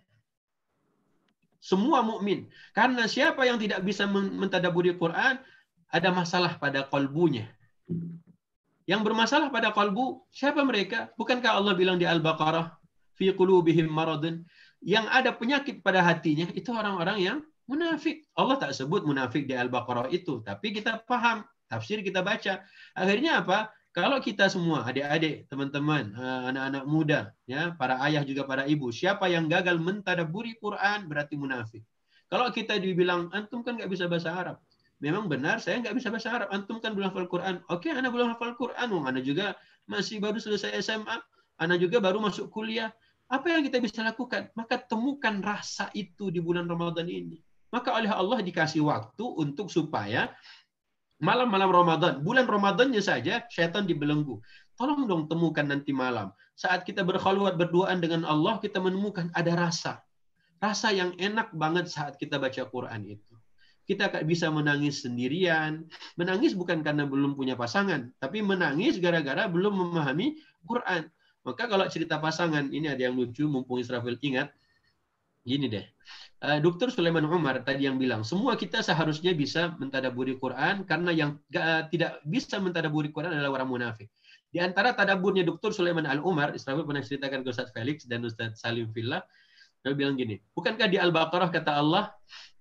Speaker 3: Semua mukmin. Karena siapa yang tidak bisa mentadabburi Quran, ada masalah pada kalbunya. Yang bermasalah pada kalbu, siapa mereka? Bukankah Allah bilang di Al-Baqarah, fi qulubihim maradun, yang ada penyakit pada hatinya itu orang-orang yang munafik. Allah tak sebut munafik di Al-Baqarah itu, tapi kita paham, tafsir kita baca. Akhirnya apa? Kalau kita semua, adik-adik, teman-teman, anak-anak muda, ya, para ayah juga para ibu, siapa yang gagal mentadabburi Quran berarti munafik. Kalau kita dibilang antum kan nggak bisa bahasa Arab, memang benar, saya nggak bisa bahasa Arab. Antum kan belum hafal Quran. Oke, Anda belum hafal Quran. Wong Anda juga masih baru selesai S M A. Anda juga baru masuk kuliah. Apa yang kita bisa lakukan? Maka temukan rasa itu di bulan Ramadan ini. Maka oleh Allah dikasih waktu untuk supaya malam-malam Ramadan, bulan Ramadannya saja, syaitan dibelenggu. Tolong dong temukan nanti malam. Saat kita berkhalwat berduaan dengan Allah, kita menemukan ada rasa. Rasa yang enak banget saat kita baca Quran itu. Kita bisa menangis sendirian. Menangis bukan karena belum punya pasangan, tapi menangis gara-gara belum memahami Quran. Maka kalau cerita pasangan, ini ada yang lucu, mumpung Israfil ingat. Gini deh, uh, Doktor Sulaiman Umar tadi yang bilang, semua kita seharusnya bisa mentadaburi Quran, karena yang uh, tidak bisa mentadaburi Quran adalah orang munafik. Di antara tadaburnya Doktor Sulaiman Al-Umar, Israfil pernah ceritakan ke Ustaz Felix dan Ustaz Salim Fillah, dia bilang gini, bukankah di Al-Baqarah kata Allah,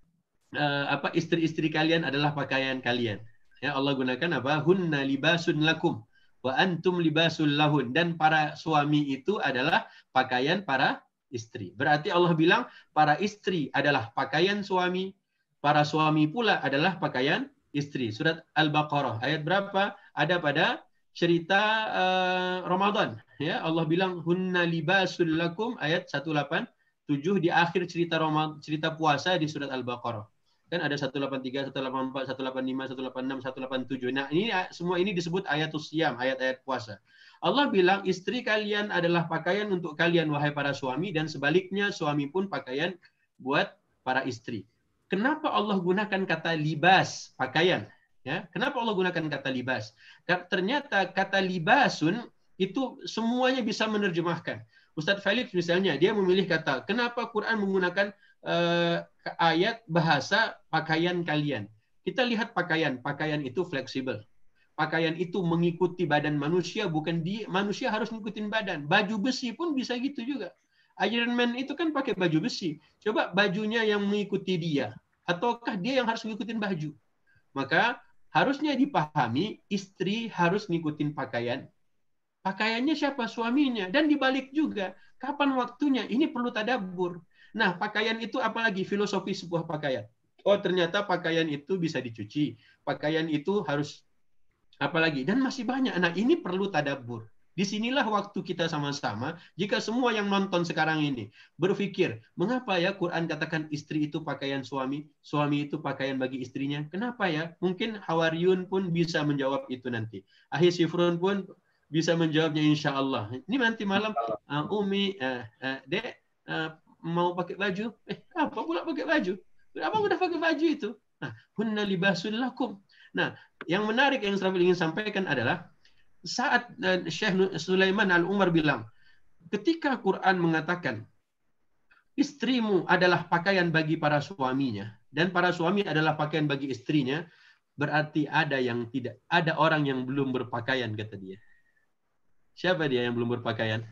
Speaker 3: Uh, apa istri-istri kalian adalah pakaian kalian. Ya, Allah gunakan apa? Hunna libasun lakum wa antum libasul lahun, dan para suami itu adalah pakaian para istri. Berarti Allah bilang para istri adalah pakaian suami, para suami pula adalah pakaian istri. Surat Al-Baqarah ayat berapa? Ada pada cerita uh, Ramadan, ya. Allah bilang hunna libasul lakum ayat seratus delapan puluh tujuh di akhir cerita Ramadan, cerita puasa di surat Al-Baqarah. Kan ada seratus delapan puluh tiga, seratus delapan puluh empat, seratus delapan puluh lima, seratus delapan puluh enam, seratus delapan puluh tujuh. Nah, ini semua ini disebut ayatus siyam, ayat-ayat puasa. Allah bilang istri kalian adalah pakaian untuk kalian wahai para suami, dan sebaliknya suami pun pakaian buat para istri. Kenapa Allah gunakan kata libas, pakaian? Ya, kenapa Allah gunakan kata libas? Ternyata kata libasun itu semuanya bisa menerjemahkan. Ustadz Felix misalnya, dia memilih kata, kenapa Quran menggunakan Uh, ayat bahasa pakaian kalian. Kita lihat pakaian, pakaian itu fleksibel. Pakaian itu mengikuti badan manusia, bukan di manusia harus ngikutin badan. Baju besi pun bisa gitu juga. Iron Man itu kan pakai baju besi. Coba bajunya yang mengikuti dia, ataukah dia yang harus ngikutin baju? Maka harusnya dipahami istri harus ngikutin pakaian. Pakaiannya siapa? Suaminya. Dan dibalik juga, kapan waktunya? Ini perlu tadabbur. Nah, pakaian itu apalagi filosofi sebuah pakaian. Oh, ternyata pakaian itu bisa dicuci. Pakaian itu harus apalagi, dan masih banyak. Nah, ini perlu tadabbur. Disinilah waktu kita sama-sama, jika semua yang nonton sekarang ini berpikir, mengapa ya Quran katakan istri itu pakaian suami, suami itu pakaian bagi istrinya? Kenapa ya? Mungkin Hawariyun pun bisa menjawab itu nanti. Ahli Sifrun pun bisa menjawabnya insya Allah. Ini nanti malam, uh, Umi, uh, uh, Dek, uh, mau pakai baju, eh apa pula pakai baju? Abang udah pakai baju itu. Nah, hunna libasul lakum. Nah, yang menarik yang Israfil ingin sampaikan adalah saat uh, Syekh Sulaiman Al-Umar bilang, ketika Quran mengatakan istrimu adalah pakaian bagi para suaminya dan para suami adalah pakaian bagi istrinya, berarti ada yang tidak, ada orang yang belum berpakaian, kata dia. Siapa dia yang belum berpakaian?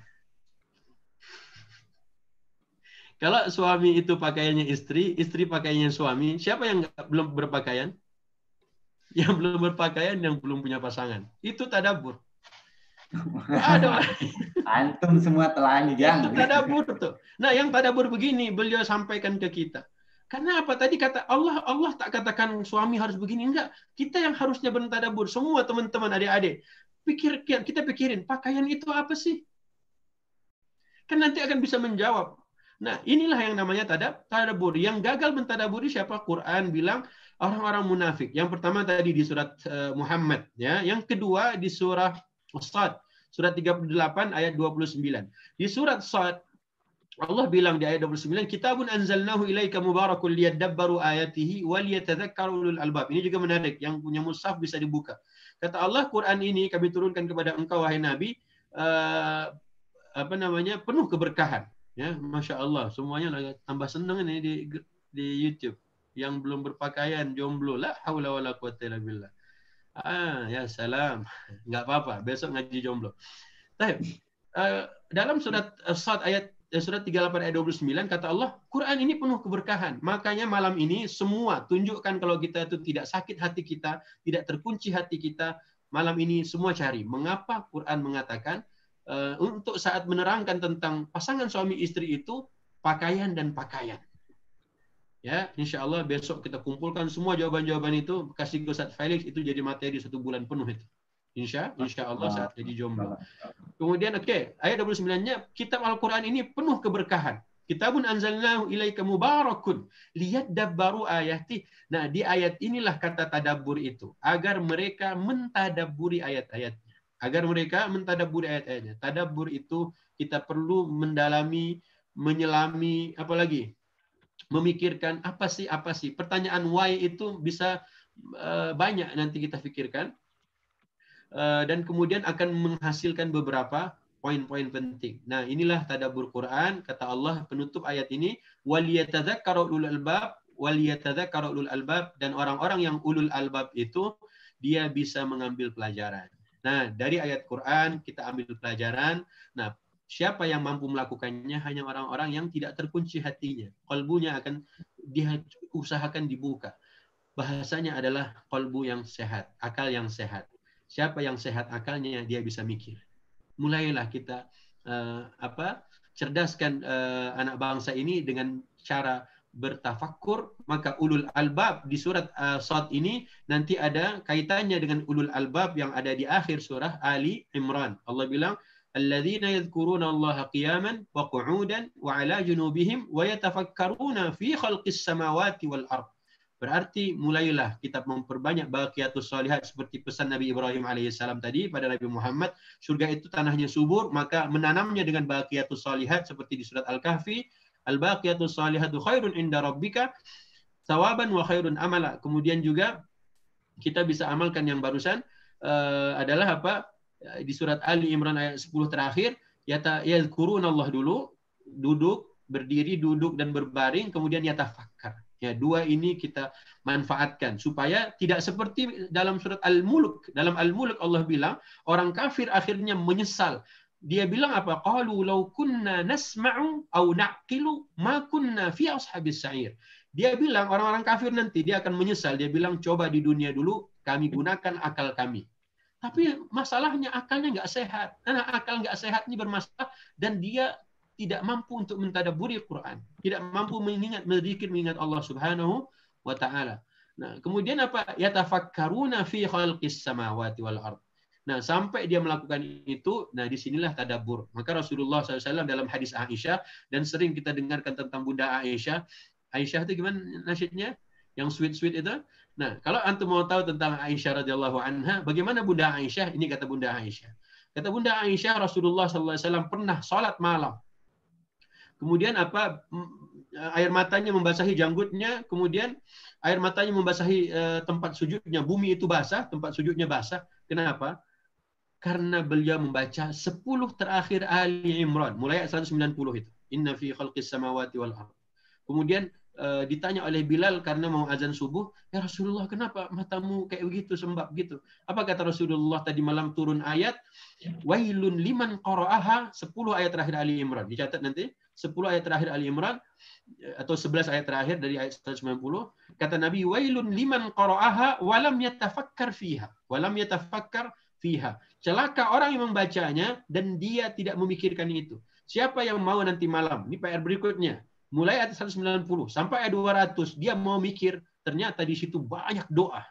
Speaker 3: Kalau suami itu pakaiannya istri, istri pakaiannya suami, siapa yang belum berpakaian? Yang belum berpakaian, yang belum punya pasangan. Itu tadabbur. Ada.
Speaker 4: Antum semua telanjang.
Speaker 3: Itu tadabbur tuh. Nah, yang tadabbur begini, beliau sampaikan ke kita. Karena apa? Tadi kata Allah, Allah tak katakan suami harus begini. Enggak. Kita yang harusnya bertadabbur. Semua teman-teman, adik-adik. Pikirkan, kita pikirin, pakaian itu apa sih? Kan nanti akan bisa menjawab. Nah, inilah yang namanya tadab, tadabbur. Yang gagal mentadaburi siapa? Quran bilang orang-orang munafik. Yang pertama tadi di surat uh, Muhammad, ya. Yang kedua di surah Shad, surat tiga puluh delapan ayat dua puluh sembilan. Di surat Shad Allah bilang di ayat dua puluh sembilan, "Kitabun anzalnahu ilaika mubarakun liyadabbaru ayatihi wa liyatadzakkaru ulul albab." Ini juga menarik. Yang punya mushaf bisa dibuka. Kata Allah, Quran ini kami turunkan kepada engkau wahai Nabi, uh, apa namanya? penuh keberkahan. Ya, masya Allah, semuanya lagi tambah seneng ini di di YouTube. Yang belum berpakaian jomblo, la haula wala quwata illa billah. Ah, ya salam, nggak apa-apa. Besok ngaji jomblo. Baik. Uh, dalam surat As-Sad ayat surat tiga puluh delapan ayat dua puluh sembilan kata Allah, Quran ini penuh keberkahan. Makanya malam ini semua tunjukkan kalau kita itu tidak sakit hati kita, tidak terkunci hati kita. Malam ini semua cari mengapa Quran mengatakan Uh, untuk saat menerangkan tentang pasangan suami istri itu pakaian dan pakaian. Ya, insya Allah besok kita kumpulkan semua jawaban-jawaban itu, kasih ke Ustaz Felix, itu jadi materi satu bulan penuh itu. Insya, insya Allah saat jadi jomblo. Kemudian oke, okay, ayat dua puluh sembilan-nya, kitab Al-Quran ini penuh keberkahan. Kitabun anzalnahu ilaika mubarakun liyadabbaru ayati. Nah, di ayat inilah kata tadabbur itu, agar mereka mentadabburi ayat-ayatnya. agar mereka mentadabburi ayat-ayatnya. Tadabbur itu kita perlu mendalami, menyelami, apalagi memikirkan apa sih apa sih. Pertanyaan why itu bisa uh, banyak nanti kita pikirkan uh, dan kemudian akan menghasilkan beberapa poin-poin penting. Nah, inilah tadabbur Quran, kata Allah penutup ayat ini, waliyatadzakkaru ulul albab, waliyatadzakkaru ulul albab, dan orang-orang yang ulul albab itu dia bisa mengambil pelajaran. Nah, dari ayat Quran kita ambil pelajaran. Nah, siapa yang mampu melakukannya? Hanya orang-orang yang tidak terkunci hatinya. Qalbunya akan dia usahakan dibuka. Bahasanya adalah qalbu yang sehat, akal yang sehat. Siapa yang sehat akalnya, dia bisa mikir. Mulailah kita uh, apa? cerdaskan uh, anak bangsa ini dengan cara bertafakkur. Maka ulul albab di surat uh, Shad ini nanti ada kaitannya dengan ulul albab yang ada di akhir surah Ali Imran. Allah bilang, alladzina yadhkuruna Allaha qiyaman wa qu'udan wa 'ala junubihim wa yatafakkaruna fi khalqis samawati wal ard. Berarti mulailah kita memperbanyak baqiyatus shalihat seperti pesan Nabi Ibrahim alaihissalam tadi pada Nabi Muhammad. Surga itu tanahnya subur, maka menanamnya dengan baqiyatus shalihat seperti di surat Al-Kahfi. Al-baqiyatus shalihatu khairun inda rabbika thawaban wa khairun amala. Kemudian juga kita bisa amalkan yang barusan uh, adalah apa? Di surat Ali Imran ayat sepuluh terakhir, yata yadhkuruna Allah dulu, duduk, berdiri, duduk dan berbaring, kemudian yatafakkar. Ya, dua ini kita manfaatkan supaya tidak seperti dalam surat Al-Mulk. Dalam Al-Mulk Allah bilang orang kafir akhirnya menyesal. Dia bilang apa? Qalu law kunna nasma'u aw na'qilu ma kunna fi ashabis sa'ir. Dia bilang orang-orang kafir nanti dia akan menyesal. Dia bilang coba di dunia dulu kami gunakan akal kami. Tapi masalahnya akalnya nggak sehat. Karena akal nggak sehat ini bermasalah dan dia tidak mampu untuk mentadabburi Quran, tidak mampu mengingat, berzikir, mengingat Allah Subhanahu wa taala. Nah, kemudian apa? Yatafakkaruna fi khalqis samawati wal ard. Nah, sampai dia melakukan itu, nah disinilah tadabbur. Maka Rasulullah shallallahu alaihi wasallam dalam hadis Aisyah, dan sering kita dengarkan tentang Bunda Aisyah. Aisyah itu gimana nasyidnya? Yang sweet-sweet itu. Nah, kalau antum mau tahu tentang Aisyah radhiyallahu anha, bagaimana Bunda Aisyah? Ini kata Bunda Aisyah. Kata Bunda Aisyah, Rasulullah shallallahu alaihi wasallam pernah salat malam. Kemudian apa? Air matanya membasahi janggutnya, kemudian air matanya membasahi uh, tempat sujudnya, bumi itu basah, tempat sujudnya basah. Kenapa? Karena beliau membaca sepuluh terakhir Ali Imran, mulai ayat seratus sembilan puluh itu. Inna fi khalqis samawati wal ard. Kemudian uh, ditanya oleh Bilal karena mau azan subuh, ya Rasulullah kenapa matamu kayak begitu, sembab gitu? Apa kata Rasulullah tadi malam turun ayat, wailun liman qara'aha, sepuluh ayat terakhir Ali Imran. Dicatat nanti. sepuluh ayat terakhir Ali Imran atau sebelas ayat terakhir dari ayat seratus sembilan puluh, kata Nabi, wailun liman qara'aha walam yatafakkar fiha walam yatafakkar fiha. Celaka orang yang membacanya dan dia tidak memikirkan itu. Siapa yang mau nanti malam, ini P R berikutnya, mulai ayat seratus sembilan puluh sampai ayat dua ratus, dia mau mikir, ternyata di situ banyak doa.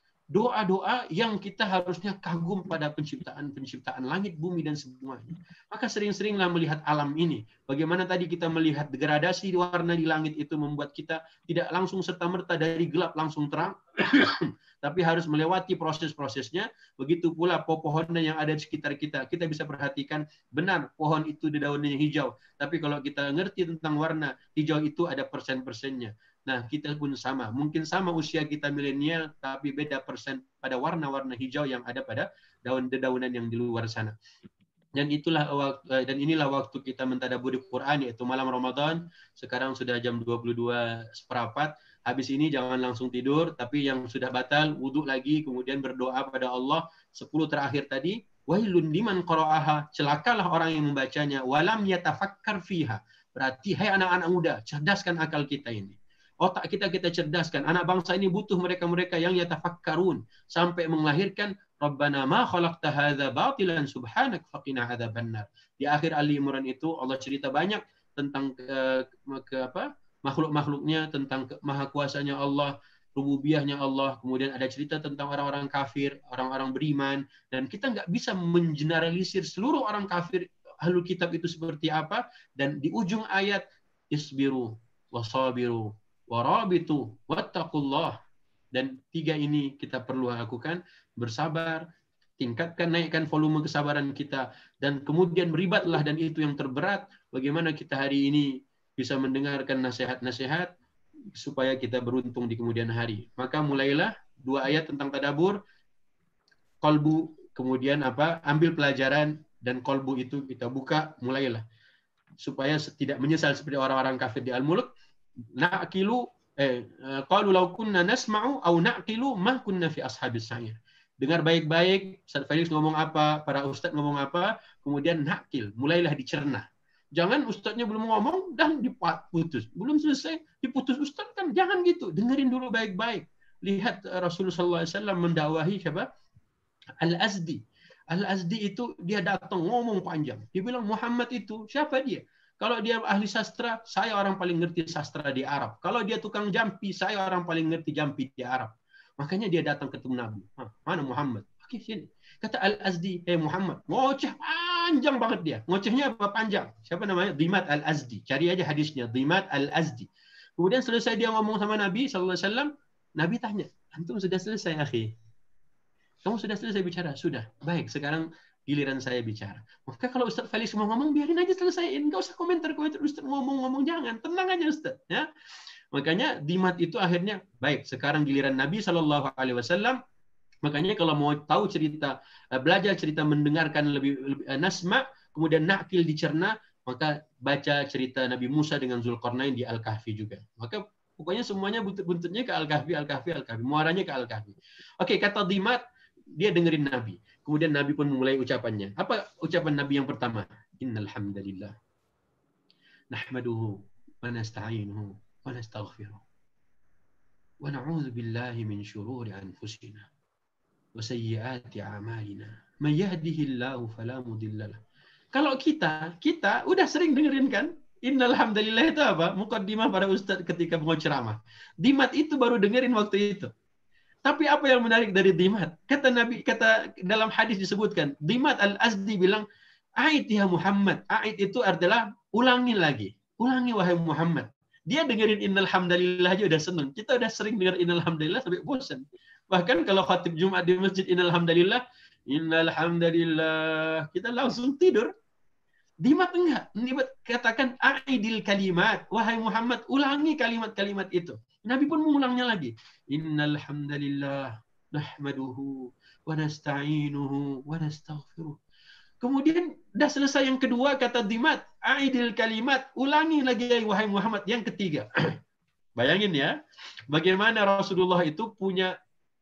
Speaker 3: Doa-doa yang kita harusnya kagum pada penciptaan-penciptaan langit, bumi, dan semuanya. Maka sering-seringlah melihat alam ini. Bagaimana tadi kita melihat degradasi warna di langit itu membuat kita tidak langsung serta-merta dari gelap langsung terang, tapi harus melewati proses-prosesnya. Begitu pula pohon-pohon yang ada di sekitar kita. Kita bisa perhatikan, benar pohon itu daunnya hijau. Tapi kalau kita ngerti tentang warna, hijau itu ada persen-persennya. Nah, kita pun sama. Mungkin sama usia kita milenial, tapi beda persen pada warna-warna hijau yang ada pada daun-dedaunan yang di luar sana. Dan itulah dan inilah waktu kita mentadabburi Quran, yaitu malam Ramadan. Sekarang sudah jam dua puluh dua seperempat. Habis ini jangan langsung tidur, tapi yang sudah batal, wudhu lagi, kemudian berdoa pada Allah. Sepuluh terakhir tadi, wailun liman qara'aha, celakalah orang yang membacanya, walam yatafakkar fiha. Berarti, hai anak-anak muda, cerdaskan akal kita ini. Otak kita kita cerdaskan. Anak bangsa ini butuh mereka-mereka yang yatafakkarun sampai melahirkan Rabbana ma khalaqta hadza batilan subhanak faqina adzabannar. Di akhir Ali Imran itu Allah cerita banyak tentang ke, ke apa? makhluk-makhluknya, tentang ke, maha kuasanya Allah, rububiyahnya Allah. Kemudian ada cerita tentang orang-orang kafir, orang-orang beriman, dan kita nggak bisa mengeneralisir seluruh orang kafir ahlul kitab itu seperti apa. Dan di ujung ayat isbiru wasabiru warabitu wattaqullah, dan tiga ini kita perlu lakukan, bersabar, tingkatkan, naikkan volume kesabaran kita, dan kemudian beribatlah, dan itu yang terberat, bagaimana kita hari ini bisa mendengarkan nasihat-nasihat supaya kita beruntung di kemudian hari. Maka mulailah dua ayat tentang tadabbur, qalbu, kemudian apa? Ambil pelajaran, dan qalbu itu kita buka, mulailah supaya tidak menyesal seperti orang-orang kafir di Al-Mulk. Na'qilu eh qalu law kunna nasma'u aw na'qilu ma kunna fi ashabis sa'ir. Dengar baik-baik, Ustaz Felix ngomong apa, para ustaz ngomong apa, kemudian na'qil, mulailah dicerna. Jangan ustaznya belum ngomong dan diputus. Belum selesai diputus ustaz kan, jangan gitu. Dengerin dulu baik-baik. Lihat Rasulullah sallallahu alaihi wasallam mendakwahi siapa? Al-Azdi. Al-Azdi itu dia datang ngomong panjang. Dia bilang Muhammad itu siapa dia? Kalau dia ahli sastra, saya orang paling ngerti sastra di Arab. Kalau dia tukang jampi, saya orang paling ngerti jampi di Arab. Makanya dia datang ketemu Nabi. Hah, mana Muhammad? Oke, sini. Kata Al-Azdi, eh Muhammad, ngoceh panjang banget dia. Ngocehnya apa panjang? Siapa namanya? Dhimat Al-Azdi. Cari aja hadisnya, Dhimat Al-Azdi. Kemudian selesai dia ngomong sama Nabi sallallahu alaihi wasallam, Nabi tanya, "Antum sudah selesai, akhi? Kamu sudah selesai bicara?" Sudah. Baik, sekarang giliran saya bicara. Maka kalau Ustaz Felix mau ngomong, biarin aja selesaiin. Enggak usah komentar-komentar Ustaz ngomong-ngomong, jangan. Tenang aja Ustaz, ya. Makanya Dhimat itu akhirnya, baik, sekarang giliran Nabi sallallahu alaihi wasallam. Makanya kalau mau tahu cerita, belajar cerita, mendengarkan lebih, lebih nasma, kemudian na'qil, dicerna, maka baca cerita Nabi Musa dengan Zulkarnain di Al-Kahfi juga. Maka pokoknya semuanya buntut-buntutnya ke Al-Kahfi, Al-Kahfi, Al-Kahfi. Muaranya ke Al-Kahfi. Oke, kata Dhimat, dia dengerin Nabi. Kemudian Nabi pun memulai ucapannya. Apa ucapan Nabi yang pertama? Innal hamdalillah nahmaduhu wa nasta'inuhu wa nastaghfiruh wa na'udzu billahi min shururi anfusina wa sayyiati a'malina may yahdihillahu fala mudhillalah. Kalau kita, kita udah sering dengerin kan? Innal hamdalillah itu apa? Muqaddimah para ustaz ketika mau ceramah. Dhimat itu baru dengerin waktu itu. Tapi apa yang menarik dari Dhimat? Kata Nabi, kata dalam hadis disebutkan, Dhimat Al-Azdi bilang, "A'id ya Muhammad." A'id itu adalah ulangi lagi. Ulangi wahai Muhammad. Dia dengerin innal hamdalillah aja udah seneng. Kita udah sering dengar innal hamdalillah sampai bosan. Bahkan kalau khatib Jumat di masjid innal hamdalillah, innal hamdalillah, kita langsung tidur. Dhimat enggak. Dhimat katakan a'idil kalimat. Wahai Muhammad, ulangi kalimat-kalimat itu. Nabi pun mengulangnya lagi. Innal hamdalillah nahmaduhu wa nasta'inuhu wa nastaghfiruh. Kemudian dah selesai yang kedua, kata Dhimat, a'idil kalimat, ulangi lagi wahai Muhammad. Yang ketiga. Bayangin ya, bagaimana Rasulullah itu punya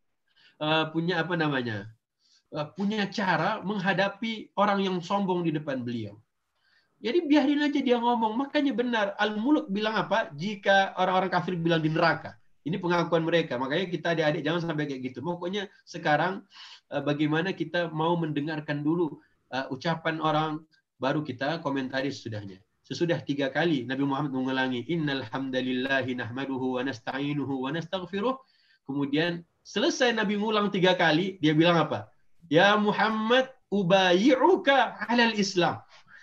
Speaker 3: uh, punya apa namanya? Uh, punya cara menghadapi orang yang sombong di depan beliau. Jadi biarin aja dia ngomong. Makanya benar, Al-Mulk bilang apa? Jika orang-orang kafir bilang di neraka. Ini pengakuan mereka. Makanya kita adik-adik jangan sampai kayak gitu. Pokoknya sekarang bagaimana kita mau mendengarkan dulu uh, ucapan orang, baru kita komentari sesudahnya. Sesudah tiga kali Nabi Muhammad mengulangi innal hamdalillahi nahmaduhu wa nasta'inuhu wa nastaghfiruh. Kemudian selesai Nabi ngulang tiga kali, dia bilang apa? Ya Muhammad, ubayi'uka 'alal Islam.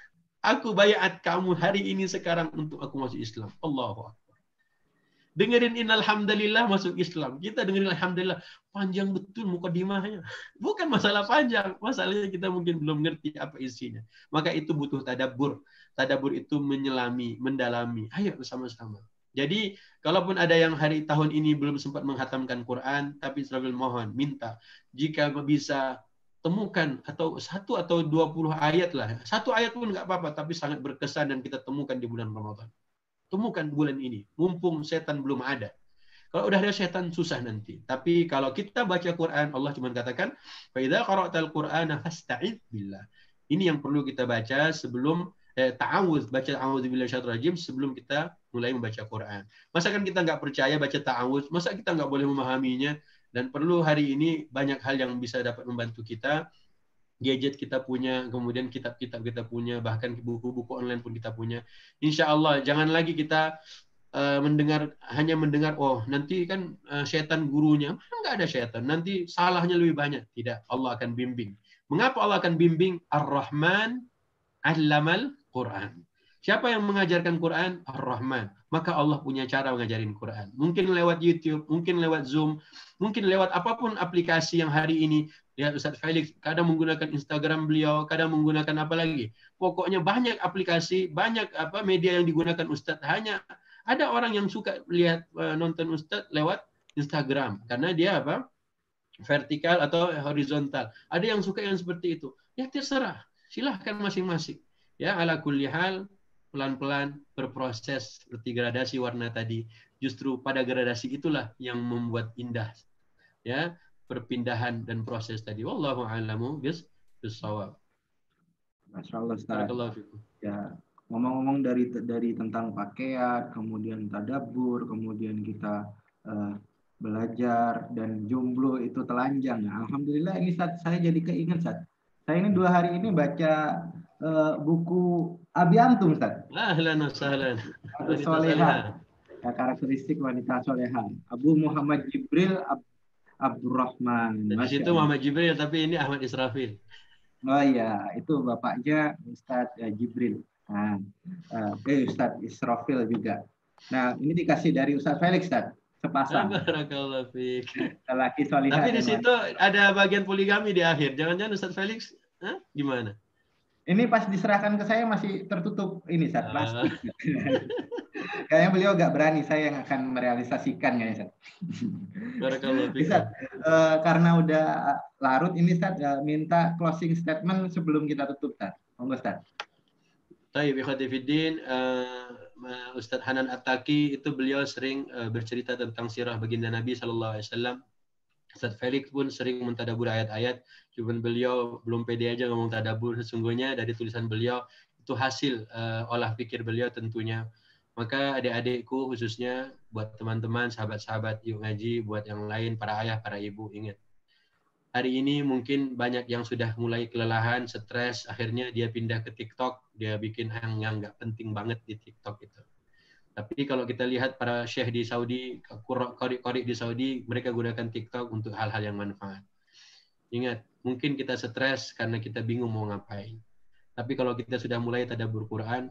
Speaker 3: Aku bayat kamu hari ini sekarang untuk aku masuk Islam. Allahu Akbar. Dengerin innal hamdalillah masuk Islam. Kita dengerin alhamdulillah. Panjang betul mukadimahnya. Bukan masalah panjang. Masalahnya kita mungkin belum ngerti apa isinya. Maka itu butuh tadabbur. Tadabbur itu menyelami, mendalami. Ayo bersama-sama. Jadi, kalaupun ada yang hari tahun ini belum sempat menghatamkan Quran, tapi selalu mohon, minta. Jika bisa temukan atau satu atau dua puluh ayat lah. Satu ayat pun nggak apa-apa, tapi sangat berkesan dan kita temukan di bulan Ramadan. Temukan bulan ini, mumpung setan belum ada. Kalau udah ada setan, susah nanti. Tapi kalau kita baca Quran, Allah cuma katakan, fa idza qara'tal Qur'ana fasta'idz billah. Ini yang perlu kita baca sebelum eh, ta'awudz, baca a'udzubillahi minasyaitonir rajim sebelum kita mulai membaca Quran. Masa kan kita nggak percaya baca ta'awudz, masa kita nggak boleh memahaminya? Dan perlu hari ini banyak hal yang bisa dapat membantu kita. Gadget kita punya, kemudian kitab-kitab kita punya, bahkan buku-buku online pun kita punya. Insya Allah, jangan lagi kita uh, mendengar hanya mendengar, oh nanti kan uh, setan gurunya. Enggak ada setan, nanti salahnya lebih banyak. Tidak, Allah akan bimbing. Mengapa Allah akan bimbing? Ar-Rahman 'allamal Quran. Siapa yang mengajarkan Quran? Ar-Rahman. Maka Allah punya cara mengajarin Quran. Mungkin lewat YouTube, mungkin lewat Zoom, mungkin lewat apapun aplikasi yang hari ini Lihat Ustaz Felix, kadang menggunakan Instagram beliau, kadang menggunakan apa lagi. Pokoknya banyak aplikasi, banyak apa media yang digunakan Ustaz. Hanya ada orang yang suka lihat uh, nonton Ustaz lewat Instagram karena dia apa? Vertikal atau horizontal. Ada yang suka yang seperti itu. Ya terserah, silahkan masing-masing. Ya ala kulli hal, pelan-pelan berproses seperti gradasi warna tadi. Justru pada gradasi itulah yang membuat indah. Ya, perpindahan dan proses tadi. Wallahu a'lamu bis-shawab.
Speaker 4: Masya Allah Ustaz.
Speaker 3: Barakallahu fikum.
Speaker 4: Ya, ngomong-ngomong dari dari tentang pakaian, kemudian tadabbur, kemudian kita uh, belajar dan jomblo itu telanjang. Nah, alhamdulillah ini Ustaz, saya jadi keinget Ustaz. Saya ini dua hari ini baca uh, buku Abi Antum Ustaz.
Speaker 3: Ahlan wa sahlan.
Speaker 4: Soleha. Ya, karakteristik wanita soleha. Abu Muhammad Jibril Ab Abdurrahman.
Speaker 3: Di situ Muhammad Jibril tapi ini Ahmad Israfil.
Speaker 4: Oh iya, itu bapaknya Ustadz uh, Jibril. Nah, uh, eh Ustadz Israfil juga. Nah, ini dikasih dari Ustadz Felix Ustadz. Sepasang.
Speaker 3: Barakallahu fiik.
Speaker 4: Laki solihah.
Speaker 3: Tapi di situ ada bagian poligami di akhir. Jangan-jangan Ustaz Felix, Hah? gimana?
Speaker 4: Ini pas diserahkan ke saya masih tertutup ini Ustaz, plastik. Kayaknya beliau agak berani, saya yang akan merealisasikan ya Ustaz.
Speaker 3: Barakallahu fiik.
Speaker 4: Ustaz, uh, karena udah larut ini Ustaz, uh, minta closing statement sebelum kita tutup Ustaz. Monggo Ustaz.
Speaker 3: Taib ikhwati fiddin, uh, Ustaz Hanan At-Taki itu beliau sering uh, bercerita tentang sirah baginda Nabi sallallahu alaihi wasallam. Ustaz Felix pun sering mentadabur ayat-ayat, cuman beliau belum pede aja ngomong tadabur. Sesungguhnya dari tulisan beliau itu hasil uh, olah pikir beliau tentunya. Maka adik-adikku khususnya buat teman-teman, sahabat-sahabat yuk ngaji, buat yang lain para ayah, para ibu, ingat. Hari ini mungkin banyak yang sudah mulai kelelahan, stres, akhirnya dia pindah ke TikTok, dia bikin hal yang nggak penting banget di TikTok itu. Tapi kalau kita lihat para syekh di Saudi, qori-qori di Saudi, mereka gunakan TikTok untuk hal-hal yang manfaat. Ingat, mungkin kita stres karena kita bingung mau ngapain. Tapi kalau kita sudah mulai tadabbur Quran,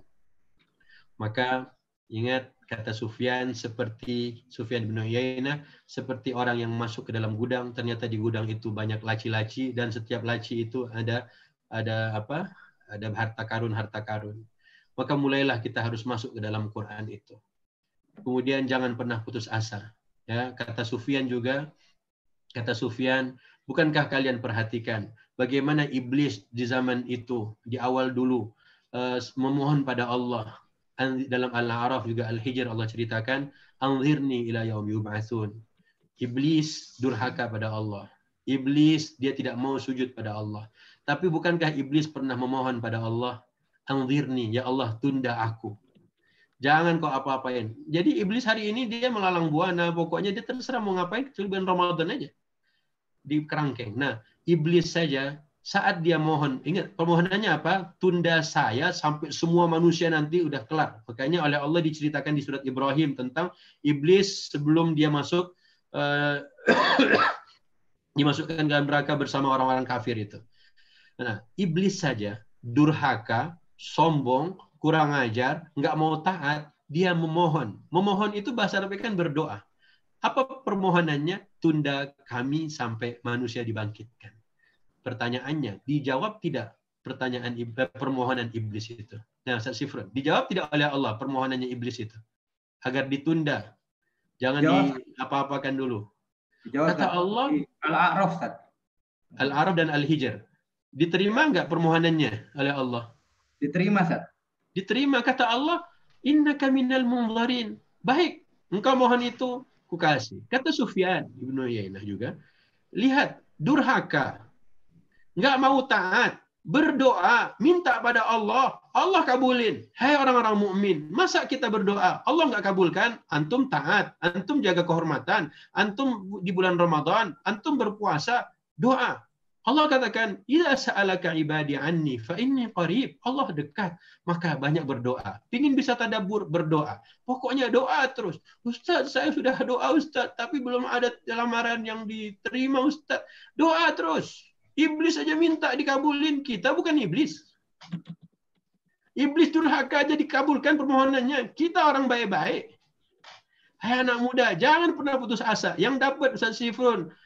Speaker 3: maka ingat kata Sufyan, seperti Sufyan bin Uyainah, seperti orang yang masuk ke dalam gudang, ternyata di gudang itu banyak laci-laci dan setiap laci itu ada ada apa? Ada harta karun harta karun. Maka mulailah kita harus masuk ke dalam Quran itu. Kemudian jangan pernah putus asa. Ya, kata Sufyan juga, kata Sufyan, bukankah kalian perhatikan bagaimana iblis di zaman itu di awal dulu uh, memohon pada Allah. Dalam Al-A'raf juga Al-Hijr Allah ceritakan, anzirni ila yaumi yub'atsun. Iblis durhaka pada Allah. Iblis dia tidak mau sujud pada Allah. Tapi bukankah iblis pernah memohon pada Allah, anzirni, ya Allah tunda aku. Jangan kau apa-apain. Jadi iblis hari ini dia melalang buana, pokoknya dia terserah mau ngapain kecuali bulan Ramadan aja. Di kerangkeng. Nah, iblis saja saat dia mohon, ingat permohonannya apa? Tunda saya sampai semua manusia nanti udah kelar. Makanya oleh Allah diceritakan di surat Ibrahim tentang iblis sebelum dia masuk uh, dimasukkan dalam neraka bersama orang-orang kafir itu. Nah, iblis saja durhaka, sombong, kurang ajar, nggak mau taat, dia memohon. Memohon itu bahasa Arabnya kan berdoa. Apa permohonannya? Tunda kami sampai manusia dibangkitkan. Pertanyaannya, dijawab tidak pertanyaan permohonan iblis itu? Nah, Ustaz Sifrun, dijawab tidak oleh Allah permohonannya iblis itu? Agar ditunda. Jangan diapa-apakan dulu.
Speaker 4: Dijawab,
Speaker 3: kata Allah,
Speaker 4: Al-A'raf, Ustaz.
Speaker 3: Al-A'raf dan Al-Hijr. Diterima enggak permohonannya oleh Allah?
Speaker 4: Diterima, Ustaz.
Speaker 3: Diterima, kata Allah, innaka minal munzarin. Baik, engkau mohon itu, kukasih. Kata Sufyan Ibnu Uyainah juga, lihat, durhaka, nggak mau taat, berdoa, minta pada Allah, Allah kabulin. Hai orang-orang mukmin, masa kita berdoa, Allah nggak kabulkan? Antum taat, antum jaga kehormatan, antum di bulan Ramadan, antum berpuasa, doa. Allah katakan, "Idza sa'alaka ibadi anni fa inni qarib." Allah dekat, maka banyak berdoa. Pingin bisa tadabbur, berdoa. Pokoknya doa terus. Ustaz, saya sudah doa Ustaz, tapi belum ada lamaran yang diterima Ustaz. Doa terus. Iblis aja minta dikabulin, kita bukan iblis. Iblis durhaka aja dikabulkan permohonannya. Kita orang baik-baik. Hai anak muda, jangan pernah putus asa. Yang dapat Ustaz Sifrun,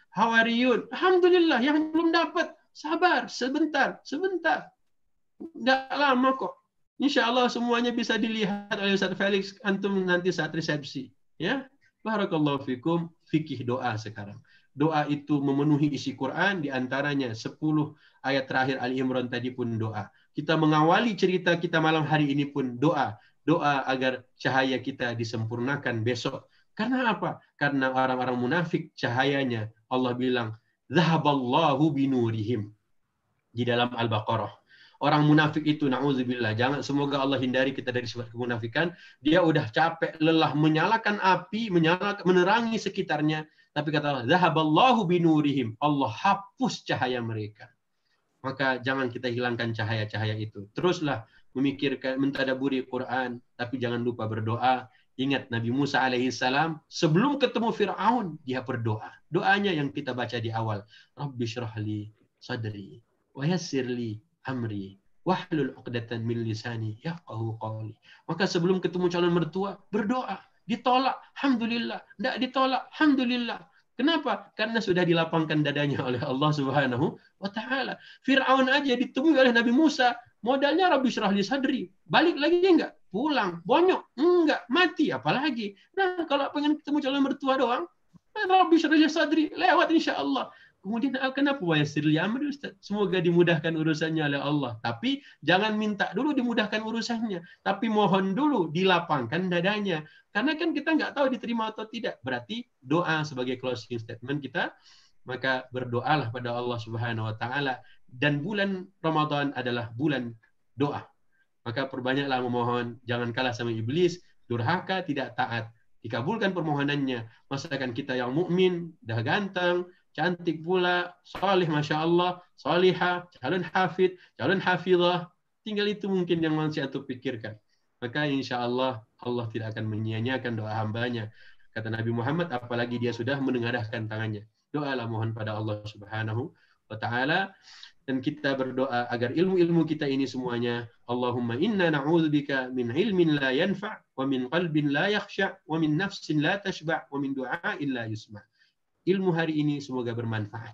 Speaker 3: Hawariyun, alhamdulillah. Yang belum dapat, sabar, sebentar, sebentar. Nggak lama kok. Insya Allah semuanya bisa dilihat oleh Ustaz Felix antum nanti saat resepsi. Ya, barakallahu fikum. Fikih doa sekarang. Doa itu memenuhi isi Quran, diantaranya sepuluh ayat terakhir Ali Imran tadi pun doa. Kita mengawali cerita kita malam hari ini pun doa. Doa agar cahaya kita disempurnakan besok. Karena apa? Karena orang-orang munafik cahayanya Allah bilang, "Zahaballahu binurihim." Di dalam Al-Baqarah. Orang munafik itu, na'udzubillah, jangan, semoga Allah hindari kita dari sifat kemunafikan. Dia udah capek, lelah, menyalakan api, menyalakan, menerangi sekitarnya. Tapi kata Allah, zahaballahu binurihim. Allah hapus cahaya mereka. Maka jangan kita hilangkan cahaya-cahaya itu. Teruslah memikirkan, mentadaburi Quran, tapi jangan lupa berdoa. Ingat Nabi Musa alaihissalam, sebelum ketemu Fir'aun, dia berdoa. Doanya yang kita baca di awal. Rabbi syrahli sadri, wa yassirli amri, wahlul 'uqdatan min lisani yafqahu qawli. Maka sebelum ketemu calon mertua, berdoa. Ditolak, alhamdulillah. Tidak ditolak, alhamdulillah. Kenapa? Karena sudah dilapangkan dadanya oleh Allah Subhanahu wa taala. Firaun aja ditemui oleh Nabi Musa, modalnya Rabbi syrahli sadri. Balik lagi enggak? Pulang, bonyok, enggak, mati apalagi. Nah, kalau pengen ketemu calon mertua doang, Rabbi syrahli sadri, lewat insyaallah. Kemudian kenapa wa yassirli amri, Ustaz? Semoga dimudahkan urusannya oleh Allah. Tapi jangan minta dulu dimudahkan urusannya, tapi mohon dulu dilapangkan dadanya. Karena kan kita nggak tahu diterima atau tidak. Berarti doa sebagai closing statement kita, maka berdoalah pada Allah Subhanahu wa taala, dan bulan Ramadan adalah bulan doa. Maka perbanyaklah memohon, jangan kalah sama iblis, durhaka, tidak taat. Dikabulkan permohonannya. Masakan kita yang mukmin, dah ganteng, cantik pula, salih, masya Allah, salihah, calon hafid, calon hafizah. Tinggal itu mungkin yang manusia itu pikirkan. Maka insya Allah, Allah tidak akan menyia-nyiakan doa hambanya. Kata Nabi Muhammad, apalagi dia sudah menengadahkan tangannya. Doalah mohon pada Allah Subhanahu wa ta'ala. Dan kita berdoa agar ilmu-ilmu kita ini semuanya, Allahumma inna na'udzubika min ilmin la yanfa' wa min qalbin la yakhsha' wa min nafsin la tashba' wa min du'a'in la yusma'. Ilmu hari ini semoga bermanfaat.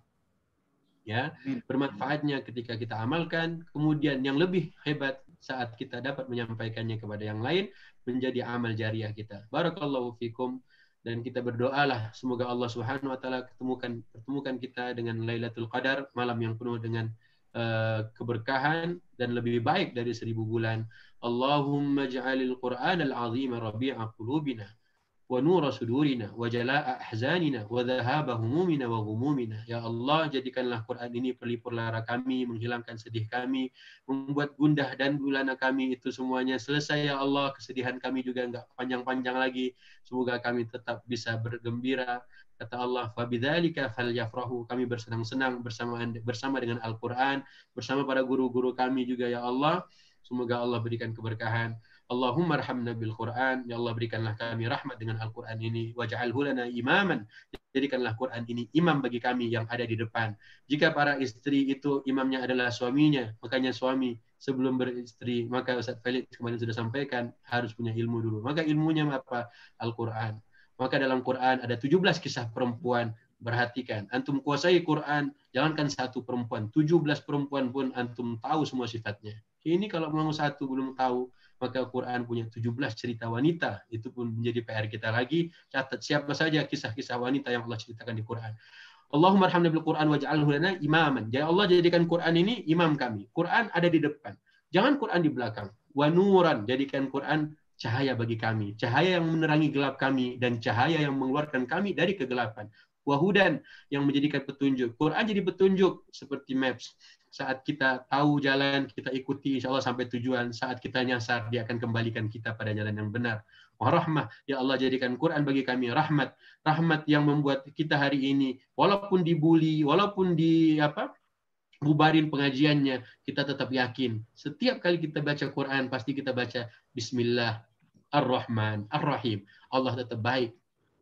Speaker 3: Ya, bermanfaatnya ketika kita amalkan, kemudian yang lebih hebat saat kita dapat menyampaikannya kepada yang lain, menjadi amal jariah kita. Barakallahu fikum. Dan kita berdoalah semoga Allah Subhanahu wa taala ketemukan pertemukan kita dengan Lailatul Qadar, malam yang penuh dengan uh, keberkahan dan lebih baik dari seribu bulan. Allahumma ja'alil Qur'anal 'azima rabi'a qulubina wa nura sudurina wa jalaa ahzanina wa dhahaba humumina wa ghumumina. Ya Allah, jadikanlah Quran ini pelipur lara kami, menghilangkan sedih kami, membuat gundah dan gulana kami itu semuanya selesai ya Allah. Kesedihan kami juga enggak panjang-panjang lagi. Semoga kami tetap bisa bergembira. Kata Allah, fabidzalika falyafrahu, kami bersenang-senang bersama bersama dengan Al-Qur'an, bersama para guru-guru kami juga ya Allah. Semoga Allah berikan keberkahan. Allahumma arhamna bil Quran, ya Allah berikanlah kami rahmat dengan Al-Quran ini, waj'alhu lana imaman, jadikanlah Quran ini imam bagi kami yang ada di depan. Jika para istri itu imamnya adalah suaminya, makanya suami sebelum beristri, maka Ustaz Felix kemarin sudah sampaikan, harus punya ilmu dulu. Maka ilmunya apa? Al-Quran. Maka dalam Quran ada tujuh belas kisah perempuan. Perhatikan, antum kuasai Quran, jangankan satu perempuan, tujuh belas perempuan pun antum tahu semua sifatnya. Ini kalau mau satu belum tahu, maka Quran punya tujuh belas cerita wanita. Itu pun menjadi P R kita lagi. Catat siapa saja kisah-kisah wanita yang Allah ceritakan di Quran. Allahumma arhamna bil Quran waj'alhu lana imaman. Ya Allah, jadikan Quran ini imam kami. Quran ada di depan. Jangan Quran di belakang. Wa nuran, jadikan Quran cahaya bagi kami. Cahaya yang menerangi gelap kami dan cahaya yang mengeluarkan kami dari kegelapan. Wahudan, yang menjadikan petunjuk. Quran jadi petunjuk seperti maps. Saat kita tahu jalan, kita ikuti, insya Allah sampai tujuan. Saat kita nyasar, dia akan kembalikan kita pada jalan yang benar. Warahmah, ya Allah jadikan Quran bagi kami rahmat. Rahmat yang membuat kita hari ini, walaupun dibully, walaupun di apa bubarin pengajiannya, kita tetap yakin. Setiap kali kita baca Quran, pasti kita baca Bismillah, Ar-Rahman, Ar-Rahim. Allah tetap baik.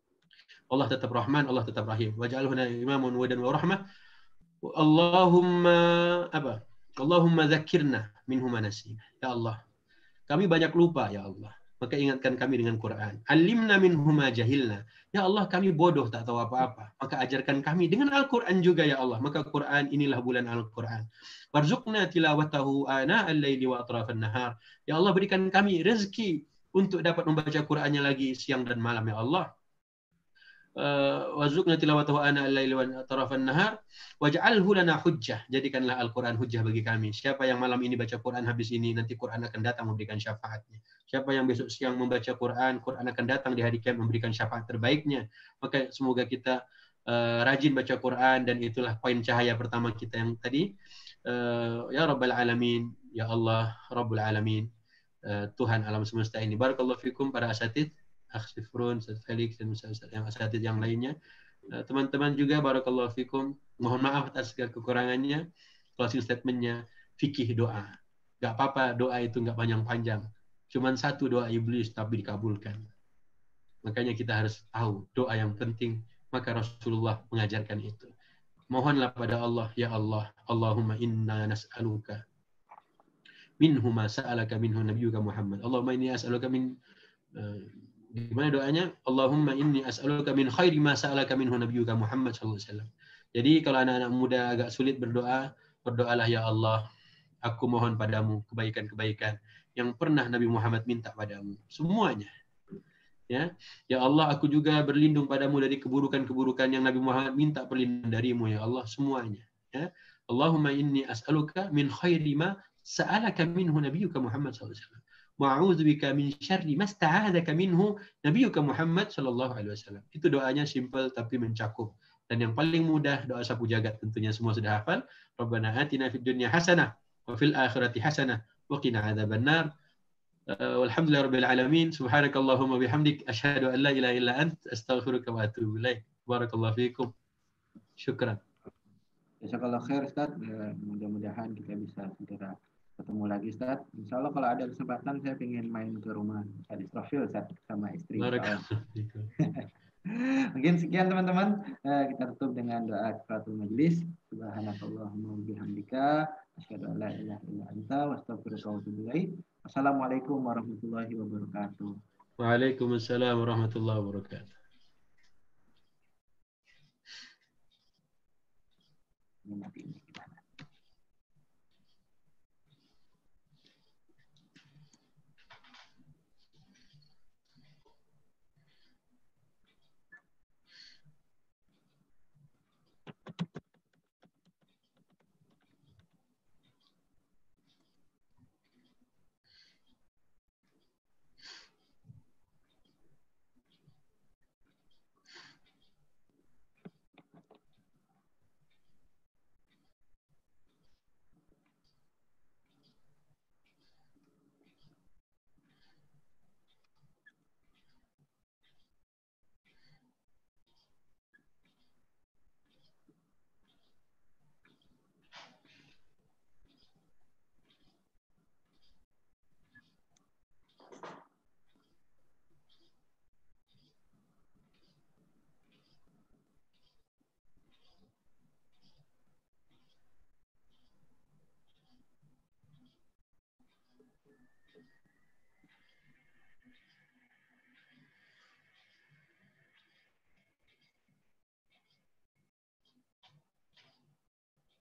Speaker 3: Allah tetap Rahman, Allah tetap Rahim. Waj'alhuna imamun wadan wa rahmah. Allahumma apa? Allahumma dzakirna minhu ma nasina. Ya Allah, kami banyak lupa ya Allah. maka ingatkan kami dengan Quran. Alimna minhuma jahilna. Ya Allah, kami bodoh tak tahu apa-apa, maka ajarkan kami dengan Al-Quran juga ya Allah. Maka Quran inilah bulan Al-Quran. Warzuqna tilawatahu ana al-laili wa atrafan nahar. Ya Allah, berikan kami rezeki untuk dapat membaca Qurannya lagi siang dan malam ya Allah. Warzuqna tilawatahu ana al-laili wa atrafan nahar waj'alhu lana hujjah. Jadikanlah Al-Quran hujjah bagi kami. Siapa yang malam ini baca Quran habis ini, nanti Quran akan datang memberikan syafaatnya. Siapa yang besok siang membaca Quran, Quran akan datang di hari kiamat memberikan syafaat terbaiknya. Maka semoga kita uh, rajin baca Quran, dan itulah poin cahaya pertama kita yang tadi. Uh, ya Rabbal Alamin, ya Allah Rabbul Alamin, uh, Tuhan alam semesta ini. Barakallahu fikum para asatid, Akh Sifrun, Ustaz Felix, dan Ustaz yang asatid yang lainnya. Uh, teman-teman juga barakallahu fikum. Mohon maaf atas segala kekurangannya. Closing statement-nya fikih doa. Gak apa-apa doa itu gak panjang-panjang. Cuman satu doa iblis tapi dikabulkan. Makanya kita harus tahu doa yang penting. Maka Rasulullah mengajarkan itu. Mohonlah pada Allah, ya Allah, Allahumma inna nas'aluka minhu ma sa'alaka minhu nabiyyuka Muhammad. Allahumma inni as'aluka min uh, gimana doanya? Allahumma inni as'aluka min khairi ma sa'alaka minhu nabiyyuka Muhammad sallallahu alaihi wasallam. Jadi kalau anak-anak muda agak sulit berdoa, berdoalah ya Allah, aku mohon padamu kebaikan-kebaikan yang pernah Nabi Muhammad minta padamu. Semuanya. Ya, ya Allah, aku juga berlindung padamu dari keburukan-keburukan yang Nabi Muhammad minta perlindungan darimu ya Allah, semuanya. Ya. Allahumma inni as'aluka min khairi ma sa'alaka minhu nabiyyuka Muhammad sallallahu alaihi wasallam. Wa'udzubika min syarri ma sta'adzaka minhu nabiyyuka Muhammad sallallahu alaihi wasallam. Itu doanya simple tapi mencakup. Dan yang paling mudah doa sapu jagat, tentunya semua sudah hafal. Rabbana atina fid dunya hasanah wa fil akhirati hasanah wa qina adzabannar. Walhamdulillahi rabbil alamin. Subhanakallahumma bihamdik asyhadu an la ilaha illa ant astaghfiruka wa atubu ilaik. Barakallahu fiikum. Syukran.
Speaker 4: Jazakallah khair Ustaz. Mudah-mudahan kita bisa segera ketemu lagi Ustaz. Insya Allah kalau ada kesempatan saya ingin main ke rumah Ustaz Israfil Ustaz sama istri. Mungkin sekian teman-teman. Kita tutup dengan doa kifaratul majelis. Subhanakallahumma bihamdika asyhadu an la ilaha illa anta astaghfiruka wa atubu ilaik. Wassalamualaikum warahmatullahi wabarakatuh.
Speaker 3: Waalaikumsalam warahmatullahi wabarakatuh. Ini